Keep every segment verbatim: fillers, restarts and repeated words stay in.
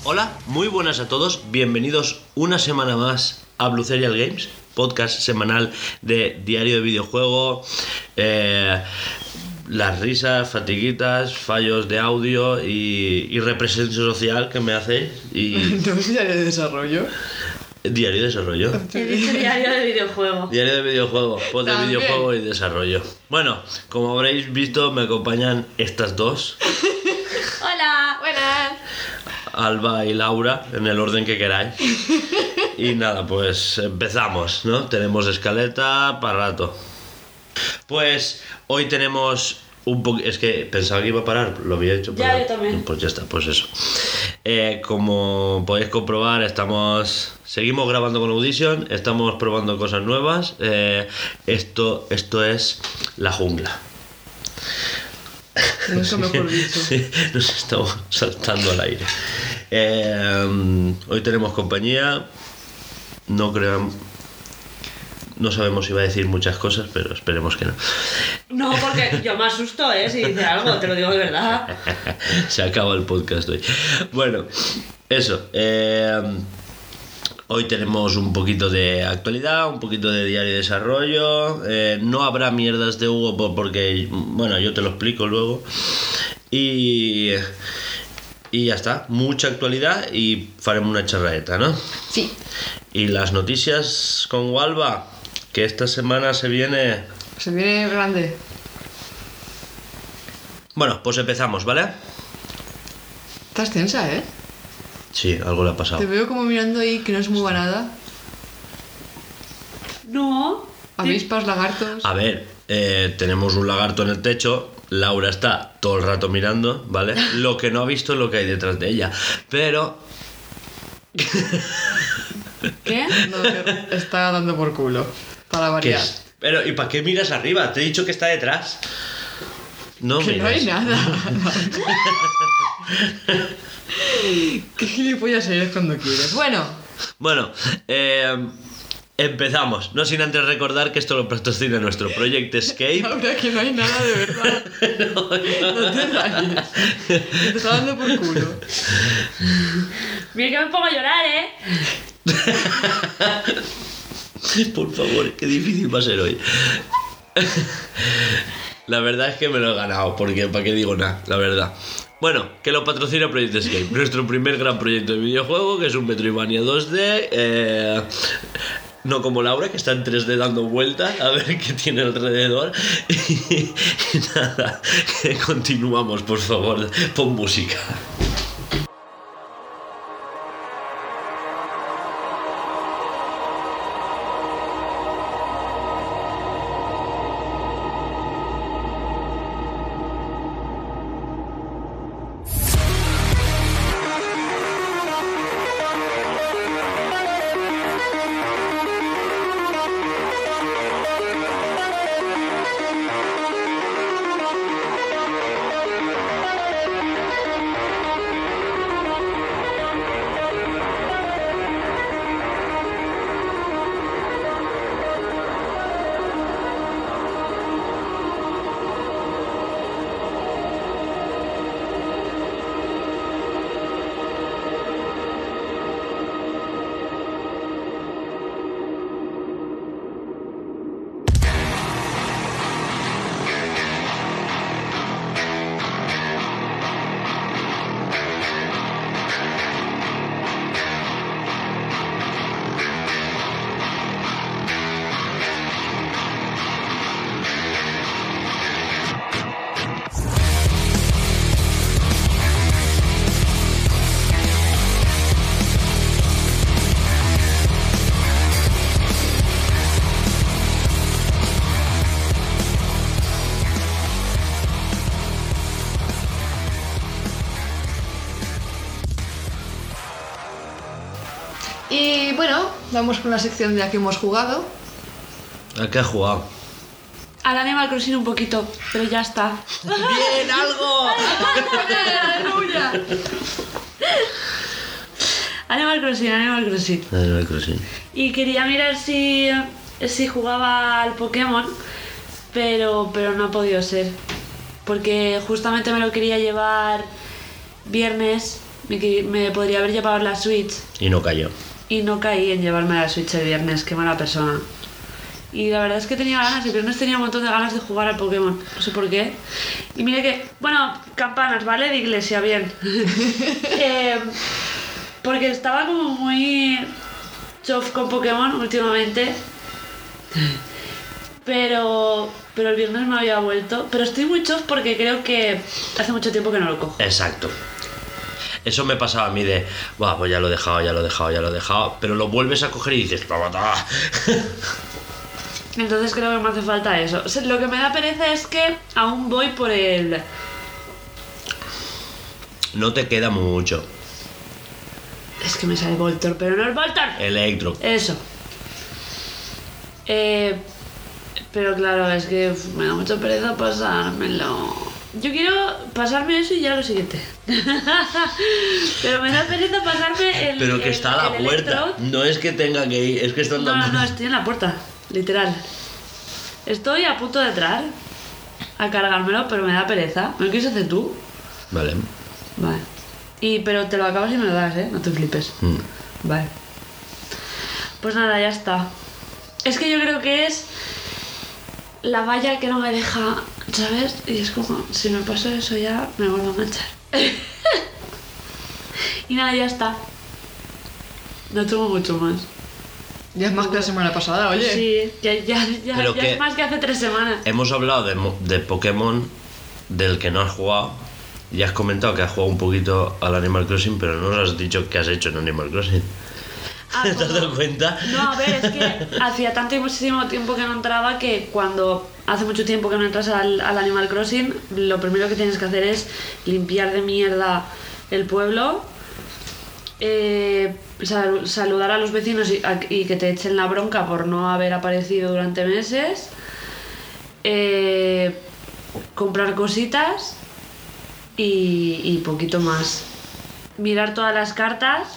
Hola, muy buenas a todos, bienvenidos una semana más a Blue Serial Games, podcast semanal de diario de videojuego, eh, las risas, fatiguitas, fallos de audio y, y representación social que me hacéis. Y... ¿No es diario de desarrollo? Diario de desarrollo. He dicho diario de videojuego. Diario de videojuego, pues de También. videojuego y desarrollo. Bueno, como habréis visto, me acompañan estas dos, Hola. Buenas. Alba y Laura, en el orden que queráis. Y nada, pues empezamos, ¿no? Tenemos escaleta para rato. Pues hoy tenemos un poco... Es que pensaba que iba a parar, lo había hecho. Ya, pero... yo también. Pues ya está, pues eso. Eh, como podéis comprobar, estamos... Seguimos grabando con Audition, estamos probando cosas nuevas. Eh, esto, esto es la jungla. Nunca mejor dicho. Sí, nos estamos saltando al aire. Eh, hoy tenemos compañía. No crean... No sabemos si va a decir muchas cosas, pero esperemos que no. No, porque yo me asusto, ¿eh? Si dice algo, te lo digo de verdad. Se acaba el podcast hoy. Bueno, eso. Eh, hoy tenemos un poquito de actualidad, un poquito de diario de desarrollo. Eh, no habrá mierdas de Hugo por- porque, bueno, yo te lo explico luego. Y... Y ya está. Mucha actualidad y faremos una charraeta, ¿no? Sí. Y las noticias con Walva, que esta semana se viene... Se viene grande. Bueno, pues empezamos, ¿vale? Estás tensa, ¿eh? Sí, algo le ha pasado. Te veo como mirando ahí que no se mueva nada. No. Avispas, lagartos. A ver, eh, tenemos un lagarto en el techo. Laura está todo el rato mirando, ¿vale? Lo que no ha visto es lo que hay detrás de ella. Pero... ¿Qué? No, que está dando por culo. Para ¿qué variar. es? Pero, ¿y para qué miras arriba? Te he dicho que está detrás. No Que no miras. hay nada. Qué gilipollas eres cuando quieres. Bueno, Bueno, eh, empezamos. No sin antes recordar que esto lo patrocina nuestro Project Escape. ahora que no hay nada de verdad. No, no. No te rayes. Te está dando por culo. Mira que me pongo a llorar, ¿eh? Por favor, qué difícil va a ser hoy. La verdad es que me lo he ganado, porque ¿para qué digo nada? La verdad. Bueno, que lo patrocina Project Escape, nuestro primer gran proyecto de videojuego, que es un Metroidvania dos D. Eh, no como Laura, que está en tres D dando vueltas a ver qué tiene alrededor. Y, y nada, que continuamos, por favor. Pon música. Y bueno, vamos con la sección de la que hemos jugado. ¿A qué has jugado? Al Animal Crossing un poquito, pero ya está. ¡Bien, algo! ¡Aleluya! Animal Crossing, Animal Crossing. Animal Crossing. Y quería mirar si, si jugaba al Pokémon, pero, pero no ha podido ser. Porque justamente me lo quería llevar viernes Me, qui- me podría haber llevado la Switch Y no cayó. y no caí en llevarme la Switch el viernes, qué mala persona. Y la verdad es que tenía ganas, el viernes tenía un montón de ganas de jugar al Pokémon, no sé por qué. Y mire que, bueno, campanas, ¿vale? De iglesia, bien. Eh, porque estaba como muy chof con Pokémon últimamente. Pero, pero el viernes me había vuelto. Pero estoy muy chof porque creo que hace mucho tiempo que no lo cojo. Exacto. Eso me pasaba a mí de, "Buah, pues ya lo he dejado, ya lo he dejado, ya lo he dejado", pero lo vuelves a coger y dices, "Toma, toma". Entonces creo que me hace falta eso. O sea, lo que me da pereza es que aún voy por el... No te queda mucho. Es que me sale Voltor, pero no es Voltor. Electro. Eso. Eh, pero claro, es que uf, me da mucha pereza pasármelo. Yo quiero pasarme eso y ya lo siguiente. Pero me da pereza pasarme el. Pero que el- está a la el puerta. Electro. No es que tenga que ir, es que está en No, la no, no, estoy en la puerta, literal. Estoy a punto de entrar a cargármelo, pero me da pereza. ¿Me lo quieres hacer tú? Vale. Vale. Y, pero te lo acabas y me lo das, ¿eh? No te flipes. Mm. Vale. Pues nada, ya está. Es que yo creo que es la valla que no me deja, ¿sabes? Y es como, si me paso eso ya, me vuelvo a enganchar. Y nada, ya está. No tengo mucho más. Ya es más que la semana pasada, oye. Sí, ya, ya, ya, Pero ya que- es más que hace tres semanas. Hemos hablado de, mo- de Pokémon del que no has jugado. Y has comentado que has jugado un poquito al Animal Crossing, pero no nos has dicho qué has hecho en Animal Crossing. Ah, ¿Te has como- dado cuenta? No, a ver, es que hacía tanto y muchísimo tiempo que no entraba que cuando hace mucho tiempo que no entras al, al Animal Crossing, lo primero que tienes que hacer es limpiar de mierda el pueblo, eh, sal- saludar a los vecinos y, a- y que te echen la bronca por no haber aparecido durante meses, eh, comprar cositas y, y poquito más. Mirar todas las cartas.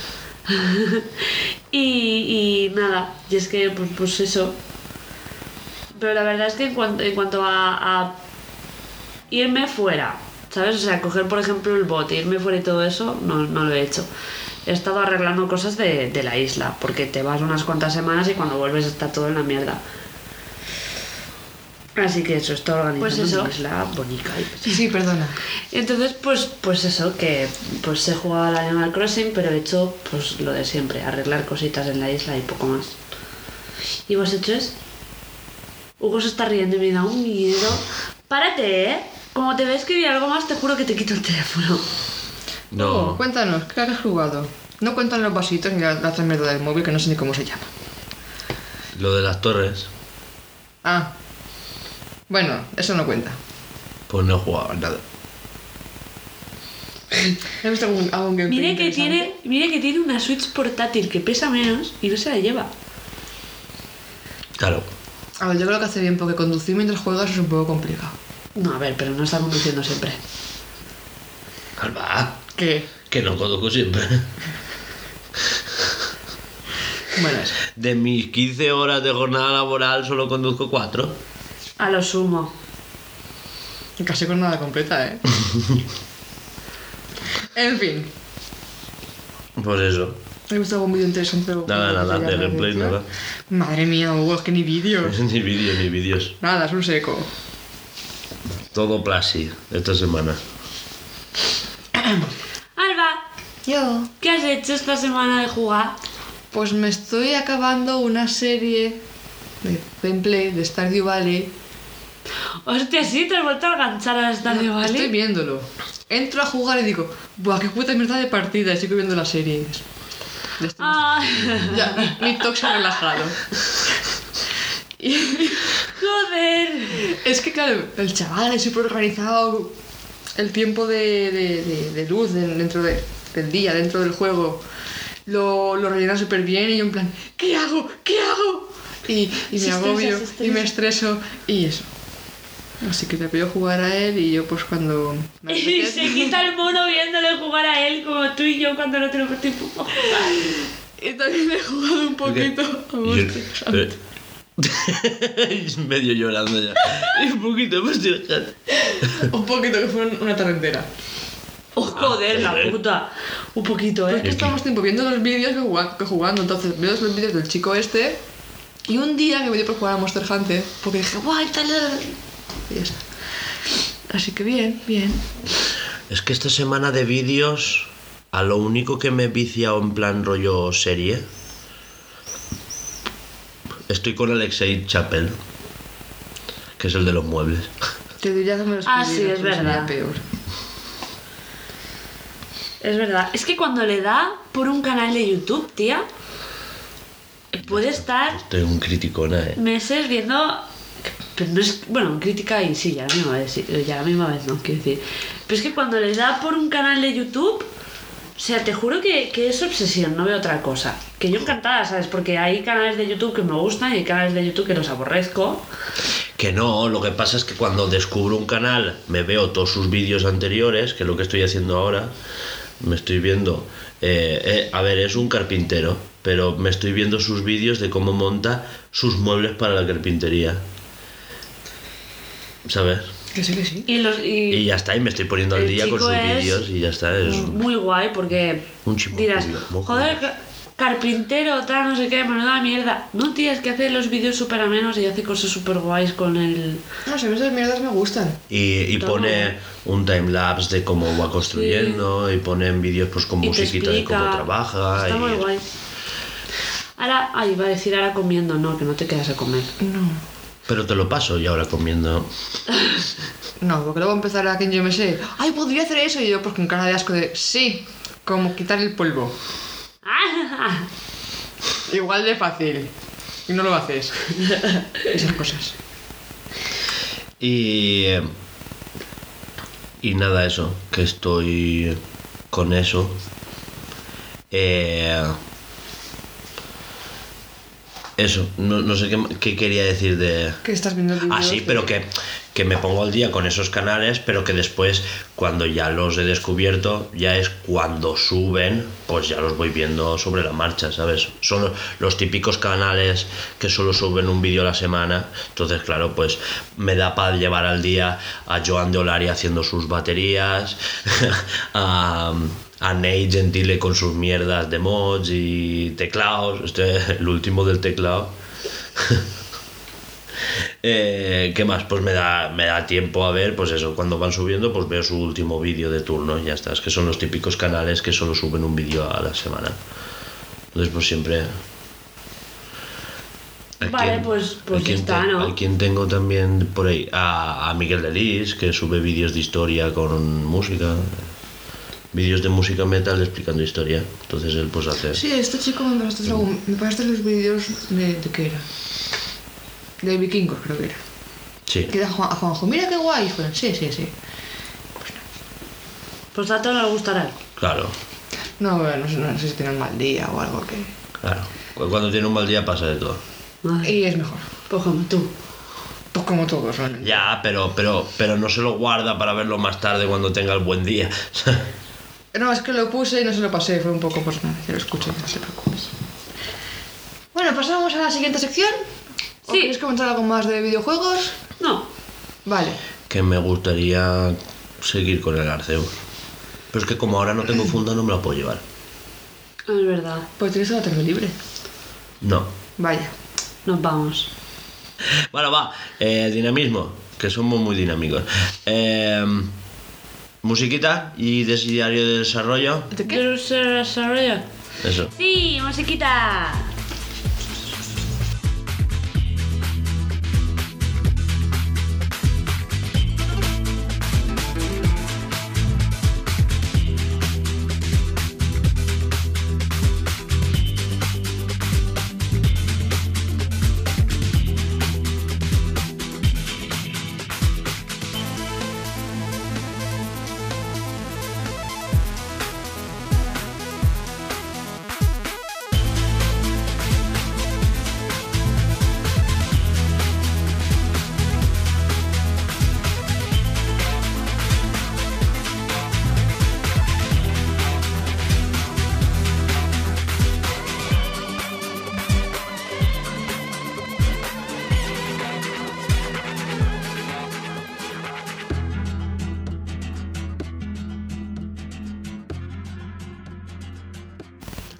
y, y nada, y es que pues, pues eso. Pero la verdad es que en cuanto, en cuanto a, a irme fuera, ¿sabes? O sea, coger por ejemplo el bote, irme fuera y todo eso, no, no lo he hecho. He estado arreglando cosas de, de la isla, porque te vas unas cuantas semanas y cuando vuelves está todo en la mierda. Así que eso, está organizando Pues eso. una isla bonita y pues, Sí, perdona. entonces, pues, pues eso, que pues he jugado al Animal Crossing, pero he hecho pues lo de siempre, arreglar cositas en la isla y poco más. ¿Y vosotros? Hugo se está riendo y me da un miedo. Párate, ¿eh? Como te ves que vi algo más, te juro que te quito el teléfono. No. Oh, cuéntanos, ¿qué has jugado? No cuentan los vasitos ni la, la otra mierda del móvil que no sé ni cómo se llama. Lo de las torres, Ah. Bueno, eso no cuenta. pues no he jugado a nada. ¿Has visto algún, algún gameplay Mire que, interesante? tiene, mire que tiene una Switch portátil que pesa menos y no se la lleva. Claro. A ver, yo creo que hace bien porque conducir mientras juegas es un poco complicado. No, a ver, pero no está conduciendo siempre. Alba, ¿Qué? que no conduzco siempre. Bueno, eso. De mis quince horas de jornada laboral solo conduzco cuatro. A lo sumo. Casi con nada completa, ¿eh? En fin. Pues eso. ¿Has visto algún vídeo interesante? o Nada, que nada, te llame de la gameplay, atención? nada. Madre mía, Hugo, es que ni vídeos. Ni vídeos, ni vídeos. Nada, es un seco. Todo plasi esta semana. Alba, Yo. ¿qué has hecho esta semana de jugar? Pues me estoy acabando una serie de gameplay de Stardew Valley. Hostia, sí, te has vuelto a enganchar a Stardew Valley. Estoy viéndolo. Entro a jugar y digo, buah, qué puta mierda de partida. Y sigo viendo la serie. y dices, ya estoy más- Ah, Ya, mi, mi toque se ha relajado. Y joder. es que, claro, el chaval es súper organizado. El tiempo de, de, de, de luz de- dentro de- del día, dentro del juego, lo, lo rellena súper bien. Y yo, en plan, ¿qué hago? ¿Qué hago? Y, y me Se agobio estresa, se y me estresa. estreso. Y eso. Así que te pido jugar a él y yo, pues cuando. me Y apetece- se quita el mono viéndole jugar a él como tú y yo cuando no tenemos tiempo para jugar. Y también he jugado un poquito a Y Monster yo- Hunter. Es medio llorando ya. Y un poquito más de Un poquito, que fue una tarde entera. Oh, joder, la joder. puta. Un poquito, Es ¿eh? que estamos tiempo viendo los vídeos que, jugando, que jugando, entonces veo los vídeos del chico este y un día que me dio por jugar a Monster Hunter porque dije, guay, tal, tal", y ya está. Así que bien, bien. Es que esta semana de vídeos, a lo único que me he viciado en plan rollo serie, estoy con Alexei Chapel, que es el de los muebles. Te diría que me lo Ah, sí, escribieras, es pero sería verdad. peor. Es verdad. Es que cuando le da por un canal de YouTube, tía, puede estar Estoy un criticona, eh. meses viendo. Pero no es. Bueno, crítica y sí, ya la misma vez, sí, ya la misma vez, no, quiero decir. Pero es que cuando le da por un canal de YouTube, o sea, te juro que, que es obsesión, no veo otra cosa. Que yo encantada, ¿sabes? Porque hay canales de YouTube que me gustan y hay canales de YouTube que los aborrezco. Que no, lo que pasa es que cuando descubro un canal me veo todos sus vídeos anteriores, que es lo que estoy haciendo ahora. Me estoy viendo, eh, eh, a ver, es un carpintero, pero me estoy viendo sus vídeos de cómo monta sus muebles para la carpintería. ¿Sabes? Que sí, que sí. Y, los, y, Y ya está, y me estoy poniendo al el día con chico sus es vídeos y ya está. Es un- muy guay porque Un chico dirás, judío, muy joder, judío". ca- carpintero, tal, no sé qué, menuda mierda. No tienes que hacer los vídeos súper amenos y hace cosas súper guays con el... No sé, esas mierdas me gustan. Y, y Toma. pone un timelapse de cómo va construyendo y pone en vídeos pues con y te musiquita de cómo explica. trabaja. Está y... muy guay. Ahora, ay, iba a decir ahora comiendo, no, que no te quedas a comer. No. Pero te lo paso y ahora comiendo. No, porque luego empezará quien yo me sé. Ay, podría hacer eso. Y yo, pues con cara de asco de sí, como quitar el polvo. Igual de fácil. Y no lo haces. Esas cosas. Y. eh, Y nada, eso, que estoy con eso. Eh, eso, no, no sé qué, qué quería decir de. Que estás viendo el vídeo. Ah, sí, pero que, que me pongo al día con esos canales, pero que después, cuando ya los he descubierto, ya es cuando suben, pues ya los voy viendo sobre la marcha, ¿sabes? Son los, los típicos canales que solo suben un vídeo a la semana, entonces, claro, pues me da para llevar al día a Joan de Olari haciendo sus baterías, a, a Nate Gentile con sus mierdas de mods y teclados, este, el último del teclado. Eh, ¿Qué más? Pues me da, me da tiempo a ver, pues eso, cuando van subiendo, pues veo su último vídeo de turno y ya está. Es que son los típicos canales que solo suben un vídeo a la semana. Entonces, pues siempre. ¿A Vale, quién- pues- pues a quién está, te- ¿no? ¿A quién tengo también por ahí? A, a Miguel de Lis, que sube vídeos de historia con música. Vídeos de música metal explicando historia. Entonces él pues hace. Sí, este chico me pasaste, algún- me pasaste los vídeos de, de qué era. De vikingos, creo que era. Sí. Que da Juan- a Juanjo, mira qué guay. Y fueron, sí, sí, sí. Pues a todos les gustará. No, Claro, bueno, no, sé, no sé si tiene un mal día o algo que. claro. Cu- Cuando tiene un mal día pasa de todo. Ay, Y es mejor. pues como tú. Pues como todos, realmente. Ya, pero, pero, pero no se lo guarda para verlo más tarde cuando tenga el buen día. No, es que lo puse y no se lo pasé, fue un poco, pues nada, ya lo escucho, no se preocupes. Bueno, pasamos a la siguiente sección. ¿O Sí. quieres comentar algo más de videojuegos? No. Vale. Que me gustaría seguir con el Arceus. Pero es que como ahora no tengo funda no me la puedo llevar. Es verdad. Pues tienes la tarde libre. No. Vaya. Nos vamos. Bueno, va. Eh, dinamismo. Que somos muy dinámicos. Eh, musiquita y des- diario de desarrollo. ¿De qué? ¿Quieres ser desarrollo? Eso. Sí, musiquita.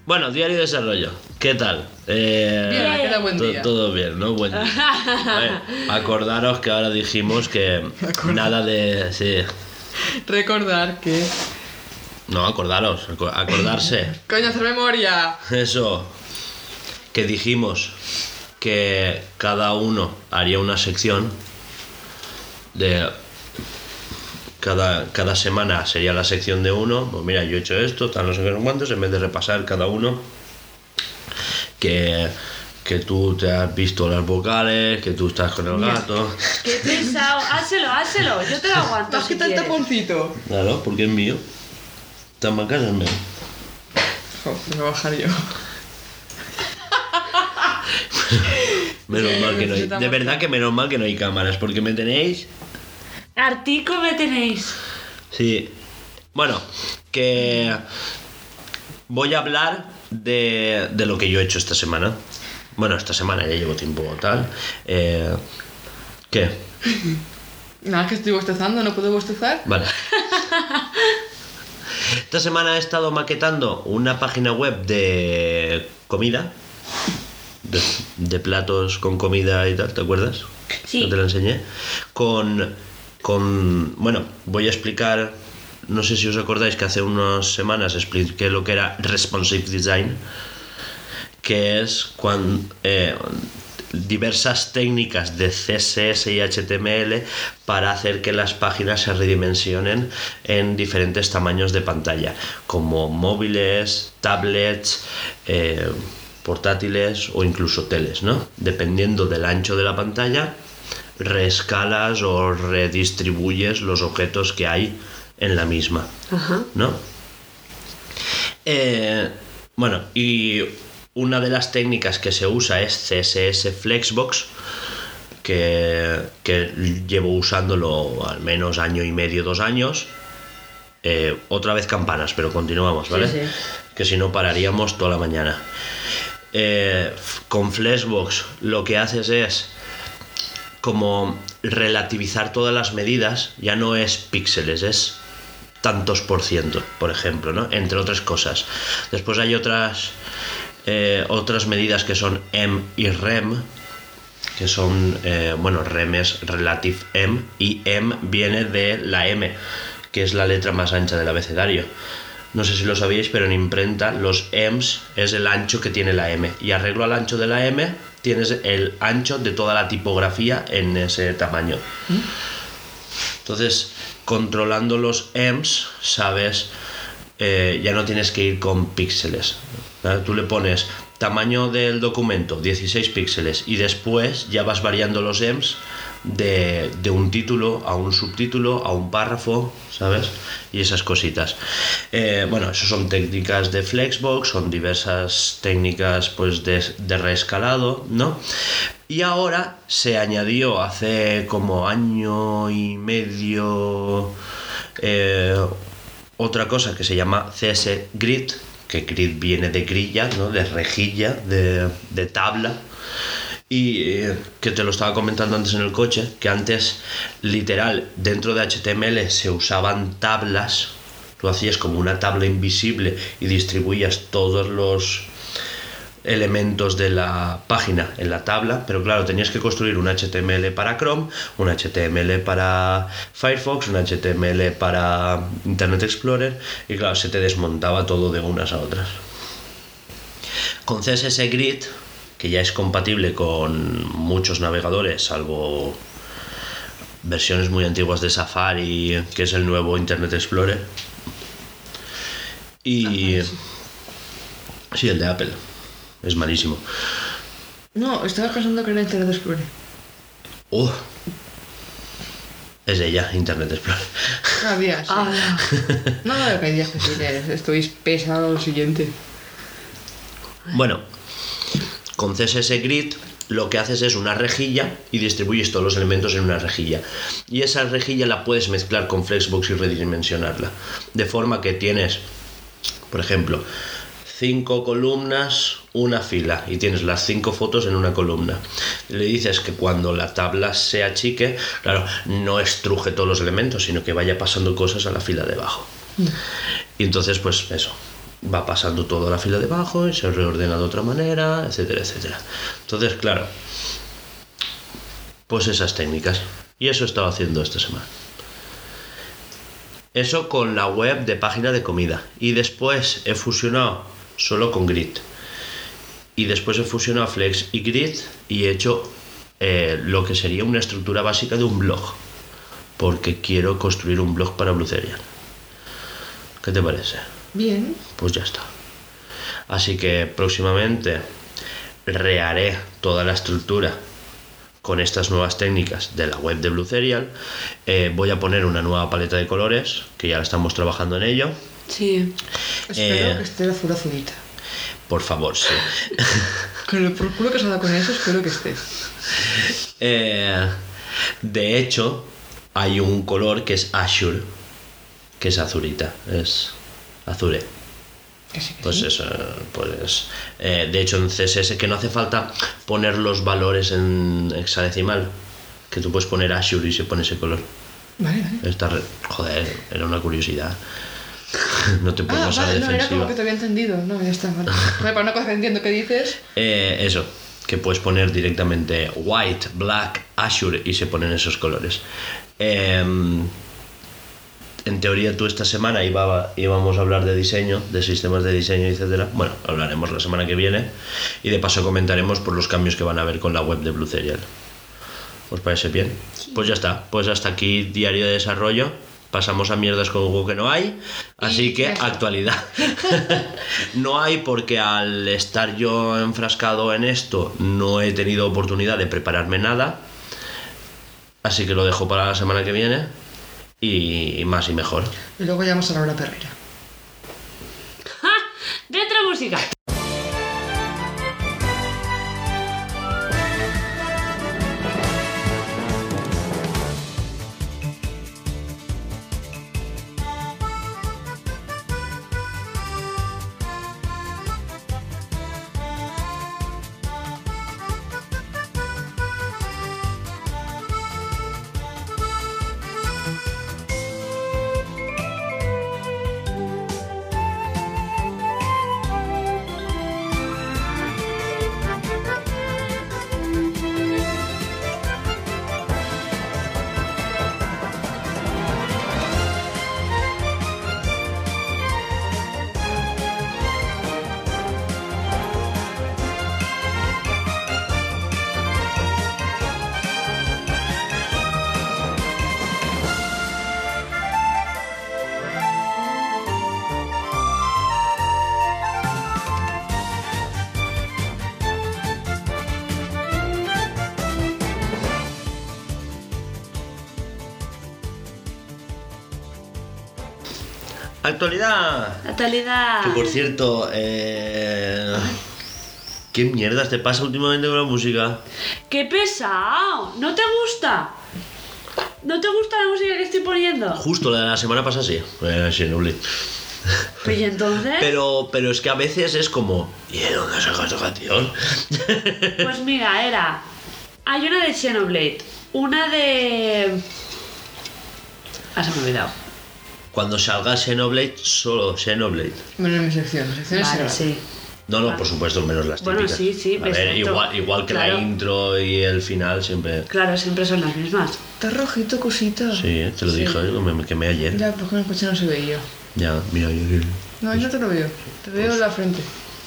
Bueno, diario de desarrollo. ¿Qué tal? Eh, Bien, ha quedado buen to- día. Todo bien, ¿no? Buen día. A ver, acordaros que ahora dijimos que nada de... Sí. Recordar que... No, acordaros, aco- acordarse. Coño, hacer memoria. Eso. Que dijimos que cada uno haría una sección de... Cada, cada semana sería la sección de uno. Pues mira, yo he hecho esto, tal, no sé qué, no sé cuántos, en vez de repasar cada uno. Que, que tú te has visto las vocales, que tú estás con el gato. Qué pesado. Házelo, házelo. Yo te lo aguanto. ¿Has Si quitado el quieres. taponcito? Claro, porque es mío. Tan casa es mío. Jo, me voy a bajar yo. Menos Sí, mal que no hay. necesitamos- De verdad que menos mal que no hay cámaras, porque me tenéis. Artico me tenéis. Sí. Bueno, que voy a hablar de, de lo que yo he hecho esta semana. Bueno, esta semana ya llevo tiempo tal. Eh, ¿Qué? Nada, que estoy bostezando, ¿no puedo bostezar? Vale. Esta semana he estado maquetando una página web de comida. De, de platos con comida y tal, ¿te acuerdas? Sí. ¿No te la enseñé? Con, con... Bueno, voy a explicar... No sé si os acordáis que hace unas semanas expliqué lo que era Responsive Design, que es cuando... Eh, diversas técnicas de C S S y H T M L para hacer que las páginas se redimensionen en diferentes tamaños de pantalla, como móviles, tablets, eh, portátiles o incluso teles, ¿no? Dependiendo del ancho de la pantalla, reescalas o redistribuyes los objetos que hay en la misma, Ajá. ¿no? Eh, bueno, y una de las técnicas que se usa es C S S Flexbox, que, que llevo usándolo al menos año y medio, dos años. Eh, otra vez campanas, pero continuamos, ¿vale? Sí, sí. Que si no pararíamos toda la mañana. Eh, con Flexbox lo que haces es como relativizar todas las medidas, ya no es píxeles, es tantos por ciento, por ejemplo, ¿no? Entre otras cosas. Después hay otras eh, otras medidas que son M y R E M, que son, eh, bueno, R E M es Relative M y M viene de la M, que es la letra más ancha del abecedario. No sé si lo sabíais, pero en imprenta los M's es el ancho que tiene la M, y arreglo al ancho de la M tienes el ancho de toda la tipografía en ese tamaño. Entonces, controlando los M's, sabes, eh, ya no tienes que ir con píxeles, ¿vale? Tú le pones tamaño del documento dieciséis píxeles y después ya vas variando los M's de, de un título a un subtítulo a un párrafo, ¿sabes? Y esas cositas. Eh, bueno, eso son técnicas de Flexbox, son diversas técnicas pues de, de reescalado, ¿no? Y ahora se añadió hace como año y medio eh, otra cosa que se llama C S Grid, que grid viene de grilla, ¿no? De rejilla, de, de tabla. Y eh, que te lo estaba comentando antes en el coche, que antes, literal, dentro de H T M L se usaban tablas. Tú hacías como una tabla invisible y distribuías todos los elementos de la página en la tabla, pero claro, tenías que construir un H T M L para Chrome, un H T M L para Firefox, un H T M L para Internet Explorer, y claro, se te desmontaba todo de unas a otras. Con C S S Grid, que ya es compatible con muchos navegadores, salvo versiones muy antiguas de Safari, que es el nuevo Internet Explorer, y sí, el de Apple. Es malísimo. No, estaba pensando que era Internet Explorer. Uh, es ella, Internet Explorer. Cada día, sí. Ah, No, no, que hay días que sí, que estoy pesado lo siguiente. Bueno, con C S S Grid lo que haces es una rejilla y distribuyes todos los elementos en una rejilla. Y esa rejilla la puedes mezclar con Flexbox y redimensionarla. De forma que tienes, por ejemplo, cinco columnas, una fila, y tienes las cinco fotos en una columna. Le dices que cuando la tabla se achique, claro, no estruje todos los elementos, sino que vaya pasando cosas a la fila de abajo. Y entonces, pues eso, va pasando toda la fila debajo y se reordena de otra manera, etcétera, etcétera. Entonces, claro, pues esas técnicas. Y eso he estado haciendo esta semana. Eso con la web de página de comida. Y después he fusionado solo con Grid. Y después he fusionado Flex y Grid y he hecho eh, lo que sería una estructura básica de un blog. Porque quiero construir un blog para Blue Serial. ¿Qué te parece? Bien. Pues ya está. Así que próximamente reharé toda la estructura con estas nuevas técnicas de la web de Blue Serial. Eh, voy a poner una nueva paleta de colores, que ya estamos trabajando en ello. Sí. Espero Eh, que esté azul azulita. Por favor, sí. Con el por culo que se ha dado con eso, espero que esté. Eh, de hecho, hay un color que es Azure, que es azulita, es azure. Que sí, que Pues sí. eso, pues eh, de hecho en C S S que no hace falta poner los valores en hexadecimal, que tú puedes poner Azure y se pone ese color. Vale, vale. Esta re- joder, era una curiosidad. No te puedo Ah, pasar vale, no, era defensiva. como que te había entendido. No, ya está, vale. Vale, para una cosa que entiendo que dices. Eh, eso, que puedes poner directamente white, black, Azure y se ponen esos colores. Eh, en teoría tú esta semana iba, íbamos a hablar de diseño, de sistemas de diseño, etcétera. Bueno, hablaremos la semana que viene y de paso comentaremos por los cambios que van a haber con la web de Blue Serial. ¿Os parece bien? Pues ya está, pues hasta aquí diario de desarrollo. Pasamos a mierdas con Google que no hay, así Y que ya está. actualidad. No hay porque al estar yo enfrascado en esto no he tenido oportunidad de prepararme nada, así que lo dejo para la semana que viene y más y mejor. Y luego llamamos a Laura Perrera. ¡Ja! ¡Dentro música! Actualidad. Actualidad. Que por cierto, eh... ¿qué mierdas te pasa últimamente con la música? ¡Qué pesado! ¿No te gusta? ¿No te gusta la música que estoy poniendo? Justo la de la semana pasada sí. Eh, sí, no, Pues ¿y entonces? Pero, pero es que a veces es como, ¿y de dónde sacas esta canción? Pues mira, era... Hay una de Xenoblade, una de... Ah, se me ha olvidado. Cuando salga Xenoblade, solo Xenoblade. Bueno, en mi sección. Mi sección es Vale, sagrada. sí. No, no, Vale. por supuesto, menos las Bueno, típicas. sí, sí, A ver, perfecto. igual, igual que Claro. la intro y el final siempre... Claro, siempre son las mismas. Está rojito, cosita. Sí, eh, te lo Sí. dije, eh, que me quemé ayer. Ya, pues con el coche no se veía. Ya, mira, yo... No, yo no te lo veo. Te veo en la frente.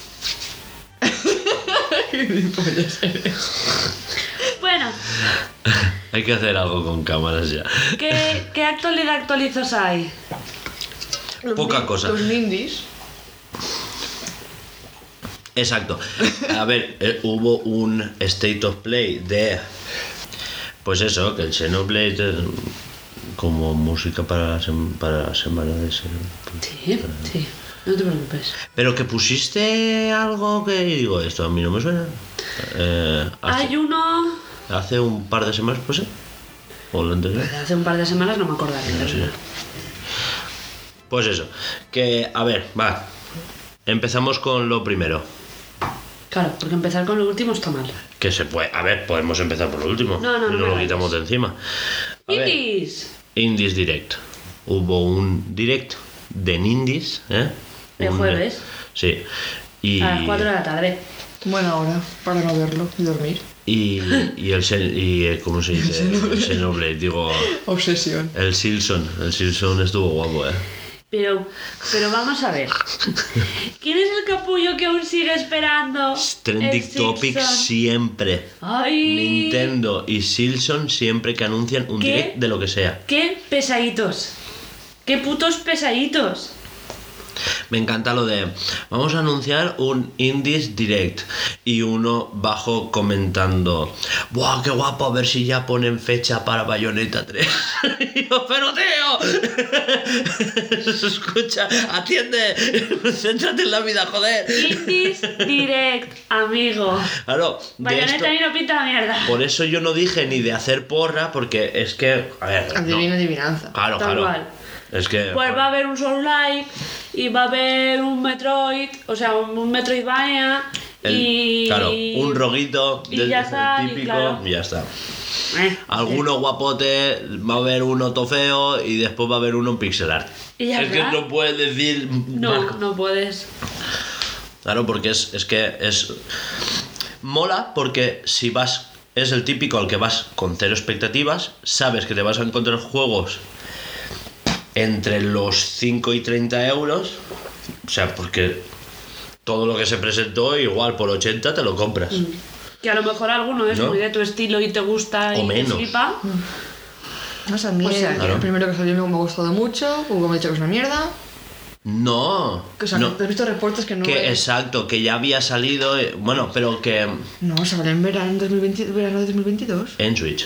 Qué gilipollas eres. Bueno, Hay que hacer algo con cámaras ya. ¿qué, qué actualidad actualizos hay? Los Poca nin- cosa. Los nindis. Exacto. A ver, eh, hubo un State of Play de... Pues eso, que el Xenoblade eh, como música para la, sem- para la semana de Xenoblade. Sí, sí, no te preocupes. Pero que pusiste algo que digo, esto a mí no me suena. Eh, hace, Hay uno... hace un par de semanas, pues sí. O lo anterior. Desde hace un par de semanas no me acordaré. No pero sé. no. Pues eso. Que, a ver, va. Empezamos con lo primero. Claro, porque empezar con lo último está mal. Que se puede. A ver, podemos empezar por lo último. No, no, y no nos me lo vayas. quitamos de encima. A ver, ¡Indies! Indies Direct. Hubo un direct de Indies, ¿eh? El un- jueves. Sí. Y, A las cuatro de la tarde. Buena hora para no verlo y dormir. y, y el Sen- y eh, ¿cómo se dice? El Xenoblade, digo, Obsesión. el Silson, el Silson estuvo guapo, eh. Pero, pero vamos a ver. ¿Quién es el capullo que aún sigue esperando? Trending el Topic Simpson? siempre. Ay. Nintendo y Silson siempre que anuncian un ¿Qué? direct de lo que sea. ¡Qué pesaditos! ¡Qué putos pesaditos! Me encanta lo de vamos a anunciar un Indies Direct y uno bajo comentando ¡buah, qué guapo! A ver si ya ponen fecha para Bayonetta tres. Y yo, pero tío, escucha, atiende, céntrate en la vida, joder. Indies Direct, amigo. Claro, de Bayonetta esto, a mí no pinta la mierda. por eso yo no dije ni de hacer porra, porque es que, a ver, no. Adivina adivinanza. Claro, Tal claro. cual. Es que Pues va a haber un Soul-like y va a haber un Metroid, o sea, un, un Metroidvania el- y... claro, un roguito y del- ya está, y típico claro. y ya está. Eh, Alguno guapote, va a haber uno tofeo y después va a haber uno en pixel art. ¿Y ya es que está? no puedes decir. No, no puedes. Claro, porque es, es que es. Mola porque si vas. Es el típico al que vas con cero expectativas, sabes que te vas a encontrar juegos entre los cinco y treinta euros. O sea, porque todo lo que se presentó, igual por ochenta te lo compras. Que a lo mejor alguno es ¿No? muy de tu estilo y te gusta O y menos. te flipa. No sé, a mí O sea, el, claro. el primero que salió me me ha gustado mucho. Hugo me ha dicho que es una mierda. No. Que, o sea, no. que he visto reportes que no Que es. exacto, que ya había salido. eh, Bueno, pero que. No, sale en verano, en dos mil veinte, verano de dos mil veintidós. En Switch.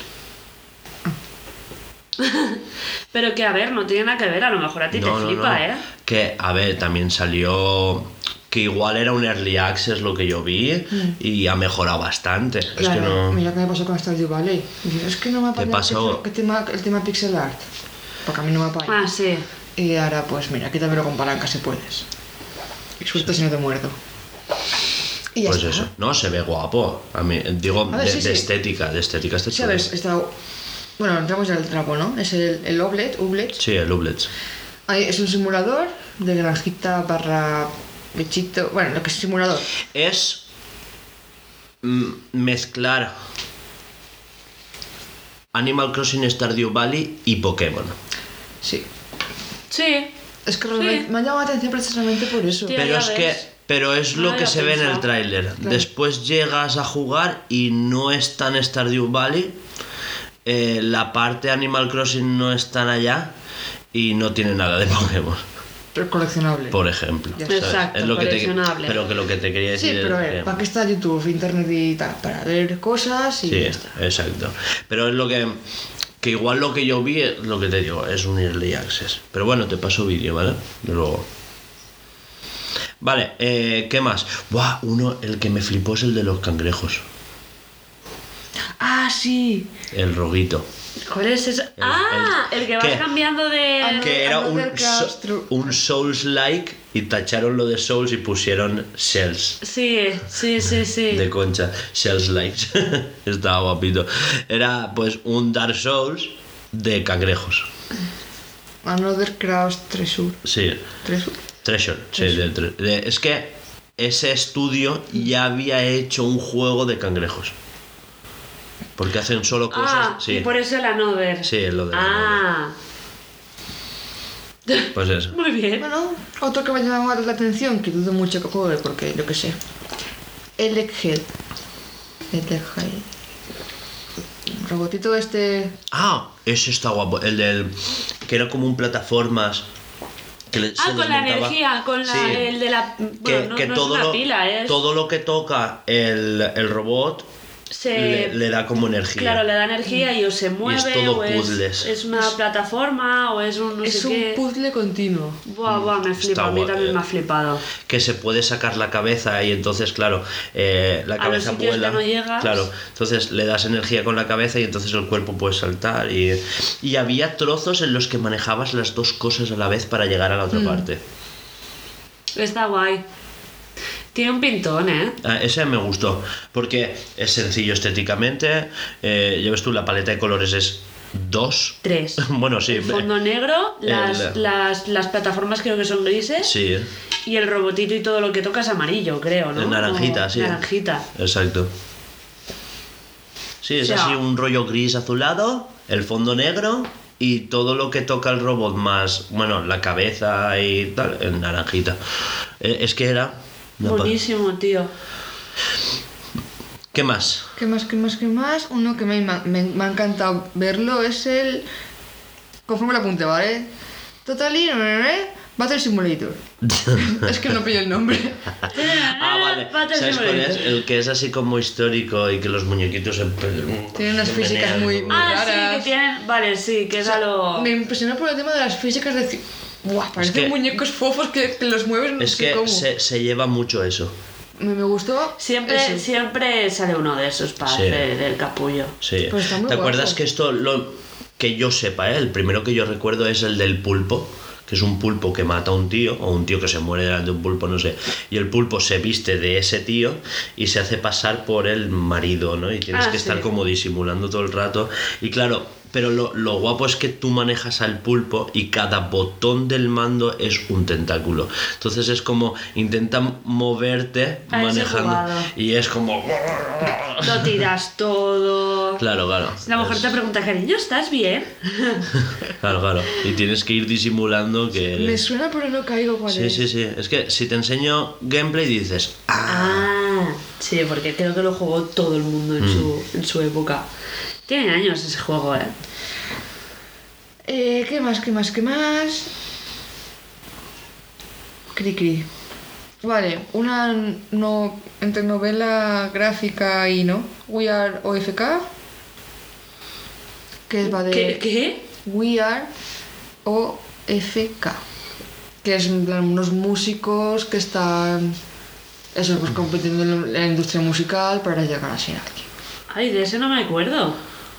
Pero que a ver, no tiene nada que ver, a lo mejor a ti No, te no, flipa, no. ¿eh? Que, a ver, también salió. Que igual era un early access lo que yo vi y ha mejorado bastante. Mm. Claro, es que no. mira qué me pasó con Stardew Valley. Dices, es que no me apaña pasó? el tema, el tema pixel art. Porque a mí no me apaña. Ah, sí. Y ahora, pues mira, quítamelo con palanca si puedes. Y suelta si no te muerdo. Y ya Pues está. eso. No, se ve guapo. A mí, digo, A ver, de, sí, de sí. estética. De estética está Sí, chulo. a ver, está... Bueno, entramos ya al trapo, ¿no? Es el, el Oblet, Ublet. Sí, el Ublets. Ahí es un simulador de granjita barra bichito... Bueno, lo que es simulador. Es. mm, mezclar. Animal Crossing Stardew Valley y Pokémon. Sí. Sí. Es que realmente me ha llamado la atención precisamente por eso. Sí. Pero ya es ves. que. Pero es No lo lo que había se ve en el pensado. tráiler. Claro. Después llegas a jugar y no es tan Stardew Valley. eh, la parte Animal Crossing no es tan allá. Y no tiene nada de Pokémon, Pero coleccionable. por ejemplo. Ya ¿sabes? Exacto, Es lo que te, coleccionable. pero que lo que te quería Sí, decir pero a es ver, que- ¿para qué está YouTube, Internet y tal? Para ver cosas y Sí, ya está. exacto. Pero es lo que. Que igual lo que yo vi, es lo que te digo, es un early access. Pero bueno, te paso vídeo, ¿vale? De luego. Vale, eh, ¿qué más? Buah, uno, el que me flipó es el de los cangrejos. Ah, sí. El roguito. ¿Cuál es ese? Ah, el, que vas ¿Qué? cambiando de... Ah, Que era un, Another Craft so- True. un Souls-like y tacharon lo de Souls y pusieron Shells. Sí, sí, sí, sí. De concha, Shells-like. Estaba guapito. Era pues un Dark Souls de cangrejos. Another Cross Treasure. Sí. Treasure. Treasure, sí, de tre- de- es que ese estudio ya había hecho un juego de cangrejos. Porque hacen solo cosas. Ah, sí, y por eso el Another. sí, es lo de. Ah, Pues eso. muy bien. Bueno, otro que me ha llamado la atención, que dudo mucho que juegue, porque yo que sé. El Egghead. El Egghead. Un robotito este. Ah, ese está guapo. El del. Que era como un plataformas. Que le- Ah, se con la desmontaba. energía, con la, Sí. el de la... Bueno, Que, no, que no todo, es una lo, pila, es... todo lo que toca el, el robot se... le, le da como energía. Claro, le da energía y o se mueve, todo o es, puzzles. es una plataforma, o es un no es sé un qué. puzzle continuo. Buah, buah, me Está flipa, a mí guay, también eh. me ha flipado. Que se puede sacar la cabeza y entonces, claro, eh, la A los cabeza sitios vuela. que no llegas. Claro, entonces le das energía con la cabeza y entonces el cuerpo puede saltar. Y, y había trozos en los que manejabas las dos cosas a la vez para llegar a la Mm. otra parte. Está guay. Tiene un pintón, ¿eh? Ah, ese me gustó, porque es sencillo estéticamente. Eh, ya ves tú, la paleta de colores es Dos. Tres. Bueno, sí. El fondo negro, las, El- las, las plataformas creo que son grises. Sí, Y el robotito y todo lo que toca es amarillo, creo, ¿no? el naranjita, O sí. Naranjita. Exacto. Sí, es O sea- así un rollo gris azulado, el fondo negro y todo lo que toca el robot más, bueno, la cabeza y tal, en naranjita. Eh, Es que era... una pa- Buenísimo, tío. ¿Qué más? ¿Qué más, qué más, qué más? Uno que me, me, me ha encantado verlo es el... Conforme lo apunte, ¿vale? Totally Battle Simulator. Es que no pillo el nombre. Ah, vale. Battle ¿Sabes cuál es? Simulator. El que es así como histórico y que los muñequitos se... Tiene unas se físicas menean. muy- muy- Ah, raras. sí, que tienen... Vale, sí, que es a lo... Me impresionó por el tema de las físicas de... ci- Buah, parecen que- muñecos fofos que, que los mueven no Es sé que cómo. se, se lleva mucho eso. Me, me gustó Siempre, eso. siempre sale uno de esos para Sí. hacer el capullo. Sí. Pues está muy ¿Te acuerdas guapo. que esto, lo que yo sepa, ¿eh? El primero que yo recuerdo es el del pulpo, que es un pulpo que mata a un tío, o un tío que se muere delante de un pulpo, no sé, y el pulpo se viste de ese tío y se hace pasar por el marido, ¿no? Y tienes Ah, que estar sí. como disimulando todo el rato. Y claro, pero lo, lo guapo es que tú manejas al pulpo y cada botón del mando es un tentáculo. Entonces es como intenta moverte A ese manejando jugado. y es como... Lo tiras todo. Claro, claro. La mujer Es- te pregunta, cariño, ¿estás bien? Claro, claro. Y tienes que ir disimulando que... Me suena pero no caigo cuál Sí, es. sí, sí. Es que si te enseño gameplay dices... Ah, Ah, sí, porque creo que lo jugó todo el mundo en, Mm. su, en su época. Tiene años ese juego, ¿eh? Eh, ¿Qué más, qué más, qué más? Cri cri. Vale, una no entre novela gráfica y no. We Are O F K. Que va de ¿Qué? ¿Qué? We Are O F K. Que es en plan unos músicos que están eso, pues compitiendo en la industria musical para llegar a ser alguien. Ay, de ese no me acuerdo.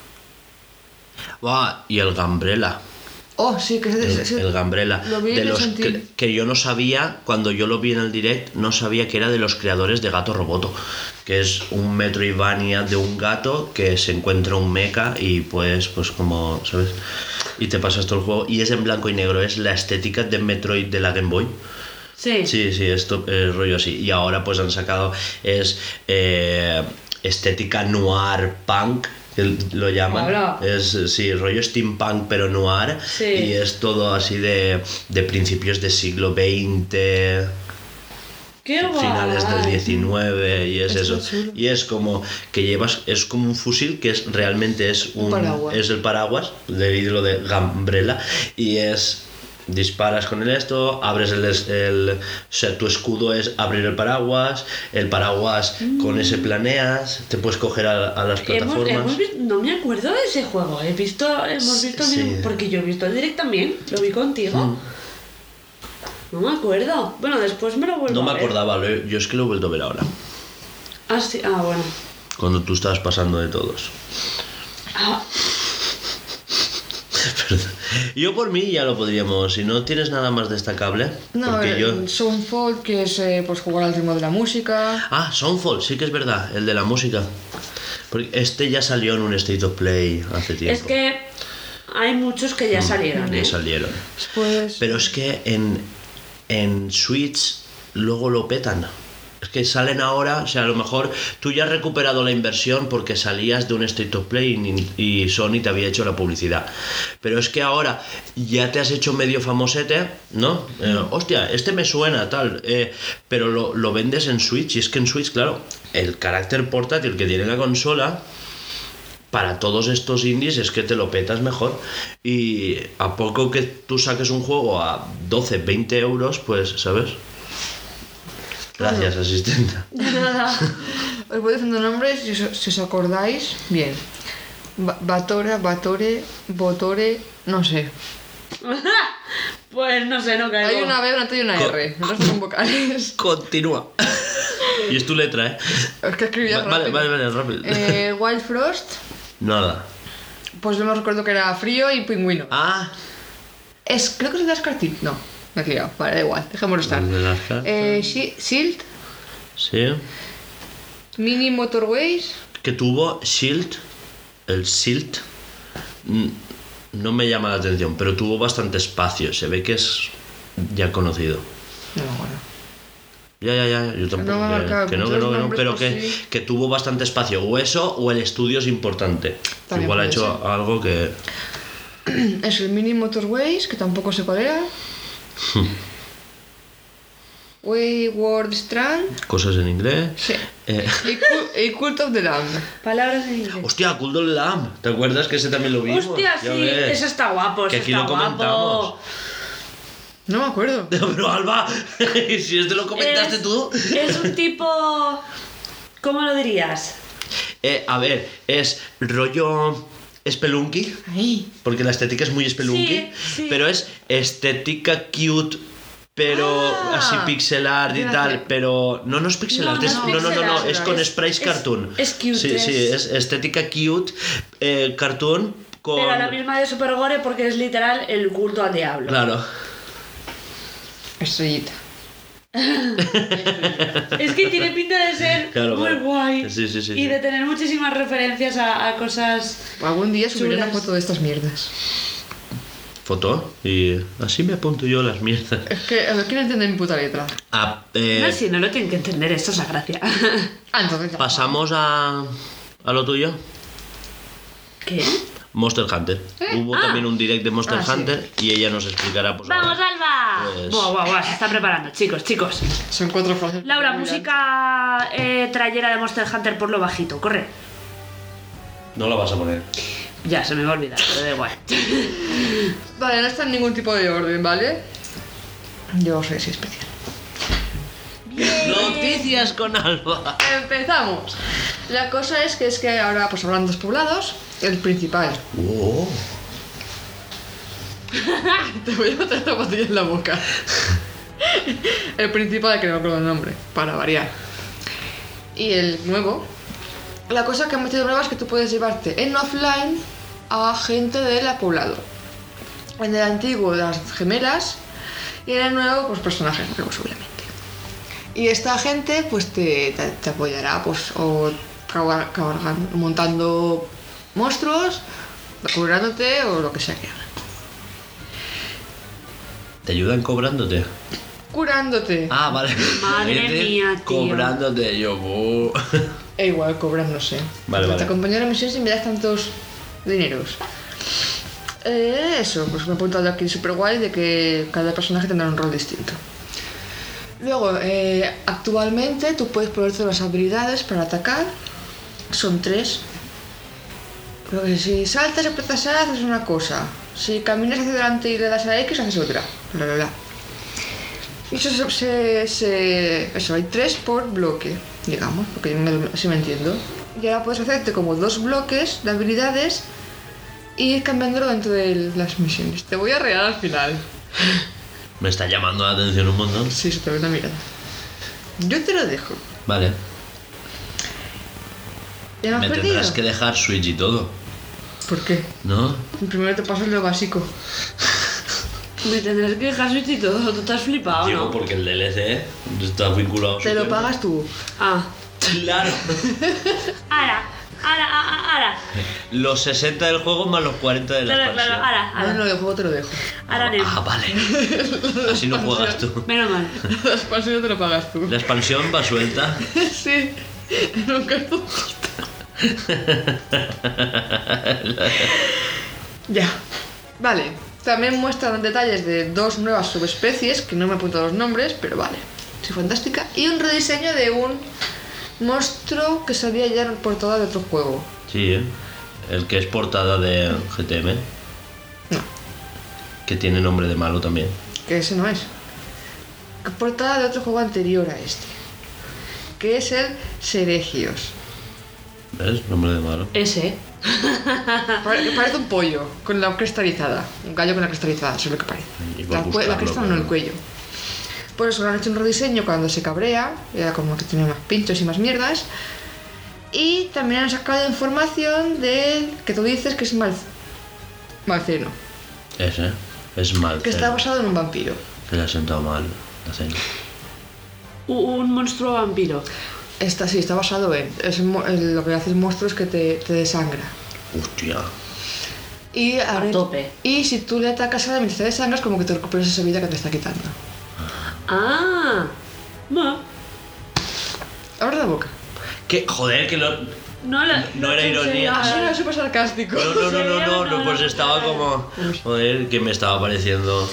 Buah, y el Gambrela. Oh, sí, que es El, de ese- el Gambrela. Lo vi y de lo los sentí. que, que yo no sabía, cuando yo lo vi en el direct, no sabía que era de los creadores de Gato Roboto. Que es un Metroidvania de un gato que se encuentra un mecha y pues, pues como, ¿sabes? Y te pasas todo el juego. Y es en blanco y negro, es la estética de Metroid de la Game Boy. Sí. Sí, sí, esto es rollo así. Y ahora pues han sacado, es eh, estética noir punk, que lo llaman. Hola. Es, sí, rollo steampunk pero noir. Sí. Y es todo así de, de principios del siglo veinte, Qué guay. finales del diecinueve, y es Está eso. chulo. Y es como que llevas, es como un fusil que es realmente es un, paraguas. es el paraguas, debido lo de Gambrela, y es disparas con el esto, abres el, el o sea, tu escudo es abrir el paraguas, el paraguas con ese planeas, te puedes coger a, a las Hemos, plataformas. hemos visto- no me acuerdo de ese juego. He visto, hemos visto el Sí. mismo- porque yo he visto el direct también. Lo vi contigo. Mm. No me acuerdo. Bueno, después me lo vuelvo No me a ver. acordaba, lo he- yo es que lo he vuelto a ver ahora, Ah, sí. Ah, bueno. cuando tú estabas pasando de todos. Ah, Perdón. Yo por mí ya lo podríamos, si no tienes nada más destacable, No, porque el yo... Soundfall, que es eh, pues jugar al ritmo de la música. Ah, Soundfall, sí que es verdad, el de la música. Porque este ya salió en un State of Play hace tiempo. es que hay muchos que ya salieron, Ya ¿eh? salieron. Pues Pero es que en, en Switch luego lo petan. Es que salen ahora, o sea, a lo mejor tú ya has recuperado la inversión porque salías de un State of Play y, y Sony te había hecho la publicidad. Pero es que ahora ya te has hecho medio famosete, ¿no? Eh, hostia, este me suena, tal. eh, pero lo, lo vendes en Switch y es que en Switch, claro, el carácter portátil que tiene la consola... Para todos estos indies es que te lo petas mejor. Y a poco que tú saques un juego a doce, veinte euros, pues, ¿sabes? Gracias, asistenta. nada. Os voy diciendo nombres si os, si os acordáis. Bien. Ba- Batora, Batore, Botore, no sé. Pues no sé, no caigo. Hay una B, una T y una Co- R. El resto son vocales. Continúa. Y es tu letra, ¿eh? Es que escribía Va- vale, rápido. vale, vale, rápido. Eh, Wild Frost, Nada. pues yo me recuerdo que era frío y pingüino. Ah, Es, creo que es de Ascartip. No, me he equivocado. Vale, da igual, dejémoslo estar. el de las cartas. Eh, Shi- Shield, Sí. Mini Motorways. Que tuvo Shield, el Shield, mm, no me llama la atención, pero tuvo bastante espacio. Se ve que es ya conocido. No, bueno. Ya, ya, ya, yo tampoco. No me ha que, marcado que no, que muchos no, que no, nombres, pero pues que, sí. que tuvo bastante espacio. O eso, o el estudio es importante. También Igual ha puede hecho ser. algo que. Es el Mini Motorways, que tampoco sé cuál era. Wayward Strand. Cosas en inglés. Sí. Eh, Y, Cul- y Cult of the Lamb. Palabras en inglés. hostia, Cult of the Lamb. ¿Te acuerdas que ese también lo vimos? Hostia, Ya sí, ves. eso está guapo, Que eso aquí está lo guapo. comentamos. No me acuerdo. Pero Alba, si este lo comentaste es, tú. Es un tipo... ¿Cómo lo dirías? Eh, a ver, es rollo spelunky, Ahí. porque la estética es muy spelunky, Sí, sí. pero es estética cute, pero Ah, así pixel art y ya tal, sé. pero no, no es pixel No, art, no es, es no, no, no, pixel no, art, es con es- sprites es- cartoon. es cute, Sí, es- sí, es estética cute, eh, cartoon con... Pero a la misma de Super Gore porque es literal el culto al diablo. Claro. Estrellita. Es que tiene pinta de ser Claro, muy claro. guay. Sí, sí, sí, y sí. de tener muchísimas referencias a, a cosas... Algún día subiré una Chulas. foto de estas mierdas. Foto, y así me apunto yo las mierdas. Es que, a ver, ¿quién entiende mi puta letra? Ah, eh, No, si no lo tienen que entender, esto es la gracia. Ah, entonces ya. pasamos a, a lo tuyo. ¿Qué? Monster Hunter. Hubo Ah. también un direct de Monster Ah, sí. Hunter y ella nos explicará pues ¡Vamos, ahora. Alba! Pues- Buah, buah, buah, se está preparando, chicos, chicos. Son cuatro frases. Laura, Muy música eh, trayera de Monster Hunter por lo bajito, corre. No la vas a poner. Ya, se me va a olvidar, pero da igual. Vale, no está en ningún tipo de orden, ¿vale? Yo soy así especial. Noticias con Alba. Empezamos. La cosa es que es que ahora pues habrán dos poblados. El principal. Oh. Te voy a meter la pastilla en la boca. El principal, que no me acuerdo el nombre, para variar. Y el nuevo. La cosa que han metido nueva es que tú puedes llevarte en offline a gente del poblado. En el antiguo, las gemelas. Y en el nuevo, pues personajes nuevos, obviamente. Y esta gente, pues te, te, te apoyará, pues, o cabalgar- cabalgando, montando monstruos, curándote o lo que sea que hagan. ¿Te ayudan cobrándote? Curándote. Ah, vale. Madre Yo te- mía, tío. Cobrándote, yo. buh. E igual cobran, no sé. Vale, Te vale. acompaño a la misión si me das tantos dineros. Eh, eso, pues me he apuntado aquí súper guay de que cada personaje tendrá un rol distinto. Luego, eh, actualmente tú puedes ponerte las habilidades para atacar. Son tres. Creo que si saltas y apretas A haces una cosa. Si caminas hacia adelante y le das a X haces otra. Bla, bla, bla. Y eso se, se, se- eso, hay tres por bloque, digamos, porque yo me- así me entiendo. Y ahora puedes hacerte como dos bloques de habilidades y ir cambiándolo dentro de las misiones. Te voy a regalar al final. Me está llamando la atención un montón. Sí, se te ve la mirada. Yo te lo dejo. Vale. ¿Ya me has Me perdido? tendrás que dejar Switch y todo, ¿Por qué? ¿no? Primero te paso lo básico. Me tendrás que dejar Switch y todo, tú te has flipado, Digo, ¿no? porque el D L C está vinculado a Te su lo cuenta. pagas tú. Ah. Claro. Ahora, ahora, ahora, ahora. Los sesenta del juego más los cuarenta de la Claro, claro, expansión. ahora, Ahora no, ahora. el juego te lo dejo. Ahora, Nemo. Ah, vale. Así no juegas tú. Menos mal. La expansión te lo pagas tú. La expansión va suelta. Sí, en un cartoncito. Ya. Vale. También muestran detalles de dos nuevas subespecies, que no me apunto los nombres, pero vale. Soy fantástica. Y un rediseño de un monstruo que salía ya en portada de otro juego. Sí, ¿eh? El que es portada de G T M. No, Que tiene nombre de malo también. que ese no es. Que portada de otro juego anterior a este. Que es el Seregios. ¿Ves? Nombre de malo. Ese. Pare- que parece un pollo con la cresta rizada. Un gallo con la cresta rizada, eso es lo que parece. Y voy a La, cue- la buscarlo, cresta no, pero- el cuello. Por eso le han hecho un rediseño cuando se cabrea, era como que tiene más pinchos y más mierdas. Y también han sacado información del que tú dices que es mal, malceno, Ese. Es mal. que está basado en un vampiro. Que le ha sentado mal la cena. U- Un monstruo vampiro. Está, sí, está basado en. Es mo- el- lo que hace el monstruo es que te, te desangra. Hostia. Y, a A ver, tope. y si tú le atacas a la mitad de sangre, es como que te recuperas esa vida que te está quitando. Ah. Bueno. Abre la boca. Que, joder, que lo... No, la, No era ironía. Ah, suena súper sarcástico. No, no, no, no, no, no, pues no, estaba no. como... Joder, que me estaba pareciendo...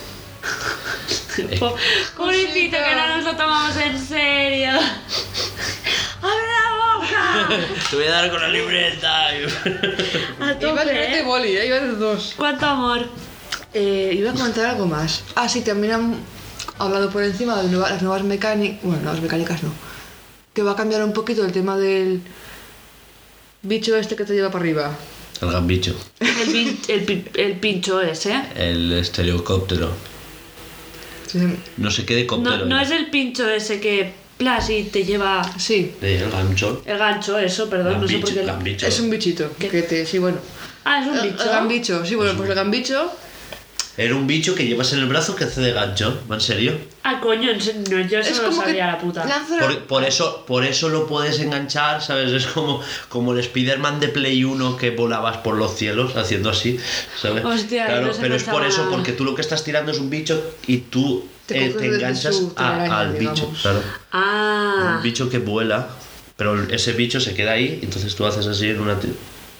Po- Pobrecito, que no nos lo tomamos en serio. ¡Abre la boca! Te voy a dar con la libreta. A Iba a tope, de ¿eh? boli, ¿eh? Iba de dos. ¡Cuánto amor! Eh, iba a comentar algo más. Ah, sí, también han hablado por encima de nueva- las nuevas mecánicas. Bueno, nuevas mecánicas no. Que va a cambiar un poquito el tema del bicho este que te lleva para arriba. El gambicho. El, pin- el, pi- el pincho ese. El estereocóptero. Sí, No sé qué de cóptero. No, no es el pincho ese que plas y te lleva sí, El gancho. el gancho, eso, perdón, no sé por Gambicho. qué. Gambicho. es un bichito. ¿Qué? Que te, sí, bueno. Ah, es un El, bicho. el gambicho, sí, bueno, pues el gambicho. Era un bicho que llevas en el brazo que hace de gancho. ¿En serio? Ah, coño, en serio, no, yo eso Es no lo como que sabía la puta. lanza la- Por, por eso, por eso lo puedes enganchar, ¿sabes? Es como, como el Spider-Man de Play uno que volabas por los cielos haciendo así, ¿sabes? Hostia, claro, no se pero es por pensaba eso, nada. porque tú lo que estás tirando es un bicho y tú Te eh, coges te desde enganchas su a- telaraña, al bicho, digamos. claro. Ah. Un bicho que vuela, pero ese bicho se queda ahí, entonces tú haces así en una... ti-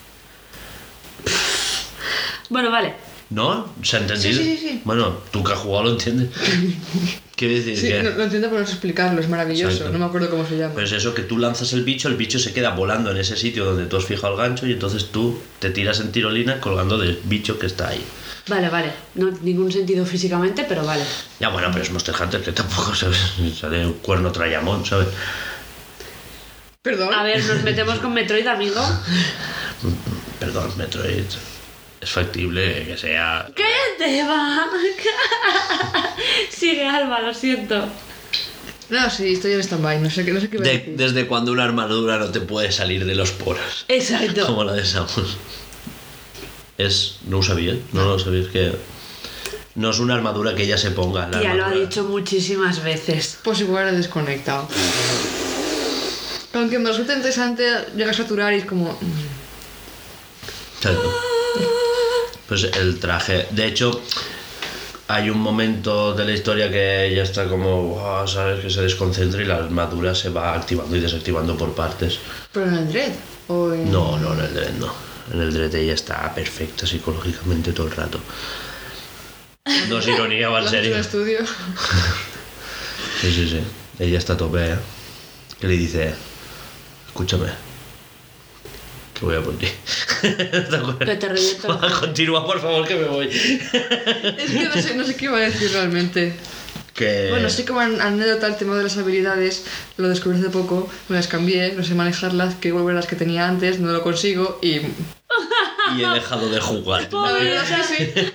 Bueno, vale. ¿No? ¿Se ha entendido? Sí, sí, sí, sí. Bueno, tú que has jugado lo entiendes. Quiero decir Sí, que... no, lo entiendo, pero no sé explicarlo, es maravilloso. Exacto. No me acuerdo cómo se llama. Pues eso, que tú lanzas el bicho, el bicho se queda volando en ese sitio donde tú has fijado el gancho y entonces tú te tiras en tirolina colgando del bicho que está ahí. Vale, vale. No ningún sentido físicamente, pero vale. Ya bueno, pero es Monster Hunter que tampoco, ¿sabes? Sale un cuerno trayamón, ¿sabes? Perdón. A ver, nos metemos con Metroid, amigo. Perdón, Metroid. Es factible que sea... ¡Cállate, va! Sigue, Alba, lo siento. No, sí, estoy en stand-by, no sé qué, no sé qué iba a De- decir. desde cuando una armadura no te puede salir de los poros. Exacto. Como la de Samus. Es... No lo sabías, no lo sabías que... No es una armadura que ella se ponga. La Ya lo ha armadura. dicho muchísimas veces. Pues igual he desconectado. Aunque me resulta interesante, llega a saturar y es como... mm, Claro. Pues el traje. De hecho, hay un momento de la historia que ella está como, "Buah", ¿sabes? Que se desconcentra y la armadura se va activando y desactivando por partes. Pero en el Dread. O en... No, no, en el Dread no. En el Dread ella está perfecta psicológicamente todo el rato. No es ironía, va en ¿Lo has hecho serio. en estudio? Sí, sí, sí. Ella está a tope, ¿eh? Que le dice, escúchame, que voy a por ti. ¿Te acuerdas? Que te reviento la cara. Continúa, por favor, que me voy. Es que no sé, no sé qué iba a decir realmente. Que... Bueno, sí como an- anécdota el tema de las habilidades, lo descubrí hace poco, me las cambié, no sé manejarlas, quiero volver a las que tenía antes, no lo consigo y... Y he dejado de jugar. La verdad es que sí.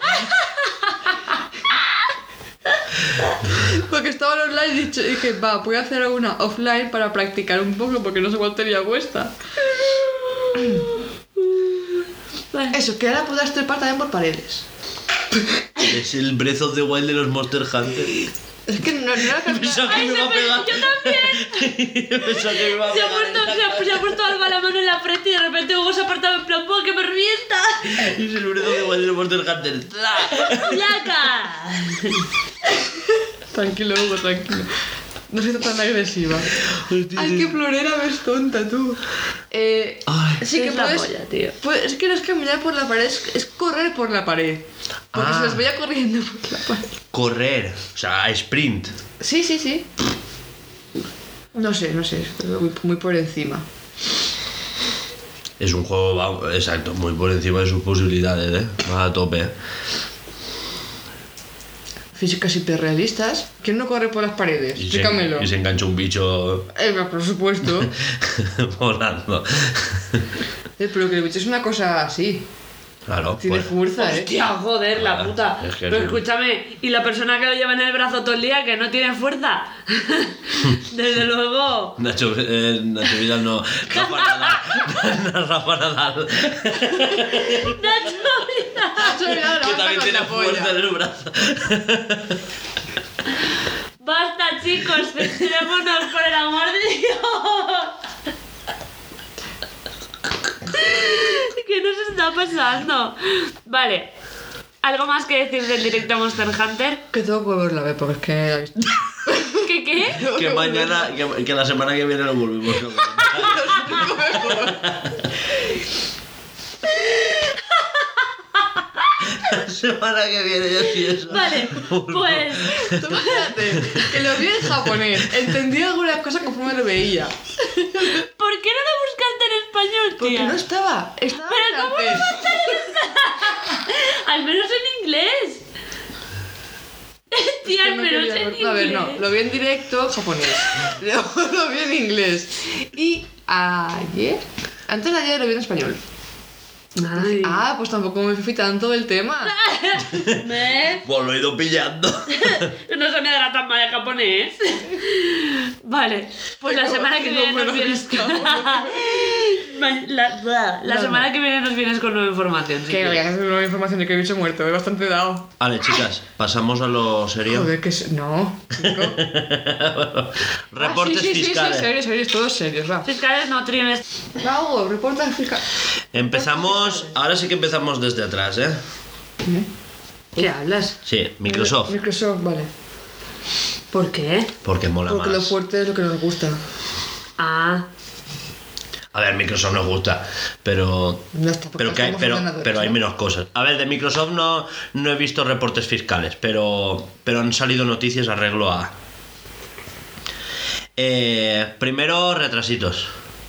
Porque estaba en online y dicho- y dije, va, voy a hacer una offline para practicar un poco porque no sé cuál tenía puesta. Vale. Eso, que ahora podrás trepar también por paredes. Es el Breath of the Wild de los Monster Hunter. Es que no, no era que... Pensaba que Ay, me se iba a me- pegar. Yo también. Pensaba que me iba a Se ha, pegar. puesto, en la se, ha, cara. se ha puesto Alba la mano en la frente y de repente Hugo se ha apartado en plan, ¡buah, que me revienta! Es el Breath of the Wild de los Monster Hunter. ¡Tla! ¡Placa! Tranquilo, Hugo, tranquilo. No soy tan agresiva. Ay, qué florera ves tonta tú. Eh, Ay. sí que Es la puedes... polla, tío. pues, es que no es caminar por la pared, es, es correr por la pared. Porque Ah. se les veía corriendo por la pared. Correr, o sea, a sprint. Sí, sí, sí. No sé, no sé, muy, muy por encima. Es un juego, va- exacto, muy por encima de sus posibilidades, ¿eh? Va a tope, ¿eh? Físicas hiperrealistas. ¿Quién no corre por las paredes? Y se, Explícamelo. y se engancha un bicho Eh, por supuesto. volando. Eh, pero que el bicho es una cosa así. Claro, Tiene pues, fuerza, ¿eh? Hostia, joder, la Ah, puta. es que Pero sí. escúchame, ¿y la persona que lo lleva en el brazo todo el día que no tiene fuerza? Desde luego. Nacho, eh, Nacho Vidal no. Rafa Nadal. Rafa Nadal. Nacho, mira. Nacho Vidal Que levanta también con tiene la polla. fuerza en el brazo. Basta, chicos, centrémonos por el amor de Dios. ¿Qué nos está pasando? Vale. ¿Algo más que decir del directo Monster Hunter? Que tengo que volverla a ver porque es que la he visto. ¿Qué qué? Que mañana, que, que la semana que viene lo volvimos a comentar. La semana que viene ya sí eso. Vale, pues... Tú imagínate que lo vi en japonés, entendí algunas cosas conforme lo veía. ¿Por qué no lo buscaste en español, tía? Porque no estaba, estaba ¿Pero en cómo francés. Al menos en inglés. Tía, Que al no menos quería en ver- inglés. A ver, no, lo vi en directo japonés. Luego lo vi en inglés. Y ayer, antes de ayer lo vi en español. Ay. Ah, pues tampoco me fui tanto del tema. ¿Ves? Pues lo he ido pillando. No se me dará tan mal el japonés. Vale, pues la Tengo- semana que tengo viene nos menos vienes lista. Ma- La, la, la No, semana no. que viene nos vienes con nueva información. si Que voy quieres. a hacer nueva información de que he bicho muerto, he bastante dado. Vale, chicas, pasamos a lo serio. Joder, que se... No, chico. Reportes Ah, sí, sí, fiscales. Sí, sí, serios, serios, todos serios, va. Fiscales no trines. Raúl, reportes fiscales. Empezamos, ahora sí que empezamos desde atrás, ¿eh? ¿Qué hablas? Sí, Microsoft, Microsoft, vale. ¿Por qué? porque mola Porque lo más. fuerte es lo que nos gusta. Ah, A ver, Microsoft nos gusta, pero No está, porque pero, que hay, somos pero, ordenadores, pero hay ¿no? menos cosas. A ver, de Microsoft no, no he visto reportes fiscales, pero, pero han salido noticias arreglo a... Eh, primero, retrasitos,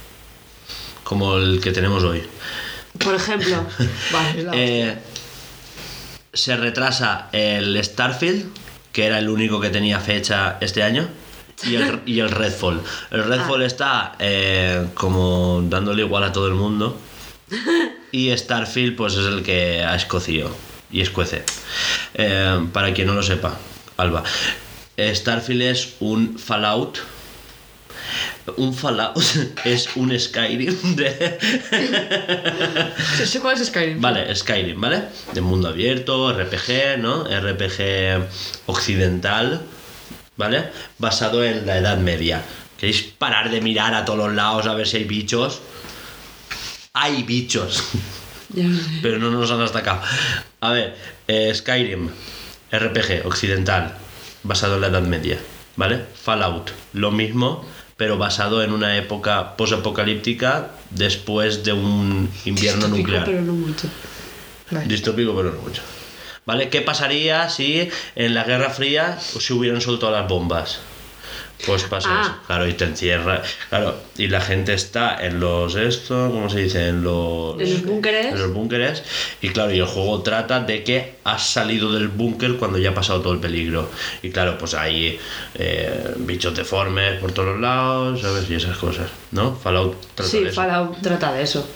como el que tenemos hoy. por ejemplo. Vale, es la Eh, se retrasa el Starfield, que era el único que tenía fecha este año, y el, y el Redfall. El Redfall está eh, como dándole igual a todo el mundo, y Starfield pues es el que ha escocido y escuece. Eh, para quien no lo sepa, Alba, Starfield es un Fallout. Un Fallout es un Skyrim de... Sí, sé cuál es Skyrim. Vale, Skyrim, ¿vale? De mundo abierto, R P G, ¿no? R P G occidental, ¿vale? Basado en la Edad Media. ¿Queréis parar de mirar a todos los lados a ver si hay bichos? Hay bichos, Ya lo sé. pero no nos han atacado. A ver, eh, Skyrim, R P G occidental, basado en la Edad Media, ¿vale? Fallout, lo mismo, pero basado en una época posapocalíptica después de un invierno Distópico, nuclear. pero no mucho. Vale. Distópico, pero no mucho. ¿Vale? ¿Qué pasaría si en la Guerra Fría se hubieran soltado las bombas? Pues pasa Ah. eso. Claro, y te encierra. Claro, y la gente está en los esto, ¿cómo se dice? En los. En los búnkeres. En los búnkeres. Y claro, y el juego trata de que has salido del búnker cuando ya ha pasado todo el peligro. Y claro, pues hay eh, bichos deformes por todos los lados, ¿sabes? Y esas cosas, ¿no? Fallout trata Sí, de eso. Fallout trata de eso.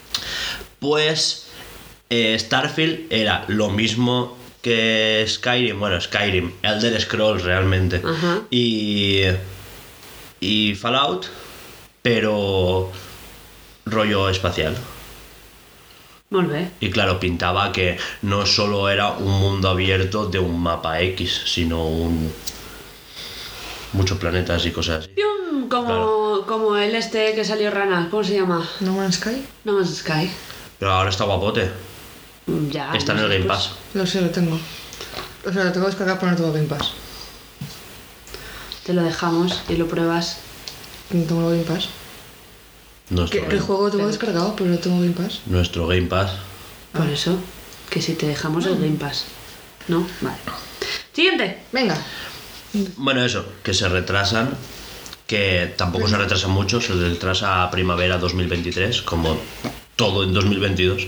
Pues eh, Starfield era lo mismo que Skyrim, bueno, Skyrim, Elder Scrolls realmente, Ajá. y, y Fallout, pero rollo espacial. Molt bé. Y claro, pintaba que no solo era un mundo abierto de un mapa X, sino un muchos planetas y cosas así. Pium, Como, Claro. como el este que salió rana, ¿cómo se llama? No Man's Sky. No Man's Sky. Pero ahora está guapote. Mm, Ya. Está en no el sé, Game pues, Pass. Lo sé, lo tengo. O sea, lo tengo descargado, pero no tengo Game Pass. Te lo dejamos y lo pruebas. No tengo Game Pass. Nuestro, Que el Game, juego lo tengo Pero- descargado, pero no tengo Game Pass. nuestro Game Pass. Por eso, que si te dejamos el Game Pass. ¿No? Vale. Siguiente. Venga. Bueno, eso, que se retrasan, que tampoco se retrasan mucho, se retrasa a primavera dos mil veintitrés, como todo en dos mil veintidós.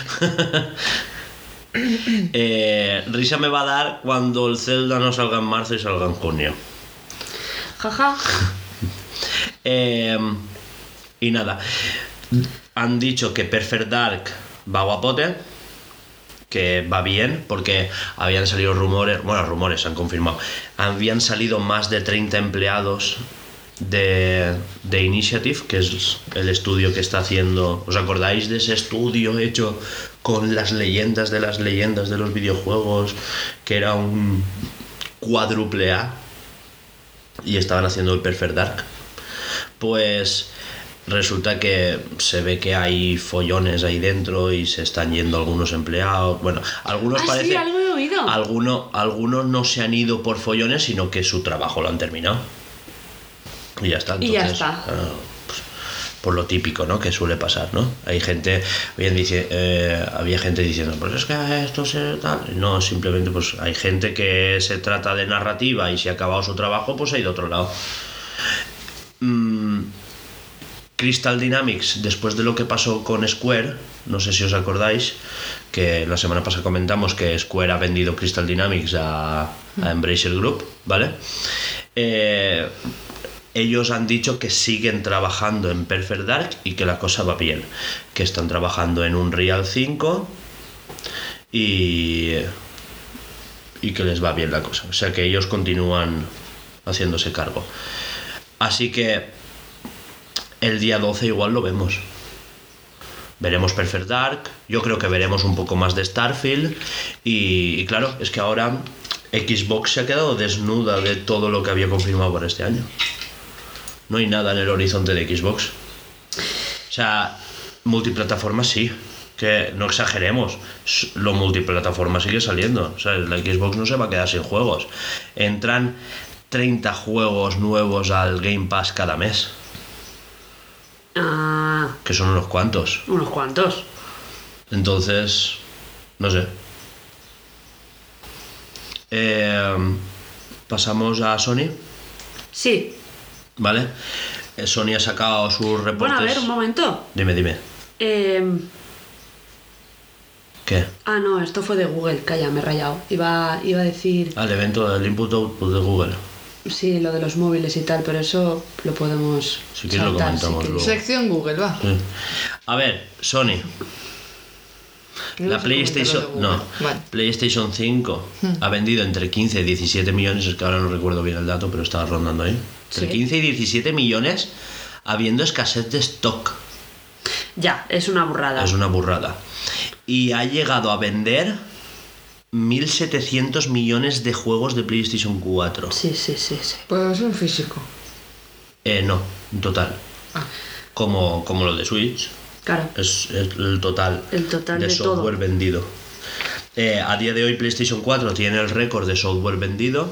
eh, risa me va a dar cuando el Zelda no salga en marzo y salga en junio. Jaja. Eh, y nada, han dicho que Perfect Dark va guapote, que va bien, porque habían salido rumores, bueno, rumores se han confirmado, habían salido más de treinta empleados de, de Initiative, que es el estudio que está haciendo. ¿Os acordáis de ese estudio hecho con las leyendas de las leyendas de los videojuegos, que era un cuádruple A? Y estaban haciendo el Perfect Dark. Pues resulta que se ve que hay follones ahí dentro y se están yendo algunos empleados. Bueno, algunos Ah, parece... sí, algo he oído. Algunos, algunos no se han ido por follones, sino que su trabajo lo han terminado. Y ya está. Y ya Entonces, está. ah, pues, por lo típico, ¿no? Que suele pasar, ¿no? Hay gente, bien dice, eh, había gente diciendo, pues es que esto se tal. No, simplemente pues hay gente que se trata de narrativa y si ha acabado su trabajo, pues ha ido a otro lado. Mm, Crystal Dynamics, después de lo que pasó con Square, no sé si os acordáis, que la semana pasada comentamos que Square ha vendido Crystal Dynamics a, a Embracer Group, ¿vale? Eh, ellos han dicho que siguen trabajando en Perfect Dark y que la cosa va bien, que están trabajando en Unreal cinco y, y que les va bien la cosa, o sea que ellos continúan haciéndose cargo. Así que el día doce igual lo vemos. Veremos Perfect Dark, yo creo que veremos un poco más de Starfield y, y claro, es que ahora Xbox se ha quedado desnuda de todo lo que había confirmado para este año. No hay nada en el horizonte de Xbox. O sea, multiplataforma sí, que no exageremos, lo multiplataforma sigue saliendo. O sea, la Xbox no se va a quedar sin juegos. Entran treinta juegos nuevos al Game Pass cada mes. Ah, Que son unos cuantos. unos cuantos. Entonces, no sé. Eh, pasamos a Sony, Sí. ¿vale? Eh, Sony ha sacado sus reportes. Bueno, a ver, un momento. Dime, dime. Eh, ¿Qué? ah, no, esto fue de Google, calla, me he rayado. Iba, iba a decir, Al evento del Input-Output de Google. sí, lo de los móviles y tal, pero eso lo podemos Si quieres lo saltar, comentamos quieres. luego. Sección Google, va. Sí. A ver, Sony. No La sé PlayStation, comentar lo de no, Google. Vale. PlayStation cinco ha vendido entre quince y diecisiete millones, es que ahora no recuerdo bien el dato, pero estaba rondando ahí. Entre Sí. quince y diecisiete millones habiendo escasez de stock. Ya, es una burrada. Es una burrada. Y ha llegado a vender mil setecientos millones de juegos de PlayStation cuatro. Sí, sí, sí, sí. Pues un físico. Eh, no, en total. Ah. Como, como lo de Switch. Claro. Es, es el total, El total de, de software todo. vendido. Eh, a día de hoy PlayStation cuatro tiene el récord de software vendido.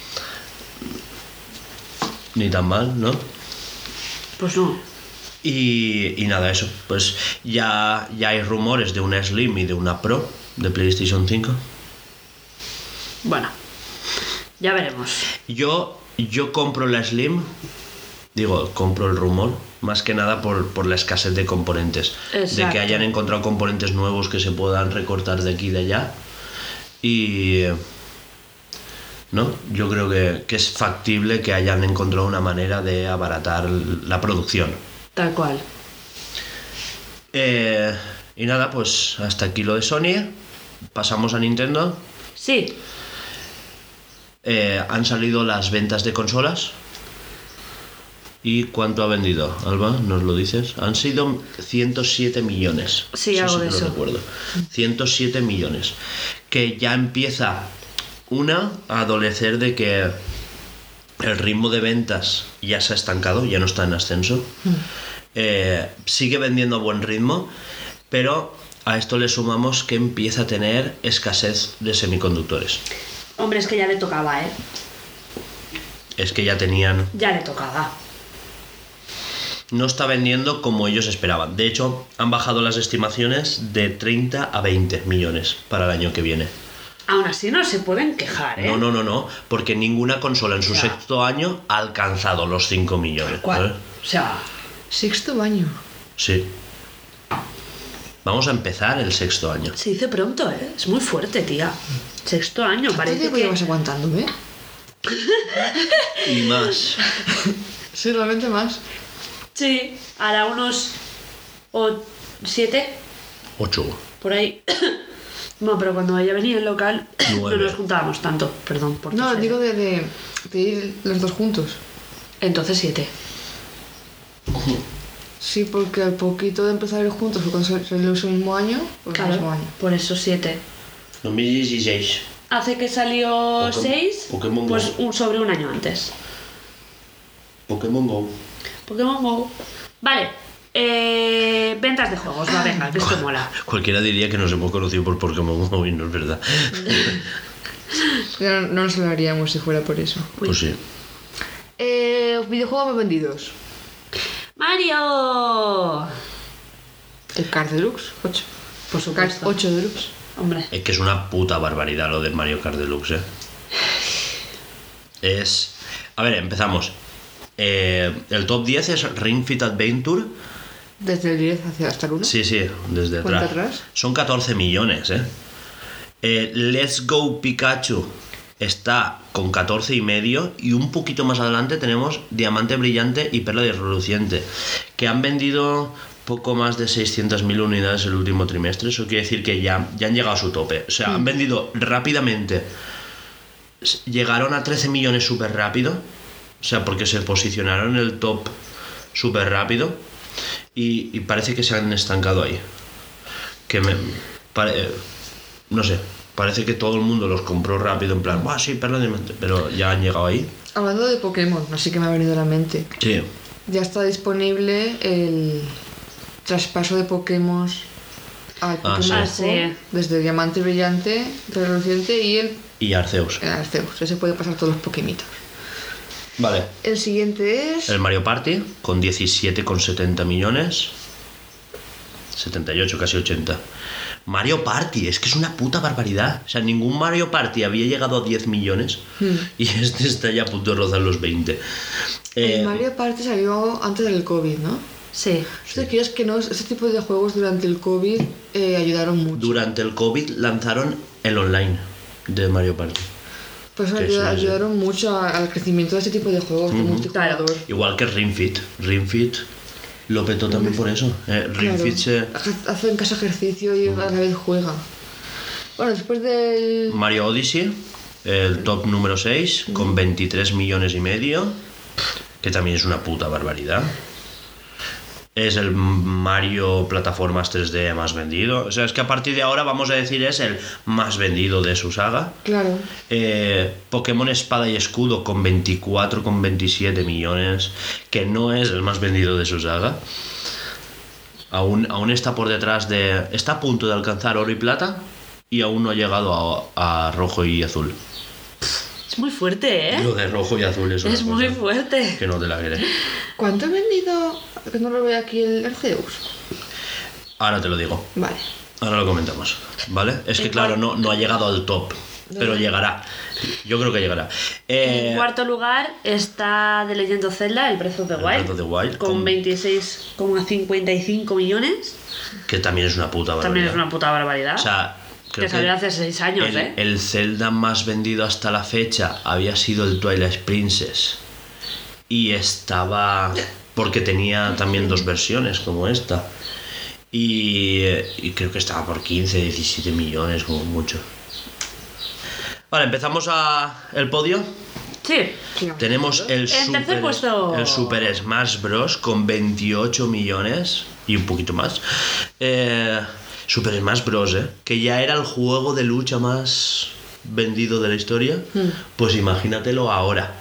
Ni tan mal, ¿no? Pues no. Y, y nada, eso. Pues ya, ya hay rumores de una Slim y de una Pro de PlayStation cinco. Bueno, ya veremos. Yo, yo compro la Slim, digo, compro el rumor, más que nada por, por la escasez de componentes. De Exacto. que hayan encontrado componentes nuevos que se puedan recortar de aquí y de allá. Y... ¿no? Yo creo que, que es factible que hayan encontrado una manera de abaratar la producción. Tal cual. Eh, y nada, pues hasta aquí lo de Sony. Pasamos a Nintendo. Sí. Eh, han salido las ventas de consolas. ¿Y cuánto ha vendido, Alba? ¿Nos lo dices? Han sido ciento siete millones. Sí, algo sí de que lo eso. recuerdo. ciento siete millones. Que ya empieza una a adolecer de que el ritmo de ventas ya se ha estancado, ya no está en ascenso. Eh, sigue vendiendo a buen ritmo, pero a esto le sumamos que empieza a tener escasez de semiconductores. Hombre, es que ya le tocaba, ¿eh? Es que ya tenían... Ya le tocaba. No está vendiendo como ellos esperaban. De hecho, han bajado las estimaciones de treinta a veinte millones para el año que viene. Aún así no se pueden quejar, ¿eh? No, no, no, no, porque ninguna consola en su Ya. sexto año ha alcanzado los cinco millones. ¿Cuál? ¿eh? O sea, Sexto año. Sí. Vamos a empezar el sexto año. se dice pronto, ¿eh? Es muy fuerte, tía. Sexto año, ¿Cuánto parece tiempo que... llevas aguantándome? Y más. Sí, realmente más. Sí, hará unos... o siete, Ocho. por ahí. No, pero cuando ella venía al local Nueve. no nos juntábamos tanto, perdón por No, toser. digo de, de, de ir los dos juntos. Entonces siete. Sí, porque al poquito de empezar a ir juntos, fue cuando salió ese mismo año, pues el Claro, mismo año. por eso siete. dos mil dieciséis. Hace que salió Pokémon- seis, Pokémon pues Go. un, sobre un año antes. Pokémon Go. Pokémon Go. Vale. Eh, ventas de juegos, va, venga, que esto mola. Cualquiera diría que nos hemos conocido por Pokémon Go y no es verdad. No, no nos lo haríamos si fuera por eso. Pues sí. Eh, videojuegos más vendidos. ¡Mario! El Kart Deluxe, ocho. Por Kart supuesto. ocho Deluxe. Hombre. Es que es una puta barbaridad lo de Mario Kart Deluxe, ¿eh? Es... A ver, empezamos. Eh, el top diez es Ring Fit Adventure. Desde el diez hacia hasta el uno. Sí, sí, desde ¿Cuenta atrás. atrás? Son catorce millones, ¿eh? Eh, Let's Go Pikachu está con catorce y medio, y un poquito más adelante tenemos Diamante Brillante y Perla Reluciente, que han vendido poco más de seiscientas mil unidades el último trimestre. Eso quiere decir que ya, ya han llegado a su tope. O sea, han vendido rápidamente. Llegaron a trece millones súper rápido. O sea, porque se posicionaron en el top súper rápido. Y, y parece que se han estancado ahí. Que me... Pare, no sé. Parece que todo el mundo los compró rápido. En plan, ¡buah, sí, Perla Diamante! Pero ya han llegado ahí. Hablando de Pokémon, así que me ha venido a la mente. Sí. Ya está disponible el traspaso de Pokémon al Ah, Pokémon sí. Ah, Go, sí. desde Diamante Brillante, Reluciente y el, Y Arceus. el Arceus. Ese puede pasar todos los Pokémitos. Vale. El siguiente es... El Mario Party con diecisiete coma setenta millones. setenta y ocho, casi ochenta. Mario Party, es que es una puta barbaridad. O sea, ningún Mario Party había llegado a diez millones. Hmm. Y este está ya a punto de rozar los veinte. Eh, El Mario Party salió antes del COVID, ¿no? Sí. Si te quieres que no, ese tipo de juegos durante el COVID eh, ayudaron mucho. Durante el COVID lanzaron el online de Mario Party. Pues Que ayuda- sí, sí. ayudaron mucho a- al crecimiento de este tipo de juegos de multijugador. Igual que Ring Fit. Ring Fit lo petó también por eso. Eh, Ring Claro. Fit se... Hace- Hace en casa ejercicio y a la vez juega. Bueno, después del... Mario Odyssey, el top número seis, con veintitrés millones y medio, que también es una puta barbaridad. Es el Mario plataformas tres D más vendido. O sea, es que a partir de ahora vamos a decir es el más vendido de su saga. Claro. Eh, Pokémon Espada y Escudo con veinticuatro coma veintisiete millones, que no es el más vendido de su saga. Aún, aún está por detrás de... Está a punto de alcanzar oro y plata y aún no ha llegado a, a rojo y azul. Es muy fuerte, ¿eh? Lo de rojo y azul es una Es muy cosa fuerte. que no te la crees. ¿Cuánto ha vendido? Que no lo veo aquí el Arceus. Ahora te lo digo. Vale. Ahora lo comentamos. ¿Vale? Es que En claro, cual- no, no ha llegado al top. Pero llegará. Yo creo que llegará. Eh, En cuarto lugar está The Legend of Zelda, el Breath of the El Wild, Breath of the Wild, con con- veintiséis coma cincuenta y cinco millones. que también es una puta barbaridad. También es una puta barbaridad. O sea, creo que salió que hace seis años, el, ¿eh? el Zelda más vendido hasta la fecha había sido el Twilight Princess. Y estaba... Porque tenía también dos versiones como esta. Y, y creo que estaba por quince, diecisiete millones como mucho. Vale, empezamos a el podio. Sí. Tenemos el En tercer Super, puesto. el Super Smash Bros. Con veintiocho millones y un poquito más. Eh, Super Smash Bros. Eh, que ya era el juego de lucha más vendido de la historia. Pues imagínatelo ahora.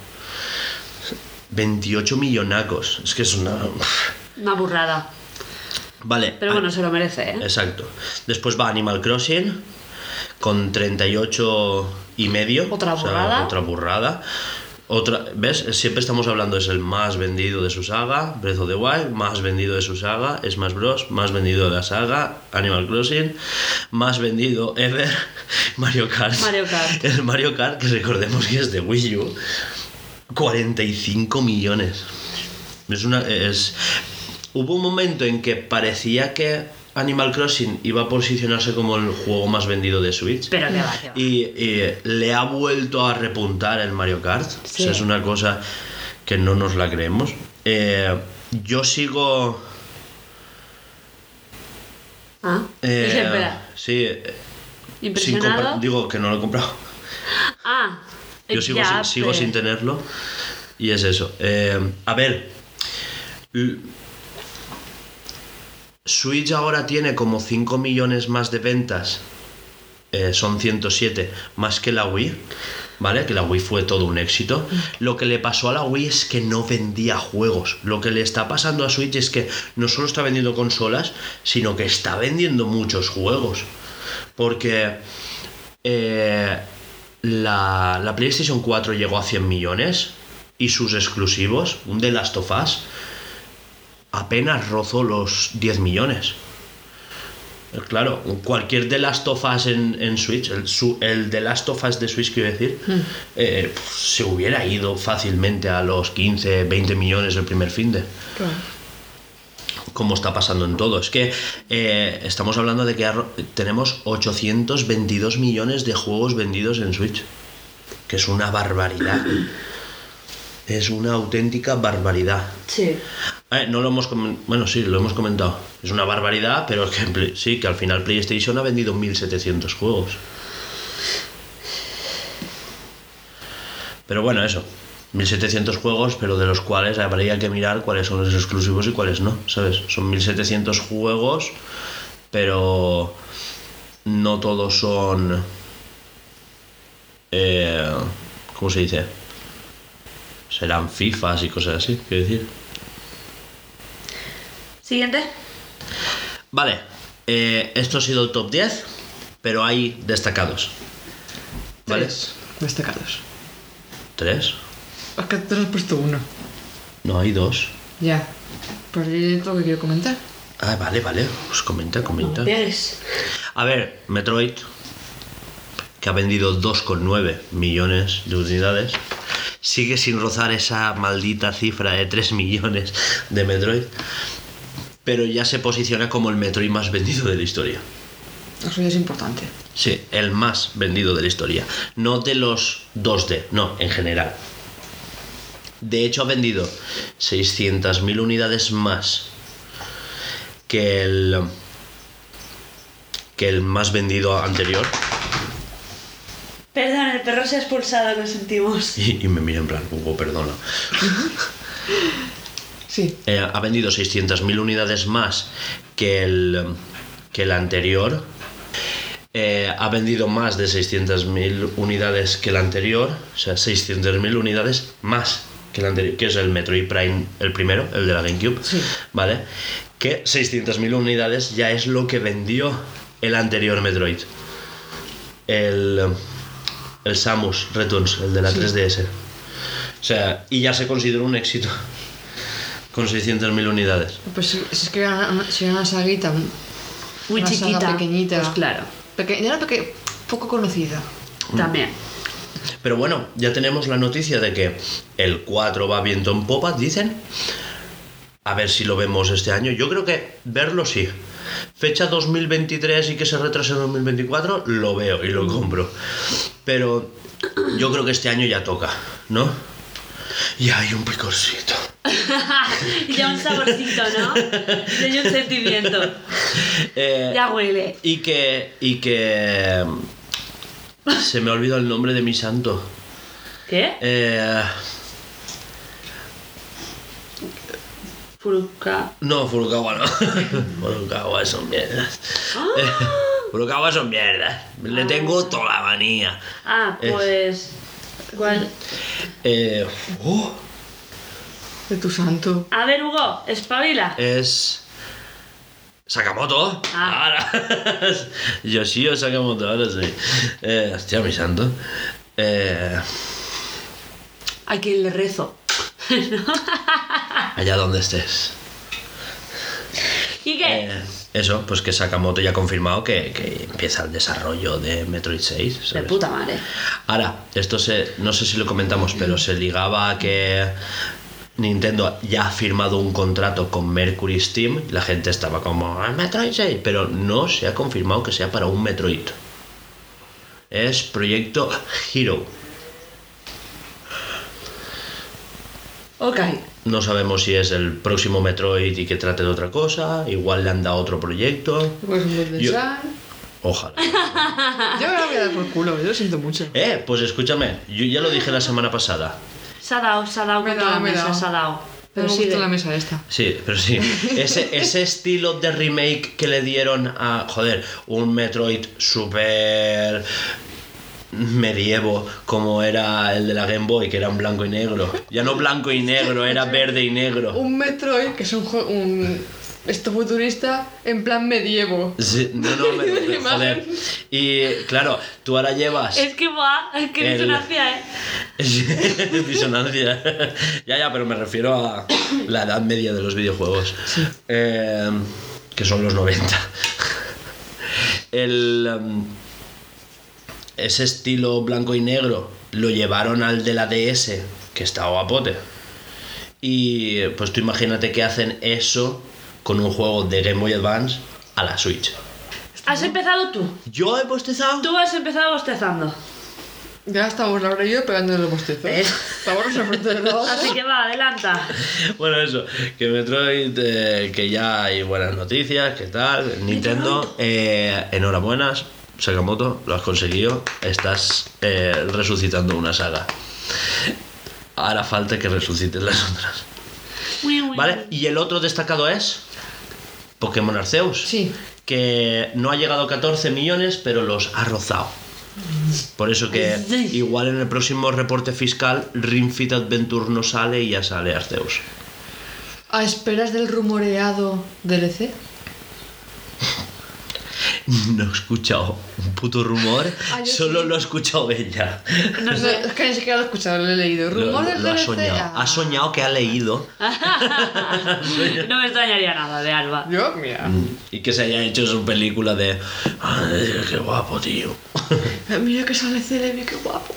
veintiocho millonacos. Es que es una... Una burrada. Vale. Pero ah, bueno, se lo merece, ¿eh? Exacto. Después va Animal Crossing con treinta y ocho y medio. Otra o sea, burrada. otra burrada. Otra, ¿ves? Siempre estamos hablando, es el más vendido de su saga, Breath of the Wild, más vendido de su saga, Smash Bros, más vendido de la saga, Animal Crossing, más vendido ever, Mario Kart. Mario Kart. El Mario Kart, que recordemos que es de Wii U, cuarenta y cinco millones. Es una... Es, hubo un momento en que parecía que Animal Crossing iba a posicionarse como el juego más vendido de Switch. Pero que va, que va. Y, y le ha vuelto a repuntar el Mario Kart. Sí. O sea, es una cosa que no nos la creemos. Eh, yo sigo... Ah, eh, espera. sí. eh, sin ¿Impresionado? comprar- digo que no lo he comprado. Ah, Yo sigo, ya, sin, sigo pero- sin tenerlo. Y es eso. Eh, a ver. l- Switch ahora tiene como cinco millones más de ventas. Eh, son ciento siete más que la Wii. ¿vale? Que la Wii fue todo un éxito. Lo que le pasó a la Wii es que no vendía juegos. Lo que le está pasando a Switch es que no solo está vendiendo consolas, sino que está vendiendo muchos juegos. Porque eh, la, la PlayStation cuatro llegó a cien millones y sus exclusivos, un The Last of Us, apenas rozó los diez millones. Claro, cualquier The Last of Us en, en Switch, el, su, el The Last of Us de Switch, quiero decir, mm. eh, pues, se hubiera ido fácilmente a los quince, veinte millones el primer finde. Claro. Como está pasando en todo. Es que eh, estamos hablando de que arro- tenemos ochocientos veintidós millones de juegos vendidos en Switch, que es una barbaridad. Es una auténtica barbaridad. Sí. Eh, no lo hemos comen- bueno, sí, lo hemos comentado. Es una barbaridad, pero es que sí, que al final PlayStation ha vendido mil setecientos juegos. Pero bueno, eso. mil setecientos juegos, pero de los cuales habría que mirar cuáles son los exclusivos y cuáles no, ¿sabes? Son mil setecientos juegos, pero no todos son... Eh, ¿Cómo se dice? Serán FIFAs y cosas así, quiero decir. Siguiente. Vale, eh, esto ha sido el top diez, pero hay destacados. ¿Vale? Tres destacados. ¿Tres? Es que te has puesto uno. No, hay dos. Ya. Pues es lo que quiero comentar. Ah, vale, vale. Pues comenta, comenta. No pegues. A ver, Metroid, que ha vendido dos coma nueve millones de unidades, sigue sin rozar esa maldita cifra de tres millones de Metroid, pero ya se posiciona como el Metroid más vendido de la historia. Eso ya es importante. Sí, el más vendido de la historia. No de los dos D, no, en general. De hecho, ha vendido seiscientas mil unidades más que el, que el más vendido anterior. Perdón, el perro se ha expulsado, lo sentimos. Y, y me mira en plan, Hugo, perdona. Sí. Eh, ha vendido seiscientas mil unidades más que el, que el anterior. Eh, ha vendido más de seiscientas mil unidades que el anterior. O sea, seiscientas mil unidades más que el anterior, que es el Metroid Prime, el primero, el de la GameCube. Sí. ¿Vale? Que seiscientas mil unidades ya es lo que vendió el anterior Metroid. El, el Samus Returns, el de la sí. tres D S. O sea, y ya se considera un éxito con seiscientas mil unidades. Pues si, si es que era una, si era una saguita muy una chiquita, saga pequeñita, pues claro. Peque, era peque, poco conocida. También. Pero bueno, ya tenemos la noticia de que el cuatro va viento en popa, dicen. A ver si lo vemos este año. Yo creo que verlo sí. Fecha dos mil veintitrés y que se retrase en dos mil veinticuatro, lo veo y lo compro. Pero yo creo que este año ya toca, ¿no? Ya hay un picorcito. Ya un saborcito, ¿no? Ya hay un sentimiento. Eh, ya huele. Y que... Y que... Se me ha olvidado el nombre de mi santo. ¿Qué? Eh... Furukawa. No, Furukawa no. Furukawa son mierdas. ¡Ah! Eh, Furukawa son mierdas. Le tengo toda la manía. Ah, pues... ¿Cuál? Eh... Oh. De tu santo. A ver, Hugo, espabila. Es... Sakamoto. Ah. Ahora. Yoshio Sakamoto, ahora sí. Eh, hostia, mi santo. Eh... A quien le rezo. ¿No? Allá donde estés. ¿Y qué? Eh, eso, pues que Sakamoto ya ha confirmado que, que empieza el desarrollo de Metroid seis, ¿sabes? De puta madre. Ahora, esto se, no sé si lo comentamos, pero se ligaba a que Nintendo ya ha firmado un contrato con Mercury Steam. La gente estaba como, ah, Metroid seis, pero no se ha confirmado que sea para un Metroid. Es Proyecto Hero. Ok. No sabemos si es el próximo Metroid y que trate de otra cosa. Igual le han dado otro proyecto. Pues un buen Yo... design. Ojalá. Yo me lo voy a dar por culo, yo lo siento mucho. Eh, pues escúchame, yo ya lo dije la semana pasada. Se ha dado, se ha dado Me con da, toda la me mesa, da. se ha dado. Pero me sí gusta de- la mesa esta. Sí, pero sí. Ese, ese estilo de remake que le dieron a, joder, un Metroid súper medievo como era el de la Game Boy, que era un blanco y negro. Ya no blanco y negro, era verde y negro. Un Metroid, que es un, jue- un esto futurista en plan medievo. Sí, no, no, me, me- Imagen. joder. Y claro, tú ahora llevas... Es que va, es que El- disonancia, ¿eh? Disonancia. Ya, ya, pero me refiero a la edad media de los videojuegos. Eh, que son los noventa. El, um, ese estilo blanco y negro lo llevaron al de la D S, que está guapote. Y pues tú imagínate que hacen eso con un juego de Game Boy Advance a la Switch. ¿Has empezado tú? ¿Yo he postezado? Tú has empezado bostezando. Ya estamos Laura y yo pegando los bostezos. ¿Eh? Estamos enfrente de la otra. Así que va, adelanta. Bueno, eso, que Metroid, eh, que ya hay buenas noticias, que tal. Nintendo, eh, enhorabuenas, Sakamoto, lo has conseguido. Estás eh, resucitando una saga. Ahora falta que resucites las otras. ¿Vale? Y el otro destacado es Pokémon Arceus. Sí. Que no ha llegado a catorce millones, pero los ha rozado. Por eso que igual en el próximo reporte fiscal Ring Fit Adventure no sale y ya sale Arceus. ¿A esperas del rumoreado D L C? No he escuchado un puto rumor, Ah, yo solo sí. lo he escuchado ella. No No, sé. es que ni siquiera lo he escuchado, lo he leído. Lo, ¿Rumor lo- del lo ha D L C? soñado. Ah. Ha soñado que ha leído No me extrañaría nada de Alba. Yo, mira. y que se haya hecho su película de... Ay, qué guapo, tío. Eh, Mira que sale Celebi, qué guapo.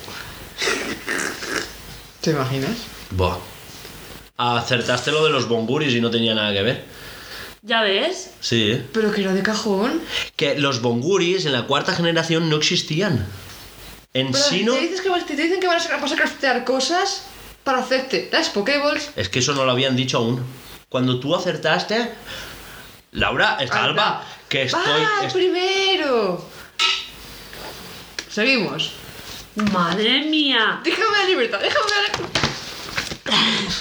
¿Te imaginas? Buah. Acertaste lo de los bonguris y no tenía nada que ver. ¿Ya ves? Sí. Pero que era de cajón. Que los bonguris en la cuarta generación no existían. En Pero sí si no... te, dices que, vas- te dicen que van a sacar, vas a craftear cosas para hacerte las Pokéballs. Es que eso no lo habían dicho aún. Cuando tú acertaste... Laura, está Alba. Alba, que estoy... ¡Va, est- primero! Seguimos. ¡Madre mía! Déjame la libertad, déjame la...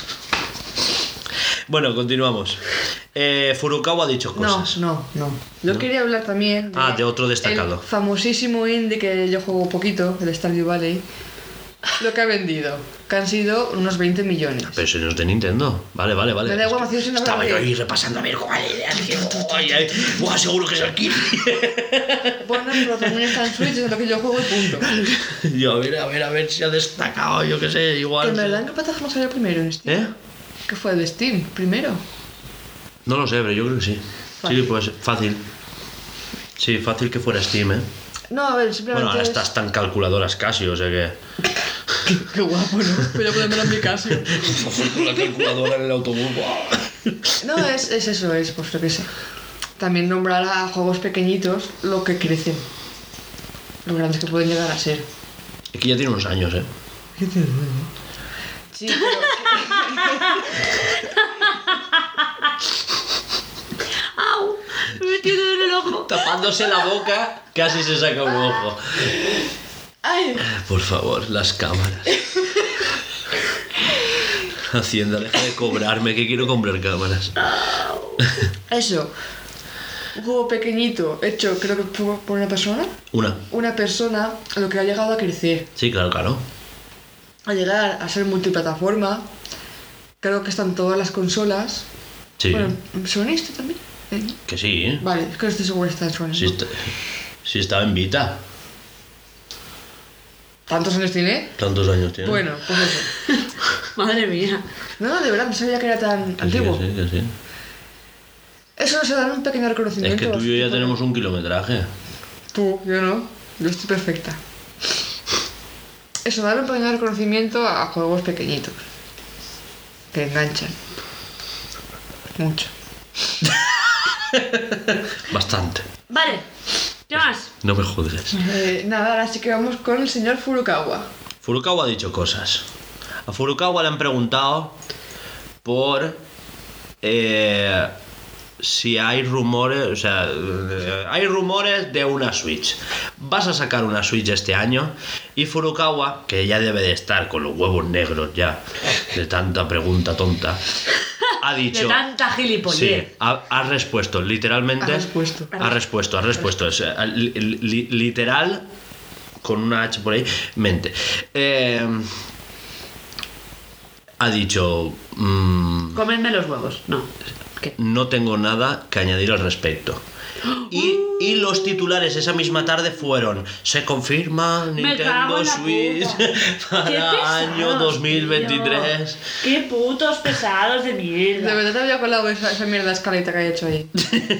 Bueno, continuamos. Eh, Furukawa ha dicho No, cosas. no, no. Yo ¿No? quería hablar también Ah, de otro destacado. el famosísimo indie que yo juego poquito, el Stardew Valley. Lo que ha vendido, que han sido unos veinte millones. Pero eso no es de Nintendo. Vale, vale, vale. Me da igual, Es que Macías, si no estaba habla yo de- ahí repasando a ver cuál era. Dije, "Ay, ay, buah, seguro que es el Kirby". Bueno, pero también está en Switch, es lo que yo juego y punto. Yo, a ver, a ver, a ver si ha destacado, yo qué sé, Que igual. en verdad, ¿en qué plataforma salió primero en Steam? ¿Eh? ¿Qué fue el de Steam? ¿Primero? No lo sé, pero yo creo que sí. Fácil. Sí, pues fácil. Sí, fácil que fuera Steam, ¿eh? No, a ver, simplemente. Bueno, ahora es- estás tan calculadoras casi, o sea que. Qué guapo, ¿no? Voy a ponerme en mi casa. Con la calculadora en el autobús. ¡buah! No, es, es eso, es, pues lo que sé. También nombrar a juegos pequeñitos lo que crecen. Lo grandes que pueden llegar a ser. Es que ya tiene unos años, ¿eh? Sí, pero. ¡Au! Me he metido en el ojo. Tapándose la boca, casi se saca un ojo. ¡Ay! Por favor, las cámaras. Hacienda, deja de cobrarme, que quiero comprar cámaras. Eso. Un juego pequeñito, hecho creo que por por una persona. Una. Una persona a lo que ha llegado a crecer. Sí, claro, claro. A llegar a ser multiplataforma. Creo que están todas las consolas. Sí. Bueno, ¿Sony este también? ¿Eh? Que sí, ¿eh? Vale, es que no estoy seguro si está en Sony. Sí, está- sí estaba en Vita. ¿Tantos años tiene? ¿Tantos años tiene? Bueno, pues eso. Madre mía. No, no, de verdad, no sabía que era tan Que sí, antiguo. que sí, que sí. Eso nos da un pequeño reconocimiento. Es que tú y yo ya tenemos un kilometraje. Tú, yo no. Yo estoy perfecta. Eso, dar un pequeño reconocimiento a juegos pequeñitos. Que enganchan. Mucho. Bastante. Vale. ¿Qué más? No me juzgues. Eh, nada, ahora sí que vamos con el señor Furukawa. Furukawa ha dicho cosas. A Furukawa le han preguntado por eh, si hay rumores, o sea, eh, hay rumores de una Switch. ¿Vas a sacar una Switch este año? Y Furukawa, que ya debe de estar con los huevos negros ya, de tanta pregunta tonta, ha dicho... De tanta gilipollez. Sí, ha, ha respuesto, literalmente. Ha respuesto. Ha respuesto, ha respuesto. Es, eh, li- li- literal, con una H por ahí, mente. Eh, ha dicho... Mmm, Comerme los huevos. No. ¿Qué? No tengo nada que añadir al respecto. Y, y los titulares esa misma tarde fueron: se confirma Nintendo Switch para año dos mil veintitrés. Tío. Qué putos pesados de mierda. De verdad te había colado esa, esa mierda escaleta que hay hecho ahí.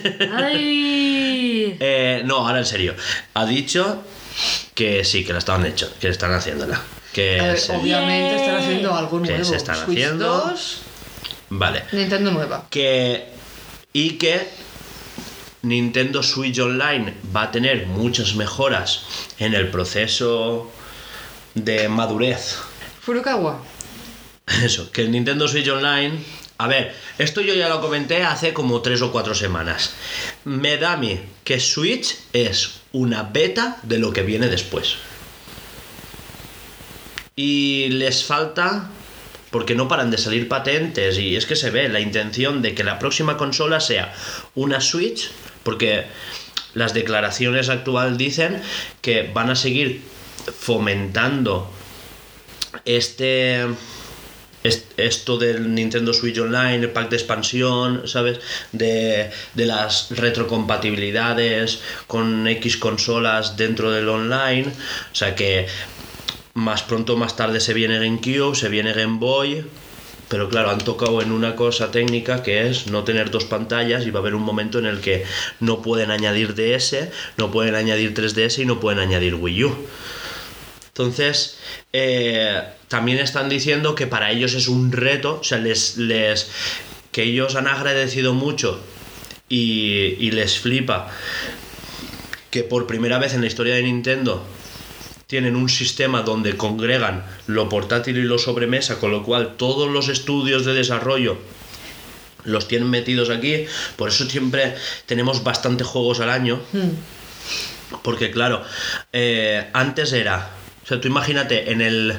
Ay. Eh, no, ahora en serio. Ha dicho que sí, que la estaban hecho, que están haciéndola. Que A ver, se, obviamente están haciendo algo que nuevo. se están Switch haciendo. dos, Vale. Nintendo nueva. Que y que Nintendo Switch Online va a tener muchas mejoras en el proceso de madurez. Furukawa. Eso, que el Nintendo Switch Online... A ver, esto yo ya lo comenté hace como tres o cuatro semanas. Me da a mí que Switch es una beta de lo que viene después. Y les falta... Porque no paran de salir patentes y es que se ve la intención de que la próxima consola sea una Switch, porque las declaraciones actuales dicen que van a seguir fomentando este... esto del Nintendo Switch Online, el pack de expansión, ¿sabes? De, de las retrocompatibilidades con X consolas dentro del online. O sea que más pronto o más tarde se viene GameCube, se viene Game Boy. Pero claro, han tocado en una cosa técnica que es no tener dos pantallas y va a haber un momento en el que no pueden añadir D S, no pueden añadir tres D S y no pueden añadir Wii U. Entonces, eh, también están diciendo que para ellos es un reto, o sea, les, les que ellos han agradecido mucho y, y les flipa que por primera vez en la historia de Nintendo tienen un sistema donde congregan lo portátil y lo sobremesa, con lo cual todos los estudios de desarrollo los tienen metidos aquí. Por eso siempre tenemos bastantes juegos al año, hmm. porque claro, eh, antes era... O sea, tú imagínate, en el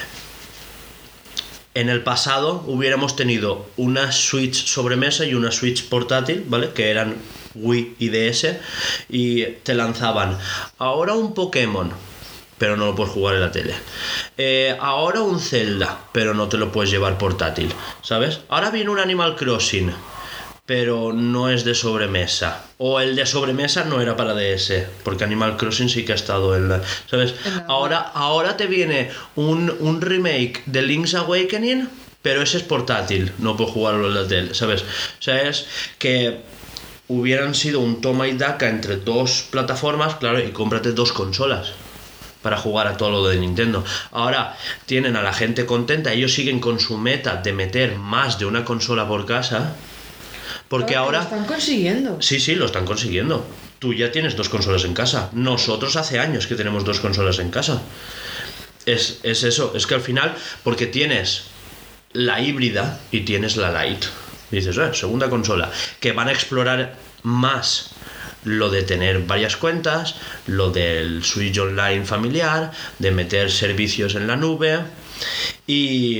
en el pasado hubiéramos tenido una Switch sobremesa y una Switch portátil, ¿vale? Que eran Wii y D S, y te lanzaban ahora un Pokémon, pero no lo puedes jugar en la tele. Eh, ahora un Zelda, pero no te lo puedes llevar portátil, ¿sabes? Ahora viene un Animal Crossing, pero no es de sobremesa. O el de sobremesa no era para D S, porque Animal Crossing sí que ha estado en la... ¿Sabes? Ahora, ahora te viene un, un remake de Link's Awakening, pero ese es portátil, no puedo jugarlo en la tele, ¿sabes? O sea, es que hubieran sido un toma y daca entre dos plataformas, claro, y cómprate dos consolas para jugar a todo lo de Nintendo. Ahora tienen a la gente contenta, ellos siguen con su meta de meter más de una consola por casa. Porque Pero ahora... Lo están consiguiendo. Sí, sí, lo están consiguiendo. Tú ya tienes dos consolas en casa. Nosotros hace años que tenemos dos consolas en casa. Es, es eso, es que al final, porque tienes la híbrida y tienes la Lite. Y dices, eh, segunda consola. Que van a explorar más lo de tener varias cuentas, lo del Switch Online familiar, de meter servicios en la nube. Y...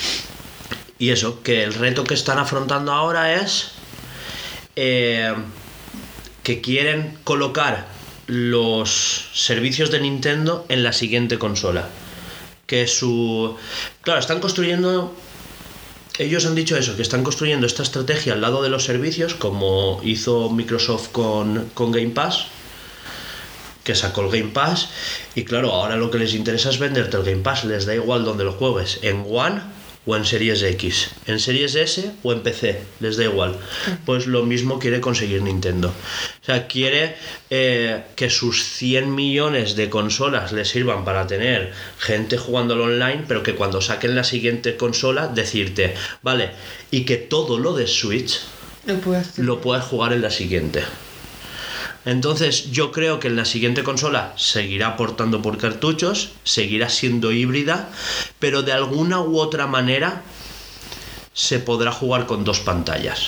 Y eso, que el reto que están afrontando ahora es... Eh, que quieren colocar los servicios de Nintendo en la siguiente consola. Que su... Claro, están construyendo... Ellos han dicho eso, que están construyendo esta estrategia al lado de los servicios, como hizo Microsoft con, con Game Pass, que sacó el Game Pass. Y claro, ahora lo que les interesa es venderte el Game Pass. Les da igual donde lo juegues, en One o en Series X, en Series S o en P C, les da igual. Pues lo mismo quiere conseguir Nintendo. O sea, quiere eh, que sus cien millones de consolas les sirvan para tener gente jugándolo online, pero que cuando saquen la siguiente consola, decirte, vale, y que todo lo de Switch Lo puedes, lo puedas jugar en la siguiente. Entonces yo creo que en la siguiente consola seguirá aportando por cartuchos, seguirá siendo híbrida, pero de alguna u otra manera se podrá jugar con dos pantallas.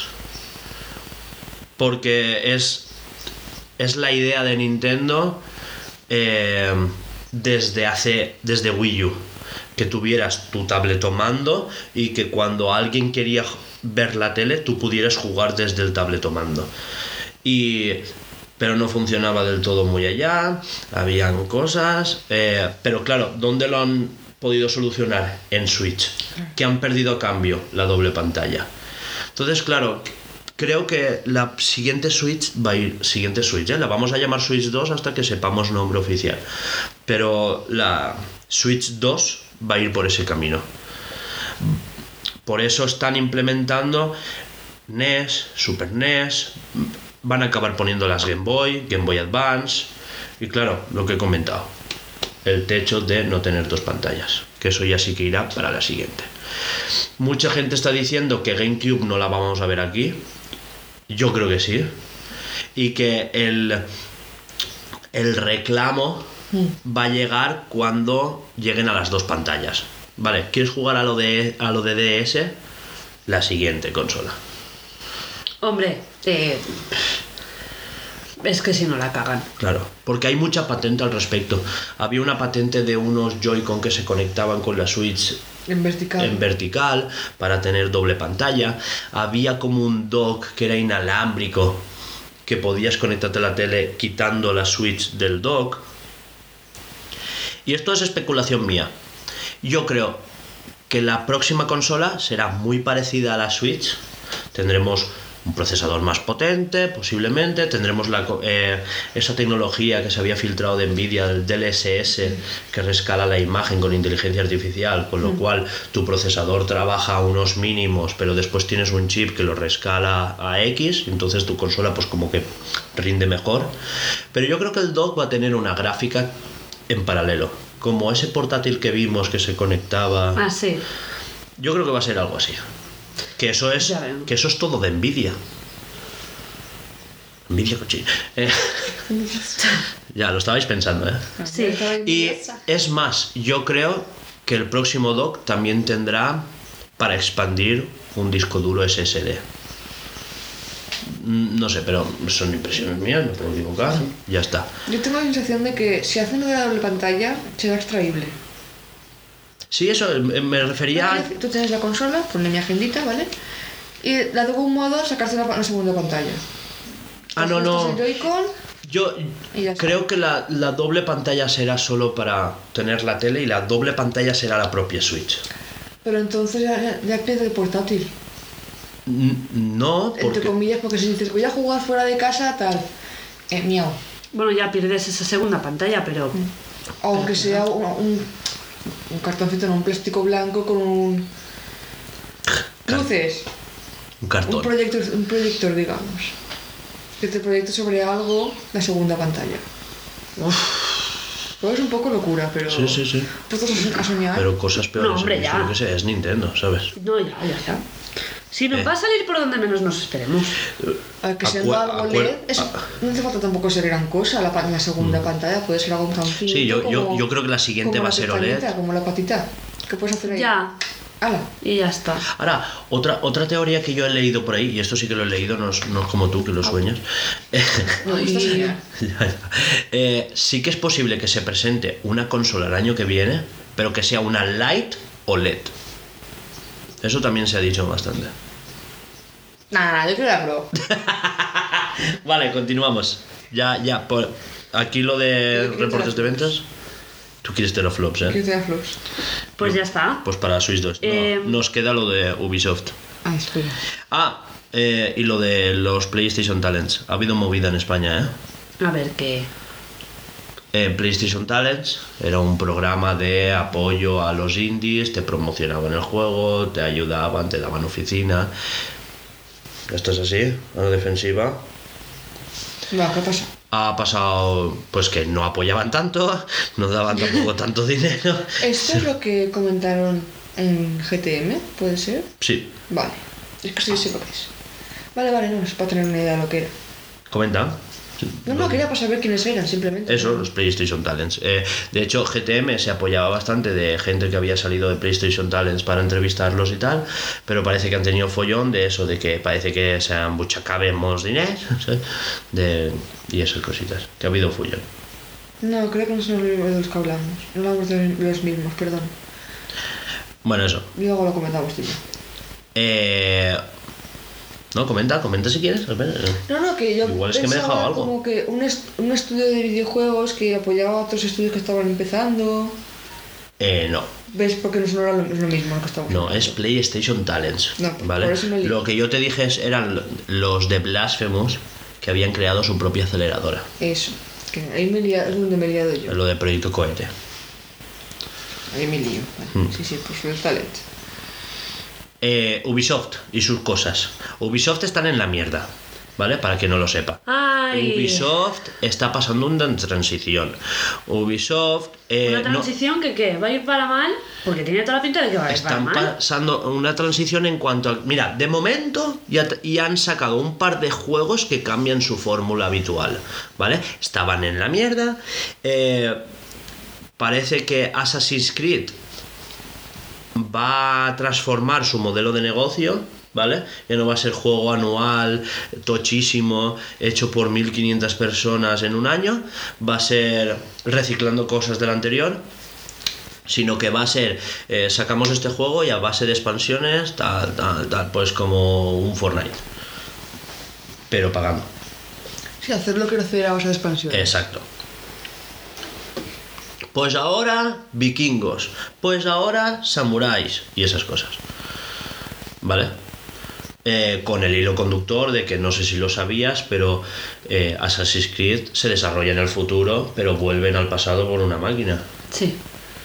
Porque es, es la idea de Nintendo eh, desde hace desde Wii U. Que tuvieras tu tabletomando y que cuando alguien quería ver la tele tú pudieras jugar desde el tabletomando. Y... pero no funcionaba del todo muy allá, habían cosas, eh, pero claro, ¿dónde lo han podido solucionar? En Switch, que han perdido a cambio la doble pantalla. Entonces, claro, creo que la siguiente Switch va a ir, siguiente Switch, ¿eh? La vamos a llamar Switch dos hasta que sepamos nombre oficial, pero la Switch dos va a ir por ese camino. Por eso están implementando N E S, Super N E S, van a acabar poniendo las Game Boy, Game Boy Advance, y claro, lo que he comentado, el techo de no tener dos pantallas, que eso ya sí que irá para la siguiente. Mucha gente está diciendo que GameCube no la vamos a ver aquí, yo creo que sí, y que el, el reclamo va a llegar cuando lleguen a las dos pantallas. Vale, ¿quieres jugar a lo de, a lo de D S? La siguiente consola. Hombre, eh, es que si no la cagan. Claro, porque hay mucha patente al respecto. Había una patente de unos Joy-Con que se conectaban con la Switch En vertical. en vertical para tener doble pantalla. Había como un dock que era inalámbrico que podías conectarte a la tele quitando la Switch del dock. Y esto es especulación mía. Yo creo que la próxima consola será muy parecida a la Switch. Tendremos un procesador más potente, posiblemente. Tendremos la, eh, esa tecnología que se había filtrado de Nvidia, el D L S S, que rescala la imagen con inteligencia artificial, con lo mm. cual tu procesador trabaja a unos mínimos, pero después tienes un chip que lo rescala a X, entonces tu consola pues como que rinde mejor. Pero yo creo que el dock va a tener una gráfica en paralelo, como ese portátil que vimos que se conectaba. Ah, sí. Yo creo que va a ser algo así. Que eso es, que eso es todo de Nvidia. Nvidia cochina. Eh, ya, lo estabais pensando, ¿eh? Sí. Y es más, yo creo que el próximo dock también tendrá para expandir un disco duro S S D. No sé, pero son impresiones mías, no puedo equivocar. Sí. Ya está. Yo tengo la sensación de que si hacen una doble pantalla, será extraíble. Sí, eso, me refería a... Tú tienes la consola, ponle mi agendita, ¿vale? Y la de algún modo sacarse la, la segunda pantalla. Ah, no, no. Yo creo está. que la, la doble pantalla será solo para tener la tele y la doble pantalla será la propia Switch. Pero entonces ya, ya pierde el portátil. No, porque... Entre comillas, porque si dices voy a jugar fuera de casa, tal... Eh, miau. Bueno, ya pierdes esa segunda pantalla, pero... Aunque sea un, un, un cartoncito en un plástico blanco con un... luces. Un cartón. Un proyector, un proyector, digamos. Que te proyecte sobre algo la segunda pantalla. Uf. Pues es un poco locura, pero... Sí, sí, sí. Puestos a soñar. Pero cosas peores. No, hombre, ya. Yo que sé, es Nintendo, ¿sabes? No, ya, ya, ya. Si nos eh. va a salir por donde menos nos esperemos. A ver, que siendo algo L E D, es, no hace falta tampoco ser gran cosa. La, la segunda mm. pantalla puede ser algo tan fino. Sí, yo, como, yo, yo creo que la siguiente va a ser O L E D. Como la patita. ¿Qué puedes hacer ahí? Ya. ¡Hala! Y ya está. Ahora, otra, otra teoría que yo he leído por ahí, y esto sí que lo he leído, no es, no es como tú que lo sueñas. No, esto es genial. eh, sí que es posible que se presente una consola el año que viene, pero que sea una Light O L E D. Eso también se ha dicho bastante. Nah, yo quiero la Pro. Vale, continuamos. Ya, ya, por aquí lo de reportes de ventas. Tú quieres teraflops, ¿eh? Quiero teraflops. Pues Yo, ya está. Pues para Switch dos. Eh... No, nos queda lo de Ubisoft. Ah, espera. Ah, eh, y lo de los PlayStation Talents. Ha habido movida en España, ¿eh? A ver, ¿qué? Eh, PlayStation Talents era un programa de apoyo a los indies, te promocionaban el juego, te ayudaban, te daban oficina. Esto es así, a la defensiva. Va, ¿qué pasa? Ha pasado pues que no apoyaban tanto, no daban tampoco tanto dinero. ¿Esto es lo que comentaron en G T M? ¿Puede ser? Sí. Vale, es que sí sé lo que es. Vale, vale, no, es para tener una idea de lo que era. Comenta. No, no, quería para saber quiénes eran, simplemente. Eso, los PlayStation Talents. Eh, de hecho, G T M se apoyaba bastante de gente que había salido de PlayStation Talents para entrevistarlos y tal, pero parece que han tenido follón de eso, de que parece que se han buchacabemos dinero, ¿sabes? De, y esas cositas, que ha habido follón. No, creo que no son los de los que hablamos. No hablamos de los mismos, perdón. Bueno, eso. Luego lo comentamos, tío. Eh... No, comenta, comenta si quieres. No, no, que yo Igual es que me he pensaba dejado algo. como que un, est- un estudio de videojuegos que apoyaba a otros estudios que estaban empezando. Eh, no. ¿Ves? Porque no es, no es lo mismo lo que estamos No, haciendo. es PlayStation Talents. No, ¿vale? por eso me lío. Lo que yo te dije es- eran los de Blasphemous que habían creado su propia aceleradora. Eso. Que ahí me he liado, es donde me he liado yo. Lo de Proyecto Cohete. Ahí me lío. Vale. Mm. Sí, sí, pues el talent. Eh, Ubisoft y sus cosas. Ubisoft están en la mierda, ¿vale? Para que no lo sepa. Ay. Ubisoft está pasando una transición. Ubisoft... eh, Una no- transición que qué, va a ir para mal, porque tiene toda la pinta de que va a ir para Están mal. pasando una transición en cuanto a... Mira, de momento ya, t- ya han sacado un par de juegos que cambian su fórmula habitual, ¿vale? Estaban en la mierda. eh, parece que Assassin's Creed va a transformar su modelo de negocio, ¿vale? Ya no va a ser juego anual, tochísimo, hecho por mil quinientas personas en un año. Va a ser reciclando cosas del anterior, sino que va a ser, eh, sacamos este juego y a base de expansiones, tal, tal, tal, pues como un Fortnite. Pero pagando. Sí, hacerlo quiero hacer a base de expansión. Exacto. Pues ahora vikingos, pues ahora samuráis y esas cosas. ¿Vale? Eh, con el hilo conductor de que no sé si lo sabías, pero eh, Assassin's Creed se desarrolla en el futuro, pero vuelven al pasado por una máquina. Sí.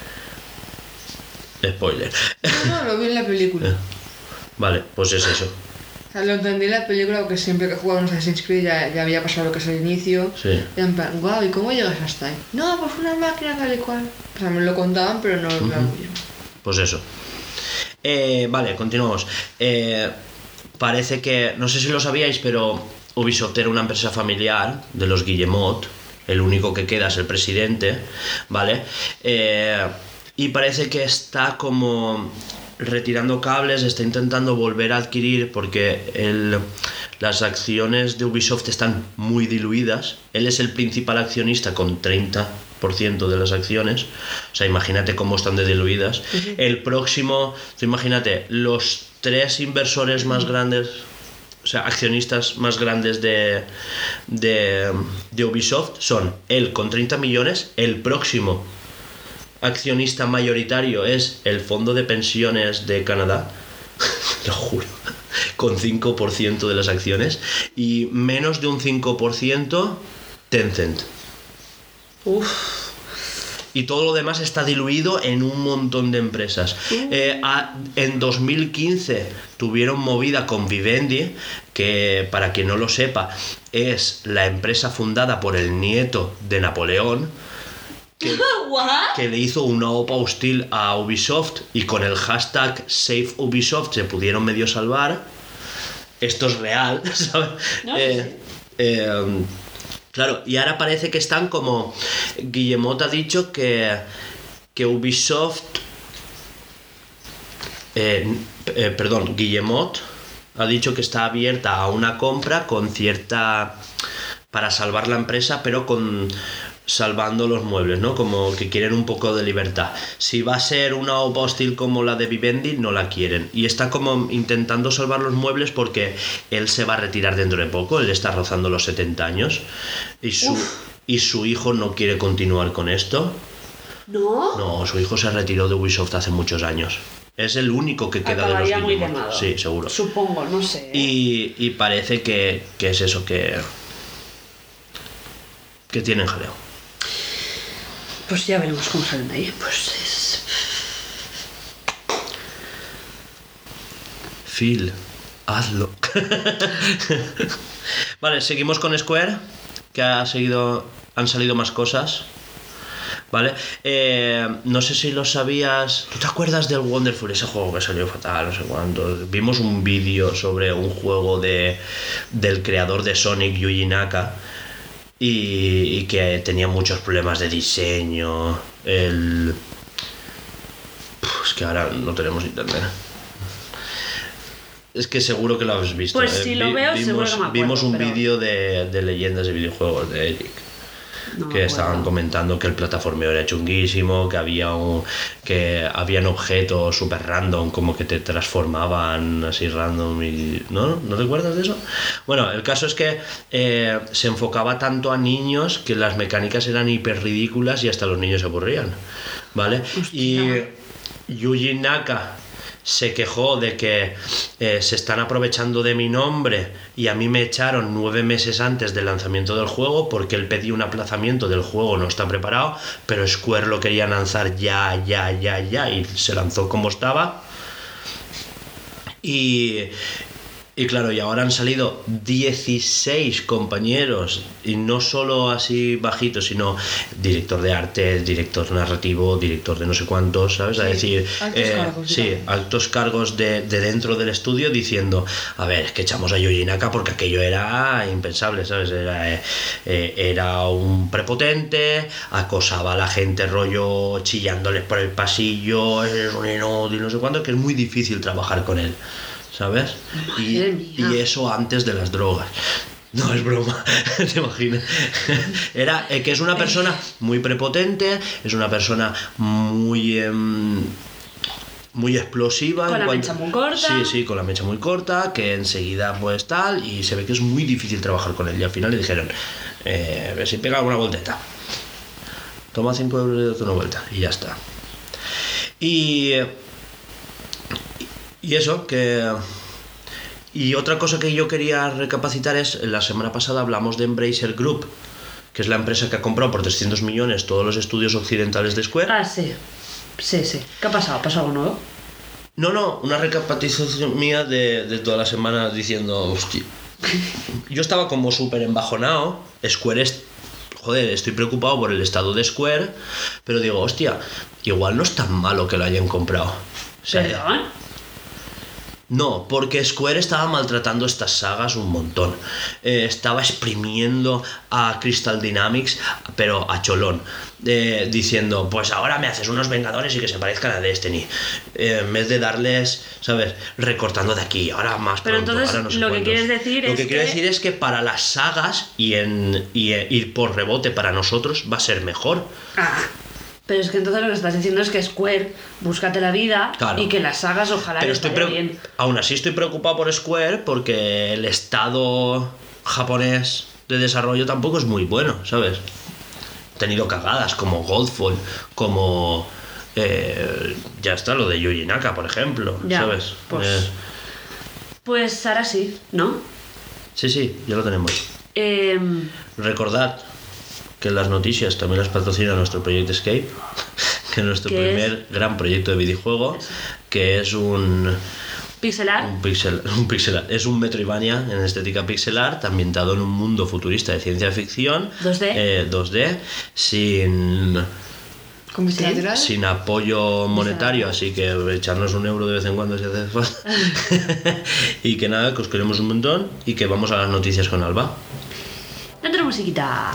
Spoiler. No, no, lo vi en la película. Eh, Vale, pues es eso. O sea, lo entendí en la película porque siempre que jugábamos a Assassin's Creed ya, ya había pasado lo que es el inicio. Sí. Y en plan, guau, ¿y cómo llegas hasta ahí? No, pues una máquina tal y cual. O sea, me lo contaban, pero no lo uh Pues eso. Eh, vale, continuamos. Eh, parece que, no sé si lo sabíais, pero Ubisoft era una empresa familiar de los Guillemot. El único que queda es el presidente, ¿vale? Eh, y parece que está como retirando cables, está intentando volver a adquirir porque el, las acciones de Ubisoft están muy diluidas. Él es el principal accionista con treinta por ciento de las acciones. O sea, imagínate cómo están de diluidas. Uh-huh. El próximo, tú imagínate, los tres inversores más grandes, o sea, accionistas más grandes de, de, de Ubisoft son él con treinta millones, el próximo accionista mayoritario es el Fondo de Pensiones de Canadá, lo juro, con cinco por ciento de las acciones, y menos de un cinco por ciento Tencent. Uf. Y todo lo demás está diluido en un montón de empresas. Uh. Eh, a, en dos mil quince tuvieron movida con Vivendi, que para quien no lo sepa, es la empresa fundada por el nieto de Napoleón, que, que le hizo una opa hostil a Ubisoft y con el hashtag Save Ubisoft se pudieron medio salvar. Esto es real, ¿sabes? No, eh, sí. eh, claro, y ahora parece que están como... Guillemot ha dicho que, que Ubisoft... Eh, eh, perdón, Guillemot ha dicho que está abierta a una compra con cierta... para salvar la empresa, pero con... salvando los muebles, ¿no? Como que quieren un poco de libertad. Si va a ser una opa hostil como la de Vivendi, no la quieren. Y está como intentando salvar los muebles porque él se va a retirar dentro de poco. Él está rozando los setenta años. Y su, y su hijo no quiere continuar con esto. ¿No? No, su hijo se retiró de Ubisoft hace muchos años. Es el único que queda Acabaría de los muy Guillemot. quemado. Sí, seguro. Supongo, no sé. Y, y parece que, que es eso, que... que tienen jaleo. Pues ya veremos cómo salen de ahí. Pues es... Phil, hazlo. Vale, seguimos con Square, que ha seguido, han salido más cosas. Vale, eh, no sé si lo sabías. ¿Tú te acuerdas del Wonderful, ese juego que salió fatal, no sé cuánto? Vimos un vídeo sobre un juego de del creador de Sonic, Yuji Naka. Y, y que tenía muchos problemas de diseño. El... Uf, es que ahora no tenemos internet. Es que seguro que lo habéis visto. Pues eh. si lo Vi, veo, vimos, seguro que me acuerdo, vimos un pero... vídeo de, de leyendas de videojuegos de Eric. No me que acuerdo. estaban comentando que el plataformeo era chunguísimo, que había un, que habían objetos super random, como que te transformaban así random y... ¿No? ¿No recuerdas de eso? Bueno, el caso es que eh, se enfocaba tanto a niños que las mecánicas eran hiper ridículas y hasta los niños se aburrían, ¿vale? Y Yuji Naka se quejó de que eh, se están aprovechando de mi nombre y a mí me echaron nueve meses antes del lanzamiento del juego porque él pedía un aplazamiento del juego, no está preparado, pero Square lo quería lanzar ya, ya, ya, ya y se lanzó como estaba. Y... Y claro, y ahora han salido dieciséis compañeros, y no solo así bajitos, sino director de arte, director narrativo, director de no sé cuántos, ¿sabes? Sí, a decir, altos eh, cargos, sí, digamos. altos cargos de, de dentro del estudio diciendo, a ver, es que echamos a Yuji Naka porque aquello era impensable, ¿sabes? Era, eh, eh, era un prepotente, acosaba a la gente rollo chillándoles por el pasillo, es un inútil, no sé cuánto, que es muy difícil trabajar con él, ¿sabes? Y, Madre mía. y eso antes de las drogas. No es broma, ¿te imaginas? Era eh, que es una persona muy prepotente, es una persona muy em, muy explosiva. Con en la cuanto- mecha muy corta. Sí, sí, con la mecha muy corta, que enseguida pues tal, y se ve que es muy difícil trabajar con él. Y al final le dijeron, eh, a ver si pega alguna volteta. Toma cinco euros y date una vuelta, y ya está. Y... Y eso, que... Y otra cosa que yo quería recapacitar es, la semana pasada hablamos de Embracer Group, que es la empresa que ha comprado por trescientos millones todos los estudios occidentales de Square. Ah, sí. Sí, sí. ¿Qué ha pasado? ¿Ha pasado algo nuevo? No, no, una recapitulación mía de, de toda la semana diciendo, hostia, yo estaba como súper embajonado, Square es... Joder, estoy preocupado por el estado de Square, pero digo, hostia, igual no es tan malo que lo hayan comprado. O sea, ¿Perdón? no, porque Square estaba maltratando estas sagas un montón. Eh, estaba exprimiendo a Crystal Dynamics, pero a cholón. Eh, diciendo, pues ahora me haces unos Vengadores y que se parezcan a Destiny. Eh, en vez de darles, ¿sabes? Recortando de aquí, ahora más Pero pronto, entonces, ahora no sé lo que cuántos. quieres decir Lo es que quiero que- decir es que para las sagas y, en, y eh, ir por rebote para nosotros va a ser mejor. Ah. Pero es que entonces lo que estás diciendo es que Square, búscate la vida Claro. y que las sagas ojalá Pero les estoy vaya pre- bien. aún así estoy preocupado por Square porque el estado japonés de desarrollo tampoco es muy bueno, ¿sabes? He tenido cagadas como Godfall, como eh, ya está lo de Yuji Naka, por ejemplo, Ya, ¿sabes? pues- Eh, Pues ahora sí, ¿no? sí, sí, ya lo tenemos. Eh, Recordad que las noticias también las patrocina nuestro proyecto Escape, que es nuestro ¿Qué primer gran proyecto de videojuego, que es un pixelar. Un pixel, un pixel art. Es un Metroidvania en estética pixel art, ambientado en un mundo futurista de ciencia ficción. dos D. eh, dos D, sin, Con vista Sí. lateral. sin apoyo monetario, así que echarnos un euro de vez en cuando si hace falta. Y que nada, que os queremos un montón y que vamos a las noticias con Alba. Dentro musiquita.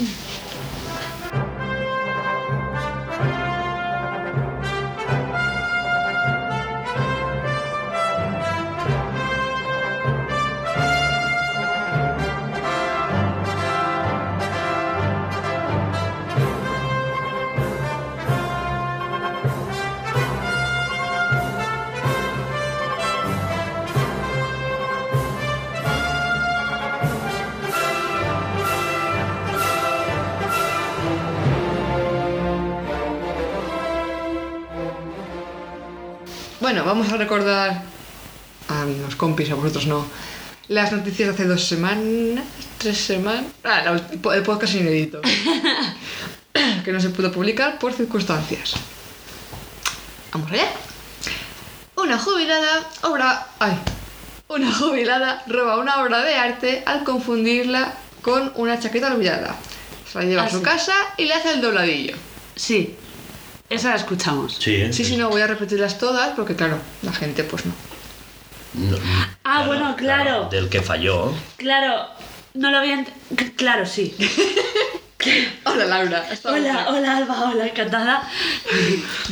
Bueno, vamos a recordar a los compis, a vosotros no, las noticias de hace dos semanas, tres semanas... Ah, la ulti- el podcast inédito. Que no se pudo publicar por circunstancias. Vamos allá. Una jubilada obra... Ay. Una jubilada roba una obra de arte al confundirla con una chaqueta olvidada. Se la lleva Ah, a su sí. casa y le hace el dobladillo. Sí, esa la escuchamos. Sí, Sí, sí, no voy a repetirlas todas porque, claro, la gente pues no. No, Ah, bueno, claro. Del que falló. Claro, no lo había... ent- c- Claro, sí. Hola, Laura. Hasta Hola, ahora. hola Alba, hola, encantada.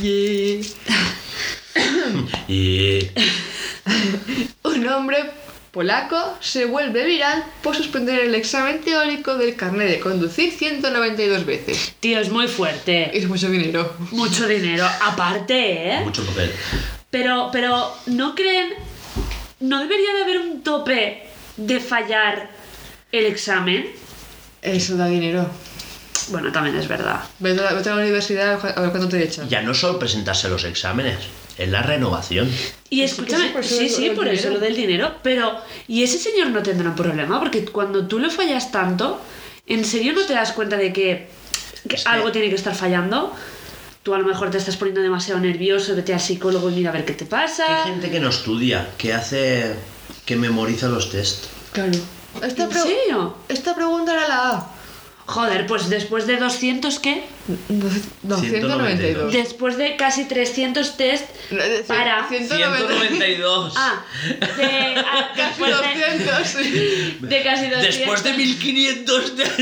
Yeah. Y Un hombre polaco se vuelve viral por suspender el examen teórico del carnet de conducir ciento noventa y dos veces. Tío, es muy fuerte. Es mucho dinero. Mucho dinero. Aparte, ¿eh? Mucho papel. Pero, pero, ¿no creen? ¿No debería de haber un tope de fallar el examen? Eso da dinero. Bueno, también es verdad. Vete a, vete a la universidad a ver cuánto te echan. Ya no solo presentarse los exámenes, es la renovación. Y Es que escúchame, sí, por eso sí, lo sí, del por eso dinero. lo del dinero, pero ¿y ese señor no tendrá un problema? Porque cuando tú lo fallas tanto, ¿en serio no te das cuenta de que, que Es que- algo tiene que estar fallando? Tú a lo mejor te estás poniendo demasiado nervioso, vete al psicólogo y mira a ver qué te pasa. Hay gente que no estudia, que hace... que memoriza los test. Claro. Esta ¿En pre- serio? Esta pregunta era la A. Joder, pues después de doscientos, ¿qué? doscientos noventa y dos. Después de casi trescientos test para... ciento noventa y dos. y dos. Ah, de, ah, Casi después de, doscientos, sí. de casi doscientos. Después de mil quinientos de...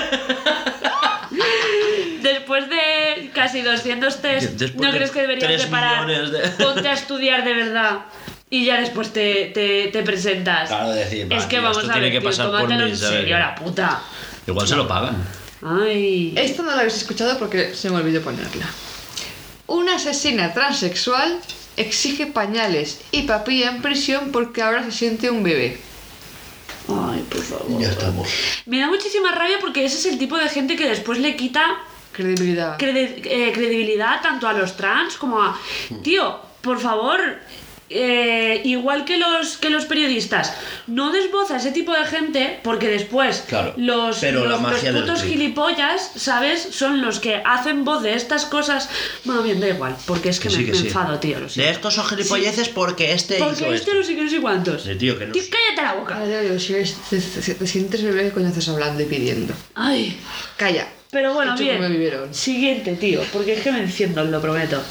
Después de casi doscientos test, Después ¿no de crees que deberías tres de parar? millones de- Ponte a estudiar de verdad y ya después te, te, te presentas. Claro, decir, va, es que tío, vamos esto a tiene ver, que tío, pasar por tómatelo mí, en ¿sabes? serio, la puta. Igual se lo pagan. Ay. Esto no lo habéis escuchado porque se me olvidó ponerla. Una asesina transexual exige pañales y papilla en prisión porque ahora se siente un bebé. Ay, por favor. Ya estamos. Me da muchísima rabia porque ese es el tipo de gente que después le quita Credibilidad. credi- eh, credibilidad tanto a los trans como a... Tío, por favor, eh, igual que los, que los periodistas, no desboza a ese tipo de gente porque después Claro, los, pero la los, los magia del putos clip. gilipollas, ¿sabes? Son los que hacen voz de estas cosas. Bueno, bien, da igual, porque es que, Que sí, me, que me sí. enfado, tío. Lo De siento. estos son gilipolleces porque este Porque hizo este esto. no sé qué, no sé cuántos. Sí, tío, que no Tío, sé. cállate la boca. Ay, Dios, si eres- te, te- te sientes bebé, ¿qué coño estás hablando y pidiendo? Ay. Calla. Pero bueno, Hecho como me bien. vivieron. Siguiente, tío, porque es que me enciendo, lo prometo.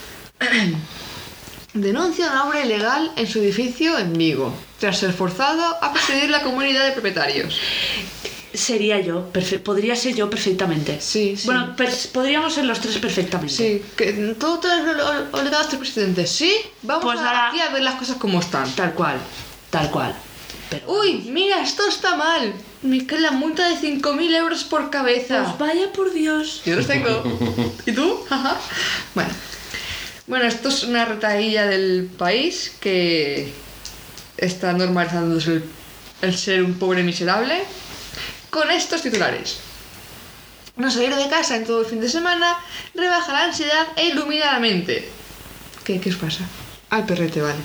Denuncia una obra ilegal en su edificio en Vigo, tras ser forzado a presidir la comunidad de propietarios. Sería yo, perfe- podría ser yo perfectamente. Sí, sí. Bueno, pers- podríamos ser los tres perfectamente. Sí, que todo, todo es obligado a ser presidente. Sí, vamos Pues a, ahora- aquí a ver las cosas como están. Tal cual, tal cual. Pero, Uy, mira, esto está mal. Me cae la multa de cinco mil euros por cabeza. pues vaya por Dios. Yo los tengo. ¿Y tú? Ajá. Bueno. Bueno, esto es una retahíla del país que está normalizándose el, el ser un pobre miserable con estos titulares. No salir de casa en todo el fin de semana rebaja la ansiedad e ilumina la mente. ¿Qué, qué os pasa? Ah, el perrete, vale.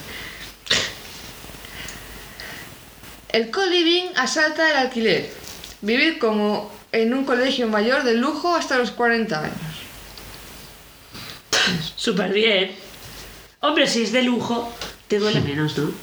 El co-living asalta el alquiler. Vivir como en un colegio mayor de lujo hasta los cuarenta años. Súper bien. Hombre, si es de lujo, te duele menos, ¿no?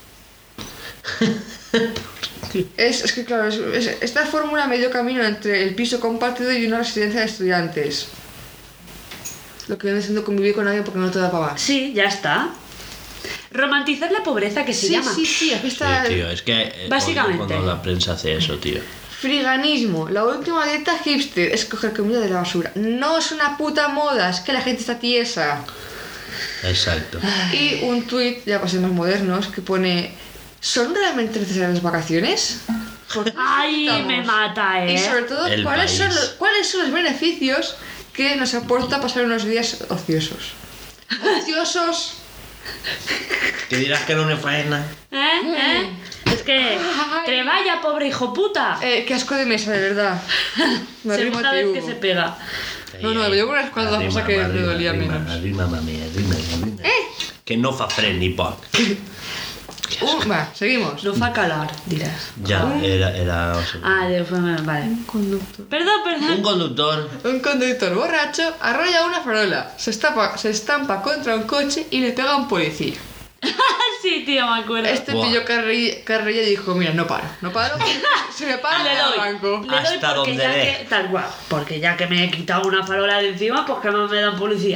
Es, es que claro, es, es- esta fórmula medio camino entre el piso compartido y una residencia de estudiantes. Lo que viene siendo convivir con alguien porque no te da para más. Sí, ya está. Romantizar la pobreza, que se Sí, llama. sí, sí, aquí Sí, está el tío, es que eh, Básicamente. cuando, cuando la prensa hace eso, tío. friganismo, la última dieta hipster, es coger comida de la basura. No es una puta moda, es que la gente está tiesa. Exacto. Y un tuit, ya para ser más modernos, que pone: ¿son realmente necesarias las vacaciones? ¿Por qué Ay, necesitamos? me mata, ¿eh? Y sobre todo, El ¿cuáles son, país. los, ¿cuáles son los beneficios que nos aporta pasar unos días ociosos? Ociosos. Que dirás que no me faena. ¿Eh? ¿Eh? Es que... ¡Te vaya, pobre hijo puta! Eh, qué asco de mesa, de verdad. Me arrimo Segunda a ti, vez Hugo. que se pega. No, no, yo creo que es cuando la cosa que me dolía menos. Arrima, mami, arrima, arrima. Que no fa fred ni poc. Uh, va, seguimos. No fa calar, dirás. Ya, era... era o sea, Ah, de- fue- vale. Un conductor. Perdón, perdón. un conductor... Un conductor borracho arrolla una farola, se, estapa, se estampa contra un coche y le pega a un policía. Sí, tío, me acuerdo. Este Buah. pilló carrilla, carrilla y dijo: mira, no paro, no paro. Si me paro, Le me doy. arranco. Le doy Hasta porque donde ya dé. que... Tal cual. Porque ya que me he quitado una farola de encima, pues que no me dan policía.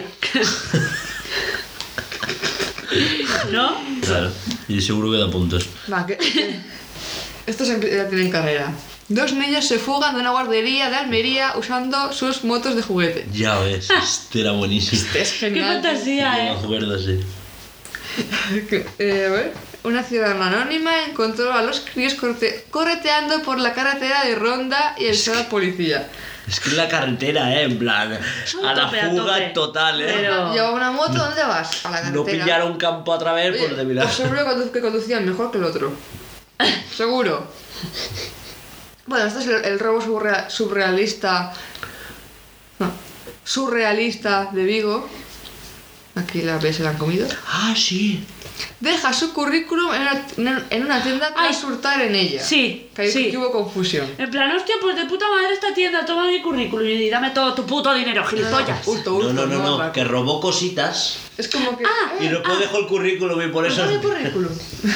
¿No? Claro. Y seguro que da puntos. Va, que, que- estos empie- ya tienen carrera. Dos niños se fugan de una guardería de Almería usando sus motos de juguete. Ya ves, este era buenísimo. Es ¡Qué genial. Yo fantasía, me eh! acuerdo, sí. Eh, a ver. una ciudadana anónima encontró a los críos corte- correteando por la carretera de Ronda y el la policía. Es que es la carretera, ¿eh? En plan, a la tope, a fuga tope. total, ¿eh? Pero- Lleva una moto, ¿dónde vas? A la carretera. No pillar un campo a través, Oye, pues de mirar. os seguro que condu- que conducían mejor que el otro. Seguro. Bueno, este es el, el robo surrea- surrealista. No, surrealista de Vigo. Aquí la ves, se la han comido. Ah, sí. Deja su currículum en una, en una tienda Ay. tras hurtar en ella. Sí, Que ahí sí. que hubo confusión. En plan, hostia, pues de puta madre esta tienda, toma mi currículum y dame todo tu puto dinero, gilipollas. Hurto, No, hurto, no, no, no, atraco. que robó cositas Es como que. Ah, y después dejó el currículum y por eso... ¿Dónde mi currículum?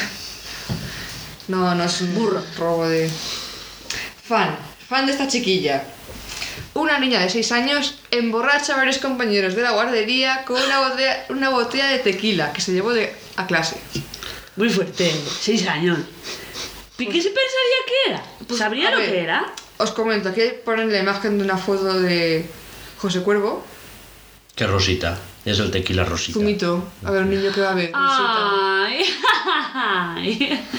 No, no es un burro. Robo de. Fan. Fan de esta chiquilla. Una niña de seis años emborracha a varios compañeros de la guardería con una botella, una botella de tequila que se llevó de, a clase. Muy fuerte, seis años. ¿Y qué se pensaría que era? Pues, ¿Sabría a lo ver. que era? Os comento, aquí ponen la imagen de una foto de José Cuervo. Que Rosita, es el tequila Rosita. Zumito. A ver, un niño que va a ver. Ah. Ay, ay.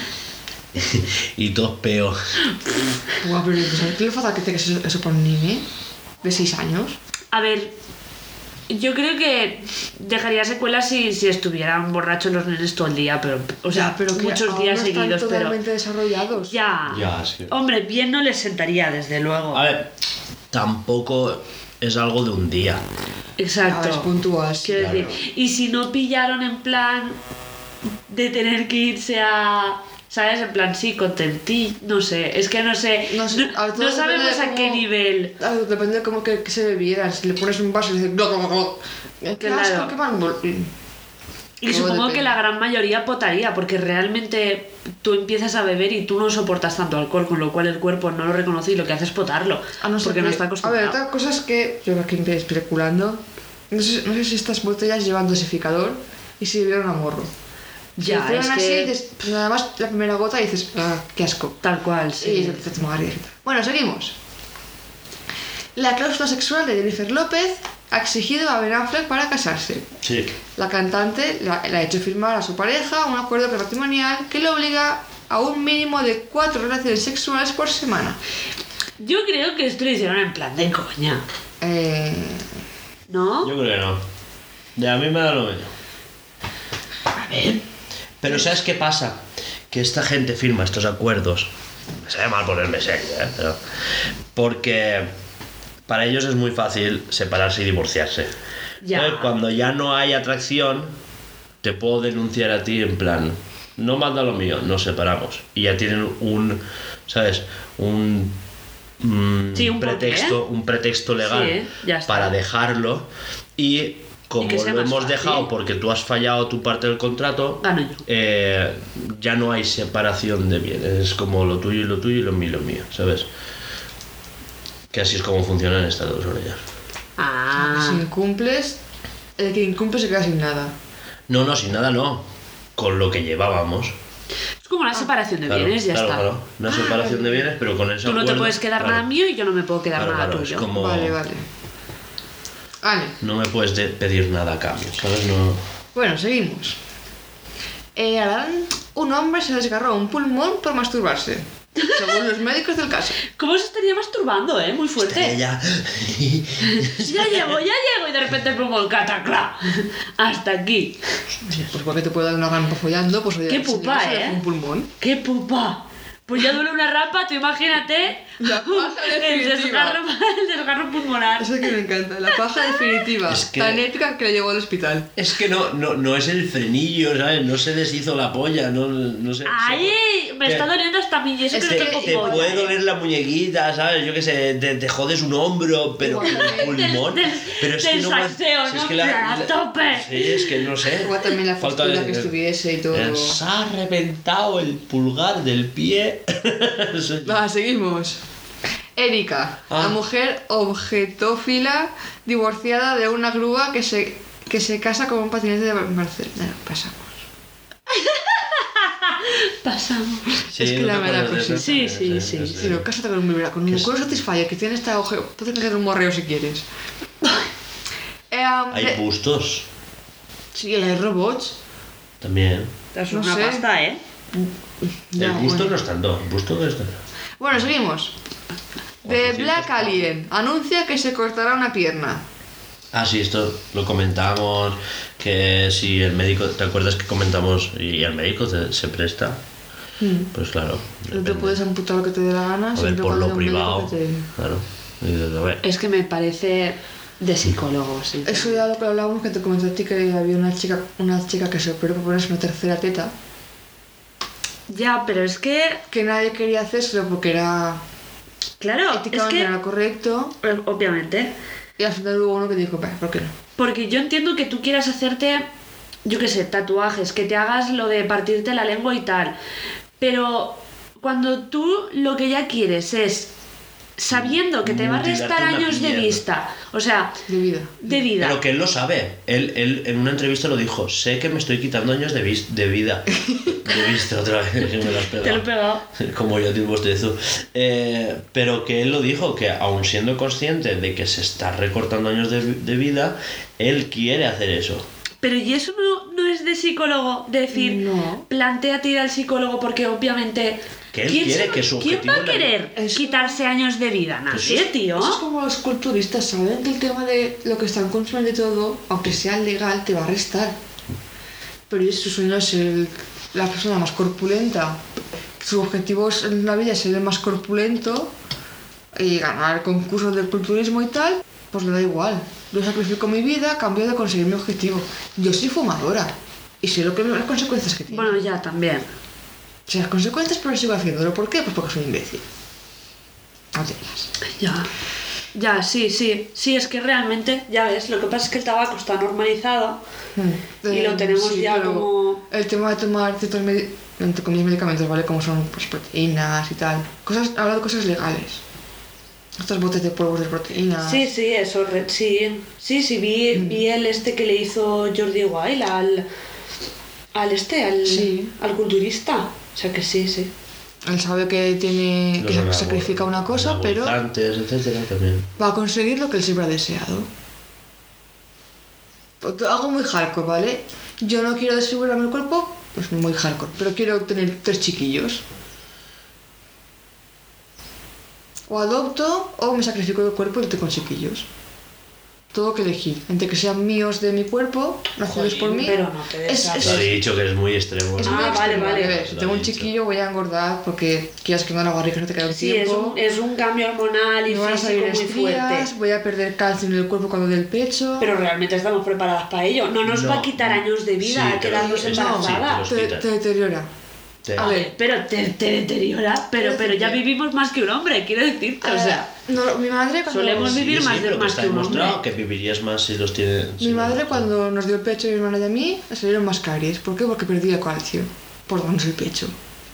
Y todos peos. Guau, pero ¿sabes qué le falta que te eso, eso para un niño? De seis años. A ver, yo creo que dejaría secuelas si, si estuvieran borrachos los nenes todo el día, pero, o sea, Ya, pero que muchos aún días no están seguidos, pero totalmente desarrollados. ya. Ya, es que- Hombre, bien no les sentaría, desde luego. A ver, tampoco es algo de un día. Exacto. A ver, es puntual. sí. Quiero Claro. decir, y si no pillaron en plan de tener que irse a, ¿sabes? En plan, sí, contentí, no sé, es que no sé, No no, sé, a ver, todo no depende sabemos de a qué cómo- nivel. Ah, depende de cómo que, que se bebieran. Si le pones un vaso y dices... "Gloc, gloc, gloc". ¡Qué Claro. asco, qué mal bol-". Y Todo supongo depende. que la gran mayoría potaría, porque realmente tú empiezas a beber y tú no soportas tanto alcohol, con lo cual el cuerpo no lo reconoce y lo que hace es potarlo, A no ser porque no que- está A acostumbrado. ver, otra cosa es que yo aquí estoy especulando. No sé, no sé si estas botellas llevan dosificador y si bebieron a morro. Si Ya, hicieron es así, que- dices, pues nada más la primera gota y dices, ah, qué asco. Tal cual, Y sí. se empieza a tomar y- Bueno, seguimos. La cláusula sexual de Jennifer López ha exigido a Ben Affleck para casarse. Sí. La cantante le ha le ha hecho firmar a su pareja un acuerdo prematrimonial que le obliga a un mínimo de cuatro relaciones sexuales por semana. Yo creo que esto lo hicieron en plan de coña, Eh, ¿no? Yo creo que no. De a mí me da lo mismo. A ver. Pero ¿sabes qué pasa? Que esta gente firma estos acuerdos. Me sabe mal ponerme serio, ¿eh? Pero... Porque para ellos es muy fácil separarse y divorciarse. Ya. Entonces, cuando ya no hay atracción, te puedo denunciar a ti en plan, no manda lo mío, nos separamos. Y ya tienen un, ¿sabes? Un, mm, Sí, un pretexto, porqué. un pretexto legal Sí, ya está. para dejarlo. Y como que sea lo más hemos fácil. dejado porque tú has fallado tu parte del contrato, Gano yo. eh, ya no hay separación de bienes, es como lo tuyo y lo tuyo y lo mío y lo mío, ¿sabes? Que así es como funcionan estas dos orillas. Ah. Si incumples, el que incumple se queda sin nada. No, no, sin nada no, con lo que llevábamos. Es como una separación de Claro, bienes, ya claro, está. claro. Una separación de bienes, pero con ese Tú no te acuerdo, puedes quedar claro, nada mío y yo no me puedo quedar claro, nada claro, tuyo. es como... Vale, vale. Vale. No me puedes de- pedir nada a cambio, ¿sabes? No... Bueno, seguimos. Eh, Alan, un hombre se desgarró un pulmón por masturbarse, según los médicos del caso. ¿Cómo se estaría masturbando, eh? Muy fuerte. Ella... Ya llego, ya llego y de repente el pulmón catacla. Hasta aquí. Pues porque te puede dar una rampa follando, pues oye, Qué al señor pupa, se le ¿eh? fue un pulmón. ¡Qué pupa! Pues ya duele una rampa, tú imagínate. La paja el definitiva. desgarro, el desgarro pulmonar. Eso es que me encanta, la paja definitiva, Es que- tan épica que le llevó al hospital. Es que no, no, no es el frenillo, ¿sabes? No se deshizo la polla, no, no sé... ¡Ay! Me ¿Qué? está doliendo hasta a mí y eso Es que no que tengo Te polla, puede ¿eh? doler la muñequita, ¿sabes? Yo qué sé, te, te jodes un hombro, pero Igual. el pulmón. Del- Pero es del que no más- sacseo, si es ¿no? que la- ¡A la- tope! Sí, es que no sé. Igual también la Falta postura de- que estuviese y todo. Eh, Se ha reventado el pulgar del pie. Soy- Va, seguimos. Erika, Ah. la mujer objetófila divorciada de una grúa que se, que se casa con un patinete de Barcelona. Pasamos. Pasamos. Sí, es que no la te verdad, acuerdas pues de sí. eso? Sí, sí, sí, Sí, pero cásate con un, con un, con un Satisfyer que tiene esta hoja. Puedes hacer un morreo si quieres. Eh, um, Hay eh, bustos sí, hay robots. también. Es No una sé. pasta, ¿eh? Ya, el busto bueno. no es tanto, el busto no es tanto. Bueno, seguimos. The cuatrocientos Black Alien anuncia que se cortará una pierna. Ah, sí, esto lo comentábamos, que si el médico, ¿te acuerdas que comentamos y el médico te- se presta? Pues claro. No te depende. puedes amputar lo que te dé la gana. A ver, siempre por cuando lo haya un médico privado, que te- claro. Y dices, a ver, Es que me parece de psicólogo, sí. Eso ya lo que hablábamos, que te comenté a ti que había una chica, una chica que se operó para ponerse una tercera teta, Ya, pero es que, que nadie quería hacerlo porque era claro, es éticamente que, no era correcto, eh, obviamente, y al final hubo uno que dijo, "Bah, ¿por qué no?". porque yo entiendo que tú quieras hacerte, yo qué sé, tatuajes, que te hagas lo de partirte la lengua y tal, pero cuando tú lo que ya quieres es, sabiendo que te va a Mutilarte restar una años de pierna. vista, o sea, De vida. de vida. pero que él lo sabe. Él, él en una entrevista lo dijo, sé que me estoy quitando años de, vis- de vida. De vista otra vez, que me lo has pegado. Te lo he pegado. Como yo tipo estoy eso. Eh, pero que él lo dijo, que aun siendo consciente de que se está recortando años de, de vida, él quiere hacer eso. Pero ¿y eso no, no es de psicólogo? Decir, No. plantéate ir al psicólogo porque obviamente... Que él ¿quién quiere se- que su ¿Quién va a objetivo en la- querer Eso- quitarse años de vida? Nadie, Eso tío. Eso es como los culturistas, saben que el tema de lo que están consumiendo y todo, aunque sea legal, te va a restar. Pero su sueño es el- la persona más corpulenta. Su objetivo es en la vida es ser el más corpulento y ganar concursos de culturismo y tal, pues le da igual. Yo sacrifico mi vida a cambio de conseguir mi objetivo. Yo soy fumadora y sé lo que las consecuencias que tiene. Bueno, ya, también. Sé las consecuencias, pero sigo haciéndolo. ¿Por qué? Pues porque soy imbécil. No te digas. Ya. Ya, sí, sí. Sí, es que realmente, ya ves, lo que pasa es que el tabaco está normalizado. Y lo tenemos ya pero como- El tema de tomar ciertos medi- entre comillas, medicamentos, ¿vale? Como son pues, proteínas y tal. Cosas, hablo de cosas legales. Estos botes de polvos de proteínas. Sí, sí, eso, re- sí. Sí, sí, vi, vi el este que le hizo Jordi Wild al... Al este, al, Sí. al culturista. O sea que sí, sí. Él sabe que tiene que Los sacrifica una cosa, pero anabolizantes, etcétera, también. va a conseguir lo que él siempre ha deseado. Pues, algo muy hardcore, ¿vale? Yo no quiero desfigurarme el cuerpo, pues muy hardcore, pero quiero tener tres chiquillos. O adopto o me sacrifico el cuerpo y tengo chiquillos. Todo que elegir. Entre que sean míos de mi cuerpo, nacidos por mí. Pero no te es, des es, Lo he dicho que es muy extremo. es ¿no? muy Ah, vale, extremo, vale. a ver, si Lo tengo he un dicho. chiquillo voy a engordar porque quieras que no la barriga no te queda un Sí, es tiempo. un, es un cambio hormonal y Me van a físico salir muy estrías, fuerte. voy a perder calcio en el cuerpo cuando dé el pecho. Pero realmente estamos preparadas para ello. No nos No. va a quitar años de vida Sí, a te quedarnos los- embarazadas. sí, te te, quitas. te deteriora. Te- A ver, Pero te, te deteriora. Pero, Quiero pero ya decirte- vivimos más que un hombre, quiero decirte. O sea, no, mi madre cuando, solemos vivir Sí, más sí, de- pero que más está que un demostrado hombre. que vivirías más si los tiene. mi si madre los- cuando nos dio el pecho a mi hermana y a mí, le salieron más caries. ¿Por qué? Porque perdía calcio por darnos el pecho.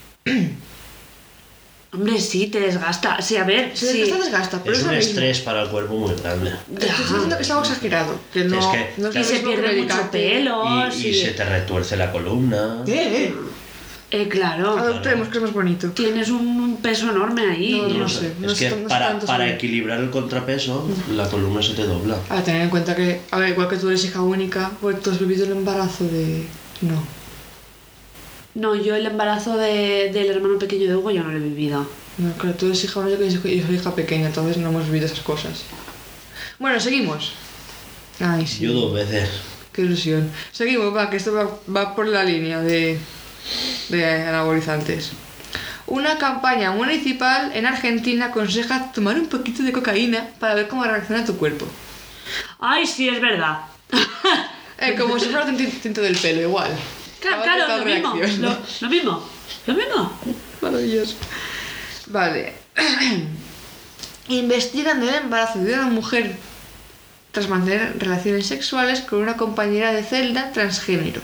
Hombre, sí, te desgasta. Sí, a ver, Se sí. desgasta, desgasta, pero Es es, un lo mismo. estrés para el cuerpo muy grande. Estoy diciendo que es algo exagerado. Que no, Es que- no es Y lo se mismo que pierde mucho medicarte. pelo. Y, sí. y se te retuerce la columna. ¿Qué? Eh, claro. Adoptemos, que es más bonito. Tienes un peso enorme ahí. No, no No sé, sé, no es sé, que no sé para, tanto para sobre- equilibrar el contrapeso, la columna se te dobla. A tener en cuenta que, a ver, igual que tú eres hija única, pues tú has vivido el embarazo de... No. No, yo el embarazo de, del hermano pequeño de Hugo yo no lo he vivido. No, claro, tú eres hija única y yo soy hija pequeña, entonces no hemos vivido esas cosas. Bueno, seguimos. Ay, sí. Yo dos veces. Qué ilusión. Seguimos, va, que esto va, va por la línea de, de anabolizantes. Una campaña municipal en Argentina aconseja tomar un poquito de cocaína para ver cómo reacciona tu cuerpo. Ay, sí, es verdad. Eh, como si fuera un tin- tinto del pelo, igual. Claro, A ver qué claro, tal lo mismo, reacciona. lo, lo mismo. Lo mismo. Maravilloso. Vale. Investigan el embarazo de una mujer tras mantener relaciones sexuales con una compañera de celda transgénero.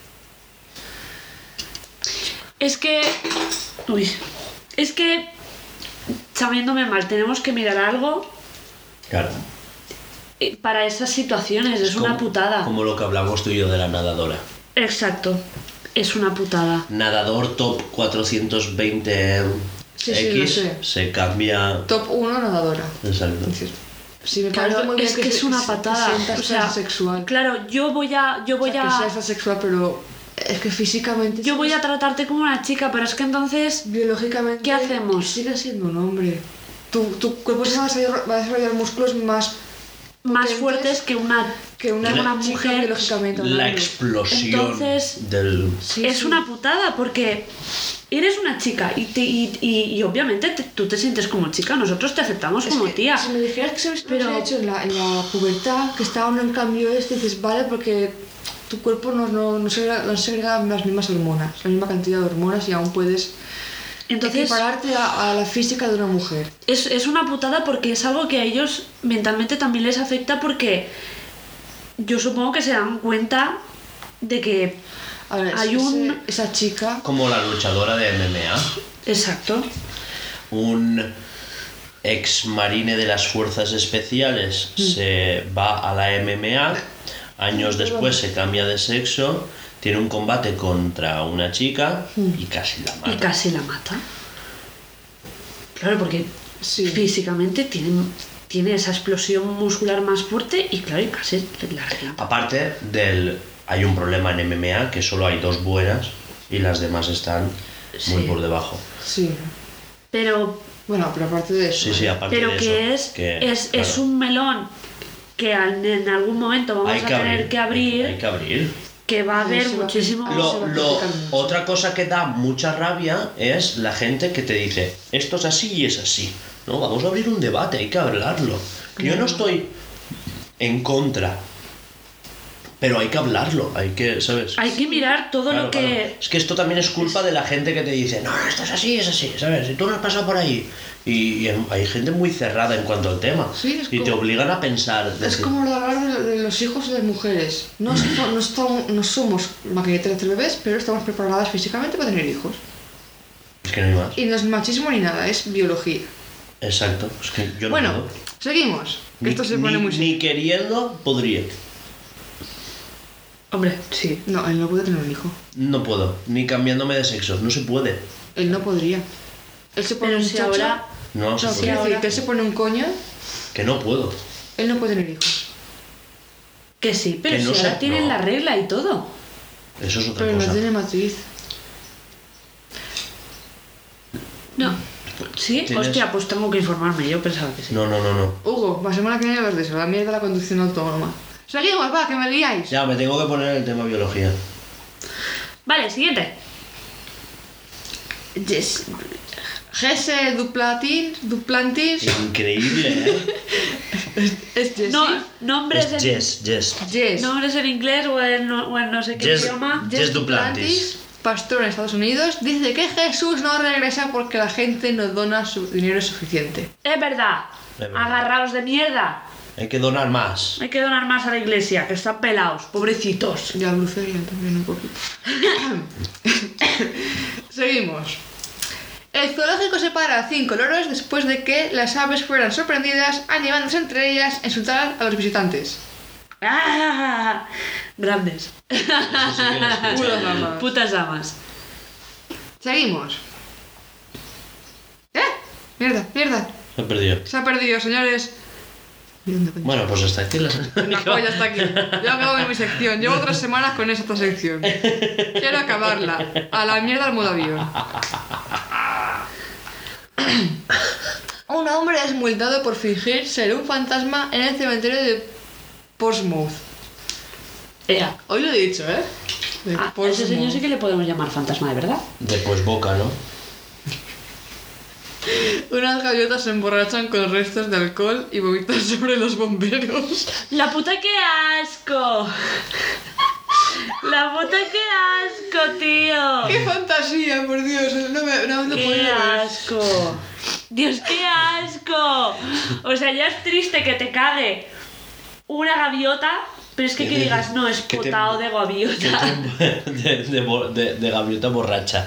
Es que. Uy. Es que. Sabiéndome mal, tenemos que mirar algo Claro. eh, para esas situaciones. Es una Como- putada. Como lo que hablamos tú y yo de la nadadora. Exacto. Es una putada. Nadador top cuatrocientos veinte Sí, sí, X lo sé. se cambia. Top uno nadadora. Exacto. Dices, sí, me Claro, parece muy bien es que, se- es una se- patada. Que sientas O sea, sexual. claro, yo voy a. Yo voy o sea, que a. seas asexual, pero Es que físicamente... Yo voy a tratarte como una chica, pero es que entonces... Biológicamente... ¿Qué hacemos? Sigues siendo un hombre. Tu, tu cuerpo se va a desarrollar, va a desarrollar músculos más... Más potentes fuertes que una, que una, que una chica mujer. biológicamente La hablando. explosión Entonces, del... Sí, es sí. una putada porque eres una chica y, te- y, y, y obviamente te- tú te sientes como chica, nosotros te aceptamos Es como que tía. Si me dijeras que se habéis Pero- hecho en la, en la pubertad, que estaba uno en cambio este, dices, vale, porque tu cuerpo no, no, no, segrega, no segrega las mismas hormonas, la misma cantidad de hormonas y aún puedes Entonces, equipararte a, a la física de una mujer. es, es una putada porque es algo que a ellos mentalmente también les afecta porque yo supongo que se dan cuenta de que A ver, hay ese- un... esa chica... Como la luchadora de M M A, Exacto. un ex marine de las fuerzas especiales se va a la M M A, años después se cambia de sexo, tiene un combate contra una chica y casi la Y mata. casi la mata. Claro, porque Sí. físicamente tiene, tiene esa explosión muscular más fuerte y claro, y casi la remata. Aparte del... Hay un problema en M M A que solo hay dos buenas y las demás están muy Sí. por debajo. Sí. Pero, Bueno, pero aparte de eso... Sí, sí, aparte pero de eso. que es, que, es, es claro, un melón que al- en algún momento vamos hay a que tener abrir, que abrir, Hay que abrir. que va a Ahí haber se va a muchísimo... Ahí se Lo, va a lo- criticar mucho. otra cosa que da mucha rabia es la gente que te dice esto es así y es así. No, vamos a abrir un debate, hay que hablarlo. Yo no estoy en contra, pero hay que hablarlo, hay que, ¿sabes? Hay que mirar todo Claro, lo que... claro. Es que esto también es culpa de la gente que te dice no, esto es así, es así, ¿sabes? Si tú no has pasado por ahí. Y, y hay gente muy cerrada en cuanto al tema. Sí, es y te como- obligan a pensar. Es decir, como lo de hablar de, de los hijos y las mujeres. No, esto- no, estamos- no somos maquinitas de bebés, pero estamos preparadas físicamente para tener hijos. Es que no hay más. Y no es machismo ni nada, es biología. Exacto. Es que yo no Bueno, puedo. seguimos. Que Ni, esto se pone ni- muy serio. ni queriendo podría. Hombre, sí. No, él no puede tener un hijo. No puedo. Ni cambiándome de sexo. No se puede. Él no podría. Él se pone Pero un si chocho. ahora... No, No, se puede. quiero ahora- decir que él se pone un coño, Que no puedo. él no puede tener hijos. Que sí, pero Que si no ahora sé, tienen no. la regla y todo. Eso es otra Pero no cosa. tiene matriz. No. ¿Sí? ¿Tienes? Hostia, pues tengo que informarme. Yo pensaba que sí. No, no, no, no. Hugo, la semana que viene hablas de eso, la mierda de la conducción autónoma. Seguimos, va, que me liáis. Ya, me tengo que poner el tema biología. Vale, siguiente. Yes. Jesse Duplantis, Duplantis Increíble, ¿eh? es Jesse. No, nombres Es en... Jess, Jess. Jess. Nombres en inglés o en, o en no sé qué Jess- idioma. Jess Duplantis. pastor en Estados Unidos, dice que Jesús no regresa porque la gente no dona su dinero suficiente. Es verdad. Es verdad. Agarraos de mierda. Hay que donar más. Hay que donar más a la iglesia, que están pelados, pobrecitos. Y a brucería también un poquito. Seguimos. El zoológico separa a cinco loros después de que las aves fueran sorprendidas animándose entre ellas a insultar a los visitantes. ¡Ah! Grandes. Eso sí que lo he escuchado. Putas amas. Putas amas. Seguimos. ¿Eh? Mierda, mierda. Me he perdido. Se ha perdido, señores. Bueno, pues hasta aquí la La polla está aquí. Yo acabo mi sección. Llevo tres semanas con esta sección. Quiero acabarla. A la mierda al modo avión. Un hombre es multado por fingir ser un fantasma en el cementerio de Portsmouth. Ea. Hoy lo he dicho, ¿eh? De Ah, a ese Portsmouth. señor sí que le podemos llamar fantasma, de verdad. Después boca, ¿no? Unas gaviotas se emborrachan con restos de alcohol y vomitan sobre los bomberos. ¡La puta que asco! ¡La puta que asco, tío! ¡Qué fantasía, por Dios! No me no, no ¡Qué podía ver. asco! ¡Dios, qué asco! O sea, ya es triste que te cague una gaviota, pero es que Que que te- digas, no, es que te- potao de Que gaviota. te- de, de, bo- de- de gaviota borracha.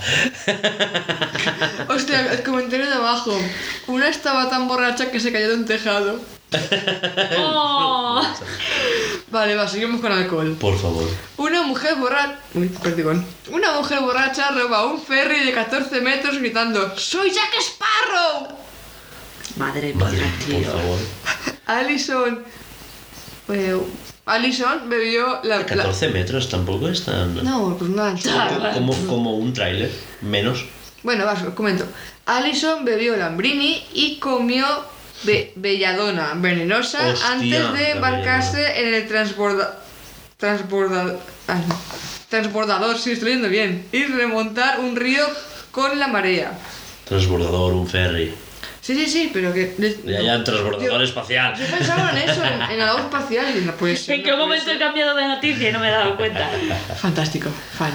Hostia, el comentario de abajo. Una estaba tan borracha que se cayó de un tejado. ¡Oh! Vale, va, seguimos con alcohol. Por favor. Una mujer borracha... Uy, perdón. Una mujer borracha roba un ferry de catorce metros gritando ¡Soy Jack Sparrow! Madre Madre, mía, por tío. favor. Alison... eh, Alison bebió la... la... catorce metros tampoco es tan... No, pues nada. Como, como un tráiler, menos. Bueno, vas, os comento. Alison bebió Lambrini y comió be belladona venenosa. Hostia, antes de la embarcarse belladona. en el transborda... Transborda... ay, no. transbordador, sí, estoy leyendo bien. Y remontar un río con la marea. Transbordador, un ferry. Sí, sí, sí, pero que... Ya, ya, transbordador Yo- espacial. Yo pensaba en eso, en, en el agua espacial y no puede ser. ¿En qué no puede momento he ser. cambiado de noticia y no me he dado cuenta? Fantástico, fan.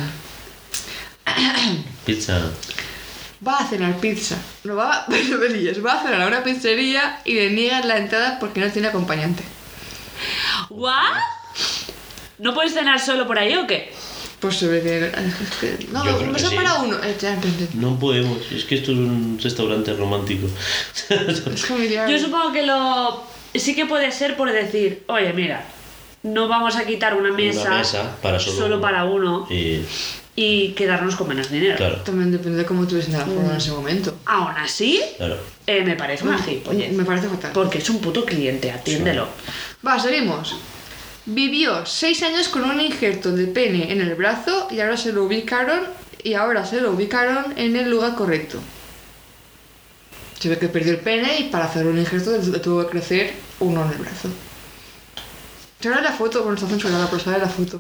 Pizza. Va a cenar pizza. No va, pero verías, va a cenar a una pizzería y le niegan la entrada porque no tiene acompañante. ¿What? ¿No puedes cenar solo por ahí o qué? Pues se ve que... es que- no, Yo creo me que son sí. para uno. Eh, ya entendí. No podemos, es que esto es un restaurante romántico. Es familiar. Yo supongo que lo... Sí que puede ser por decir, oye, mira, no vamos a quitar una mesa, Una mesa para solo, uno. para uno Y y quedarnos con menos dinero. claro, También depende de cómo tú ves en la forma en ese momento. Aún así, claro. eh, me parece una gilipollez. Me parece fatal. Porque es un puto cliente, atiéndelo. Va, seguimos. Vivió seis años con un injerto de pene en el brazo y ahora se lo ubicaron y ahora se lo ubicaron en el lugar correcto. Se ve que perdió el pene y para hacer un injerto le tuvo que crecer uno en el brazo. Sale la foto, bueno, está censurada, pero sale la foto.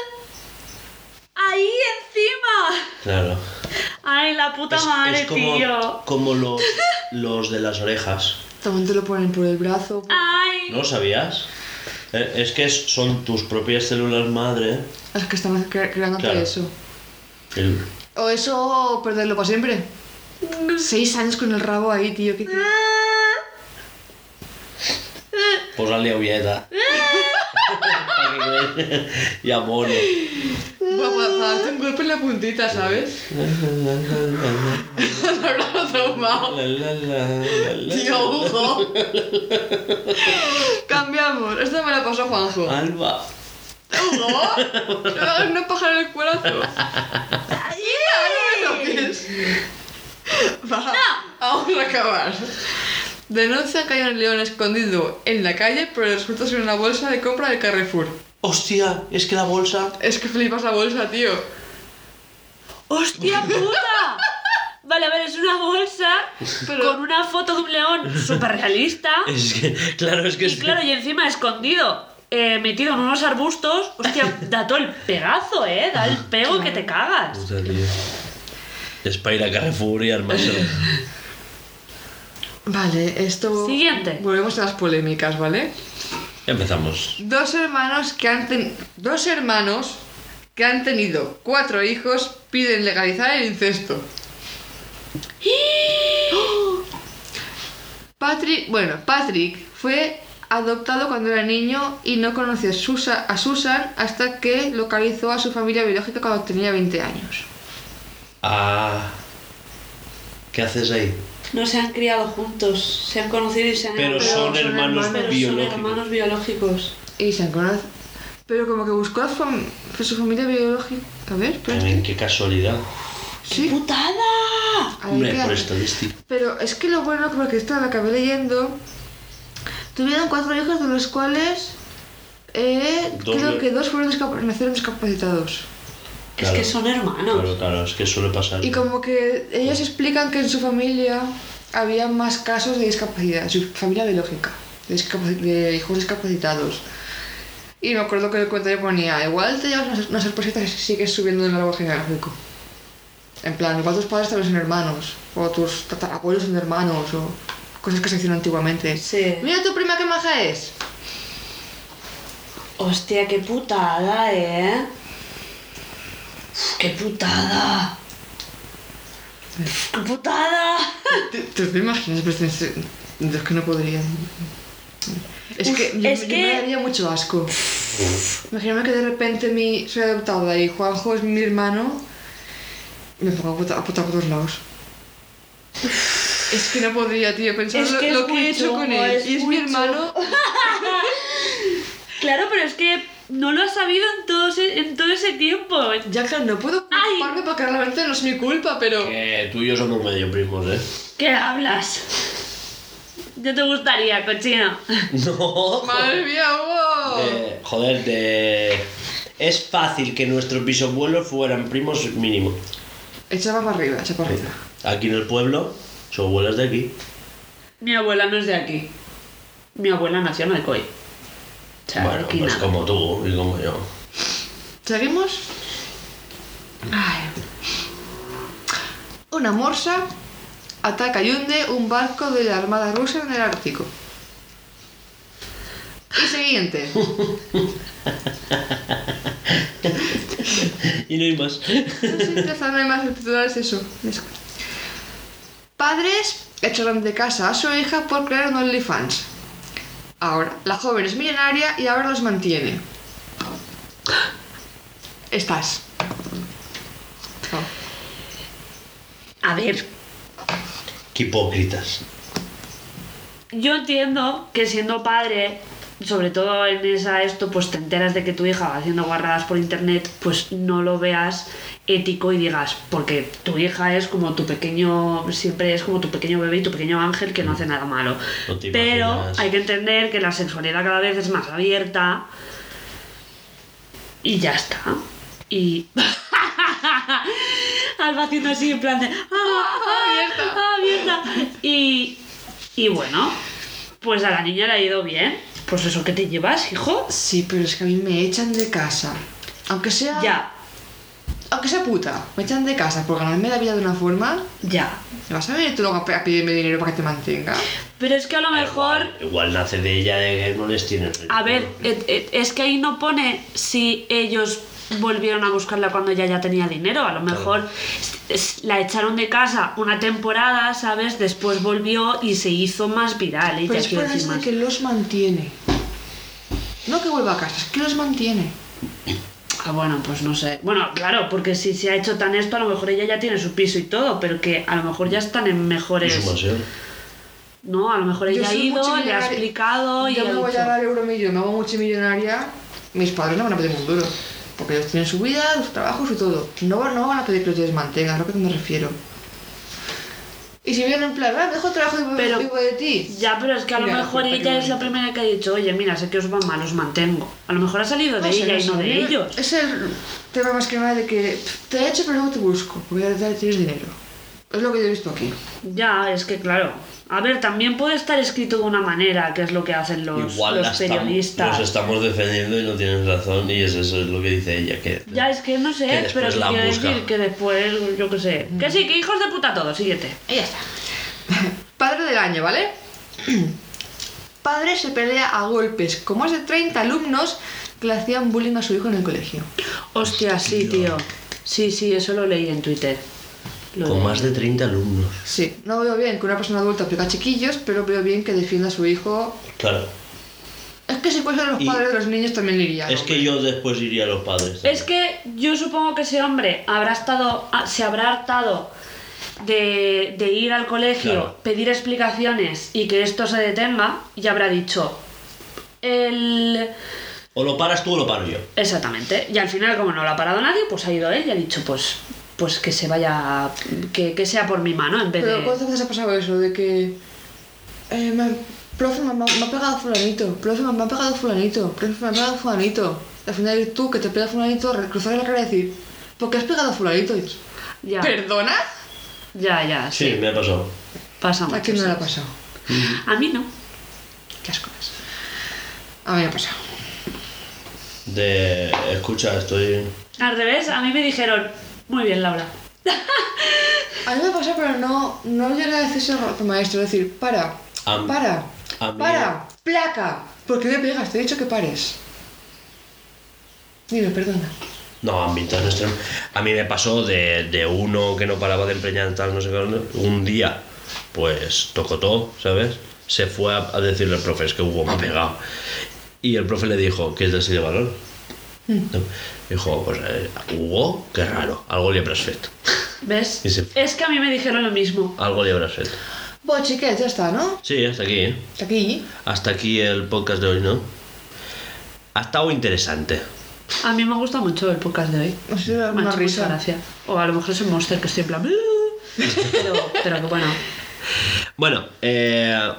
¡Ahí encima! Claro. ¡Ay, la puta Es, madre, es como, tío! como los, los de las orejas. También te lo ponen por el brazo. por- ¡Ay! ¿No lo sabías? Eh, Es que es- son tus propias células madre. Es que están cre- creándote Claro. eso. El- O eso o perderlo para siempre. Seis años con el rabo ahí, tío. ¿Qué quieres? Posarle aulleta. Pa' que quede- y abono. Va para darte un golpe en la puntita, ¿sabes? El brazo traumado. Tío, Hugo. Cambiamos. Esta me la pasó Juanjo. Alba. Hugo. No hagas una paja en el cuerazo. ¡Ay! ¡No me toques! Va. Vamos a acabar. Denuncian que hay un león escondido en la calle, pero resulta ser una bolsa de compra de Carrefour. Hostia, es que la bolsa. Es que flipas la bolsa, tío. ¡Hostia puta! Vale, a ver, es una bolsa Pero- con una foto de un león súper realista. Es que, claro, es que Y es. claro, y encima escondido, eh, metido en unos arbustos. Hostia, da todo el pegazo, ¿eh? Da el pego que te cagas. Puta, tío. Es para ir a Carrefour y armárselo. Vale, esto... Siguiente. Volvemos a las polémicas, ¿vale? Ya empezamos. Dos hermanos que han ten- Dos hermanos que han tenido cuatro hijos piden legalizar el incesto. Patrick, bueno, Patrick fue adoptado cuando era niño y no conoció a Susa- a Susan hasta que localizó a su familia biológica cuando tenía veinte años. Ah. ¿Qué haces ahí? No se han criado juntos, se han conocido y se han Pero enamorado. son hermanos Pero son biológicos. hermanos biológicos. Y se han conocido. Pero como que buscó a su, fam- a su familia biológica. A ver, espérate. También, qué casualidad. Sí. ¡Putada! A ver, Hombre, ¿qué por hace? estadística. Pero es que lo bueno, porque esto lo acabé leyendo, tuvieron cuatro hijos de los cuales eh, Dos creo de- que dos fueron discap- nacieron discapacitados. Es que son hermanos. Claro, claro, es que suele pasar. Y como que ellos explican que en su familia había más casos de discapacidad, en su familia biológica, de, discapaci- de hijos discapacitados. Y me acuerdo que en el comentario ponía, igual te llevas unas, unas sorpresitas y sigues subiendo en el árbol genealógico. En plan, igual tus padres también son hermanos, o tus tatarabuelos son hermanos, o cosas que se hicieron antiguamente. Sí. Mira tu prima qué maja es. Hostia, qué putada, ¿eh? Uf, ¡Qué putada! Uf, ¡Qué putada! ¿Te, te, te imaginas? Pero es es que no podría. Es Uf, que, yo, es yo que- me daría mucho asco. Imagíname que de repente mi, soy adoptada y Juanjo es mi hermano. Me pongo a puta, a puta por todos lados. Es que no podría, tío, pensar Es lo, que lo es que muy he hecho con chungo, él. es Y es muy mi hermano. Claro, pero es que no lo has sabido en todo ese, en todo ese tiempo. Ya, claro, no puedo Ay. culparme porque realmente no es mi culpa, pero. Que tú y yo somos medio primos, ¿eh? ¿Qué hablas? ¿Ya te gustaría, cochino? No. ¡Madre mía, Hugo! Eh, joder, de... es fácil que nuestros bisabuelos fueran primos mínimo. Echa para arriba, echa para arriba. Aquí en el pueblo, su abuela es de aquí. Mi abuela no es de aquí. Mi abuela nació en Alcoy. O sea, Bueno, aquí pues nada. como tú y como yo. ¿Seguimos? Ay. Una morsa ataca y hunde un barco de la Armada Rusa en el Ártico. Y siguiente. Y no hay más. Sí, ya está, no hay más, el titular es eso. Eso. Padres echaron de casa a su hija por crear un OnlyFans. Ahora, la joven es millonaria y ahora los mantiene. Estás. Oh. A ver, Qué hipócritas. yo entiendo que siendo padre, sobre todo en esa esto, pues te enteras de que tu hija va haciendo guarradas por internet, pues no lo veas ético y digas, porque tu hija es como tu pequeño, siempre es como tu pequeño bebé y tu pequeño ángel que no hace nada malo. No te Pero imaginas. hay que entender que la sexualidad cada vez es más abierta y ya está. Y... Alba haciendo así en plan de... ¡Ah, abierta! ah, abierta! Y, y bueno, pues a la niña le ha ido bien. Pues eso que te llevas, hijo. Sí, pero es que a mí me echan de casa. Aunque sea... Ya, Aunque sea puta, me echan de casa por ganarme la vida de una forma. ya. ¿Me vas a venir tú luego a pe- a pedirme dinero para que te mantenga? Pero es que a lo mejor... Igual, igual nace de ella de que no les tienen. A ver, et- et- es que ahí no pone si ellos volvieron a buscarla cuando ella ya tenía dinero. A lo mejor es- la echaron de casa una temporada, ¿sabes? Después volvió y se hizo más viral. Y Pero ya es quiero por decir eso de más. que los mantiene. No que vuelva a casa, es que los mantiene. Ah, bueno, pues no sé. Bueno, claro, porque si se ha hecho tan esto, a lo mejor ella ya tiene su piso y todo, pero que a lo mejor ya están en Y mejores... su mansión. No, a lo mejor Yo ella ha soy ido, le ha multimillonaria. explicado y Yo ha me voy dicho... a dar euromillo, me hago multimillonaria. Mis padres no van a pedir un duro. Porque ellos tienen su vida, sus trabajos y todo. No, van- no van a pedir que los desmantengan, es a lo que me refiero. Y si vienen en plan, ah, dejo el trabajo y Pero- vivo de ti. Ya, pero es que a lo Mira, mejor qué ella es la bonito. primera que ha dicho, oye, mira, sé que os va mal, os mantengo. A lo mejor ha salido de No sé, ella y sé, no a de mí ellos. Es el tema más que nada de que te he hecho pero luego te busco, porque ya tienes dinero. Es lo que yo he visto aquí. Ya, es que claro. A ver, también puede estar escrito de una manera, que es lo que hacen los, Igual los la estamos- periodistas. los estamos defendiendo y no tienen razón y es eso es lo que dice ella. Que Ya, es que no sé, Que después pero que la quiero busca. decir que después, yo qué sé. Que sí, que hijos de puta todos, siguiente. Y ya está. Padre del año, ¿vale? Padre se pelea a golpes con más de treinta alumnos que le hacían bullying a su hijo en el colegio. Hostia, sí, tío. Sí, sí, eso lo leí en Twitter. Lo con leí. más de treinta alumnos. Sí, no veo bien que una persona adulta aplique a chiquillos, pero veo bien que defienda a su hijo. Claro. Es que si fuesen los Y- padres de los niños también le iría. Es que yo después iría a los padres. Es que yo supongo que ese hombre habrá estado, ah, se habrá hartado de, de ir al colegio, Claro. pedir explicaciones y que esto se detenga y habrá dicho el... O lo paras tú o lo paro yo. Exactamente. Y al final, como no lo ha parado nadie, pues ha ido él y ha dicho, pues, pues que se vaya, que, que sea por mi mano en vez Pero de... ¿cuántas veces ha pasado eso? De que... Eh, me, profe, me, me ha pegado fulanito. Profe, me ha pegado fulanito. Profe, me ha pegado fulanito. Al final eres tú que te pega fulanito, cruzar la cara y decir, ¿por qué has pegado fulanito? Y dices, Ya, ¿perdona? ya, ya, Sí, sí. me ha pasado. Pasa mucho. ¿A quién no le ha sí. pasado? A mí no. Qué asco es. A mí me ha pasado. De... Escucha, estoy... Al revés, a mí me dijeron, muy bien, Laura. A mí me ha pasado, pero no, no llegué a decirse al maestro, decir, para, A mí- para, a mí- para, placa. ¿Por qué me pegas? Te he dicho que pares. Dime, perdona. No, a mí, tan extremo. A mí me pasó de, de uno que no paraba de empreñar tal, no sé qué, un día, pues tocó todo, ¿sabes? Se fue a, a decirle al profe, es que Hugo me ha pegado. Y el profe le dijo, ¿qué es de así de valor? No. Dijo, pues eh, Hugo, qué raro, algo le habrás feito. ¿Ves? Y se- Es que a mí me dijeron lo mismo. Algo le habrás feito. Bueno, chiquet, ya está, ¿no? Sí, hasta aquí, ¿eh? Hasta aquí. Hasta aquí el podcast de hoy, ¿no? Ha estado interesante. A mí me gusta mucho el podcast de hoy. No sé, Me ha alguna hecho mucha risa. gracia. O a lo mejor es un monster que estoy en plan... pero, pero que bueno. Bueno, eh,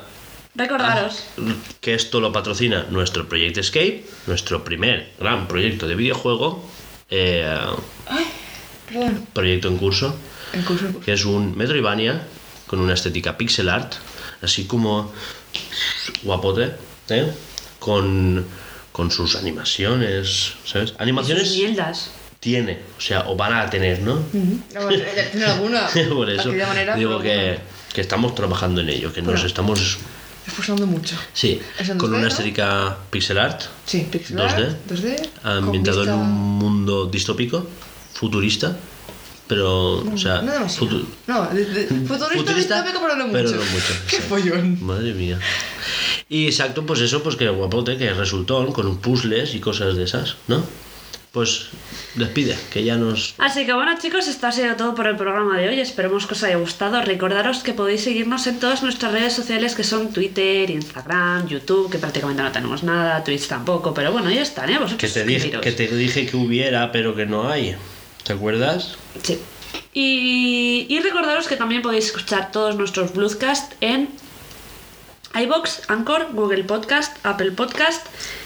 Recordaros. que esto lo patrocina nuestro Project Escape, nuestro primer gran proyecto de videojuego, eh, Perdón. proyecto en curso, En curso, en curso. que es un Metroidvania con una estética pixel art, así como guapote, ¿eh? con, con sus animaciones, ¿sabes? Animaciones Sus mierdas. tiene, o sea, o van a tener, ¿no? No, bueno, ya tiene alguna. Por eso Así de manera, digo pero que, bueno. que estamos trabajando en ello, que nos Bueno. estamos... Esforzando mucho. Sí, ¿Es en con dos D, una no? estética pixel art, Sí, pixel dos D, art, dos D. ambientado con en vista- un mundo distópico, futurista, pero, o sea, No demasiado. futu- No, de- de- futurista, distópico, pero no mucho. pero no mucho, Qué exacto. follón. Madre mía. Y exacto, pues eso, pues que guapote, que es resultón, con puzzles y cosas de esas, ¿no? Pues despide, que ya nos... Así que bueno, chicos, esto ha sido todo por el programa de hoy. Esperemos que os haya gustado. Recordaros que podéis seguirnos en todas nuestras redes sociales, que son Twitter, Instagram, YouTube, que prácticamente no tenemos nada, Twitch tampoco, pero bueno, ya están, ¿eh? Vosotros Que te, dije, suscribiros. que te dije que hubiera, pero que no hay. ¿Te acuerdas? Sí. Y, y recordaros que también podéis escuchar todos nuestros Bluescast en iVoox, Anchor, Google Podcast, Apple Podcast.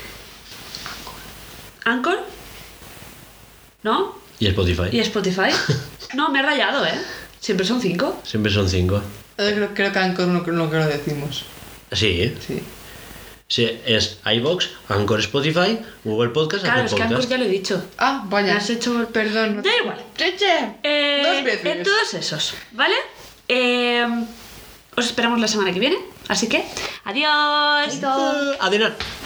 ¿Anchor? ¿No? Y Spotify. ¿Y Spotify? No, me he rayado, ¿eh? Siempre son cinco. Siempre son cinco. Eh, Creo, creo que Anchor no, no que lo decimos. Sí, ¿eh? Sí. Sí, es iVoox, Anchor, Spotify, Google Podcast, Claro, Apple es que Anchor Podcast. ya lo he dicho. Ah, vaya. Me has hecho- Perdón. Da igual. Cheche. Eh, Dos veces. En todos esos, ¿vale? Eh, os esperamos la semana que viene. Así que, adiós. Adiós.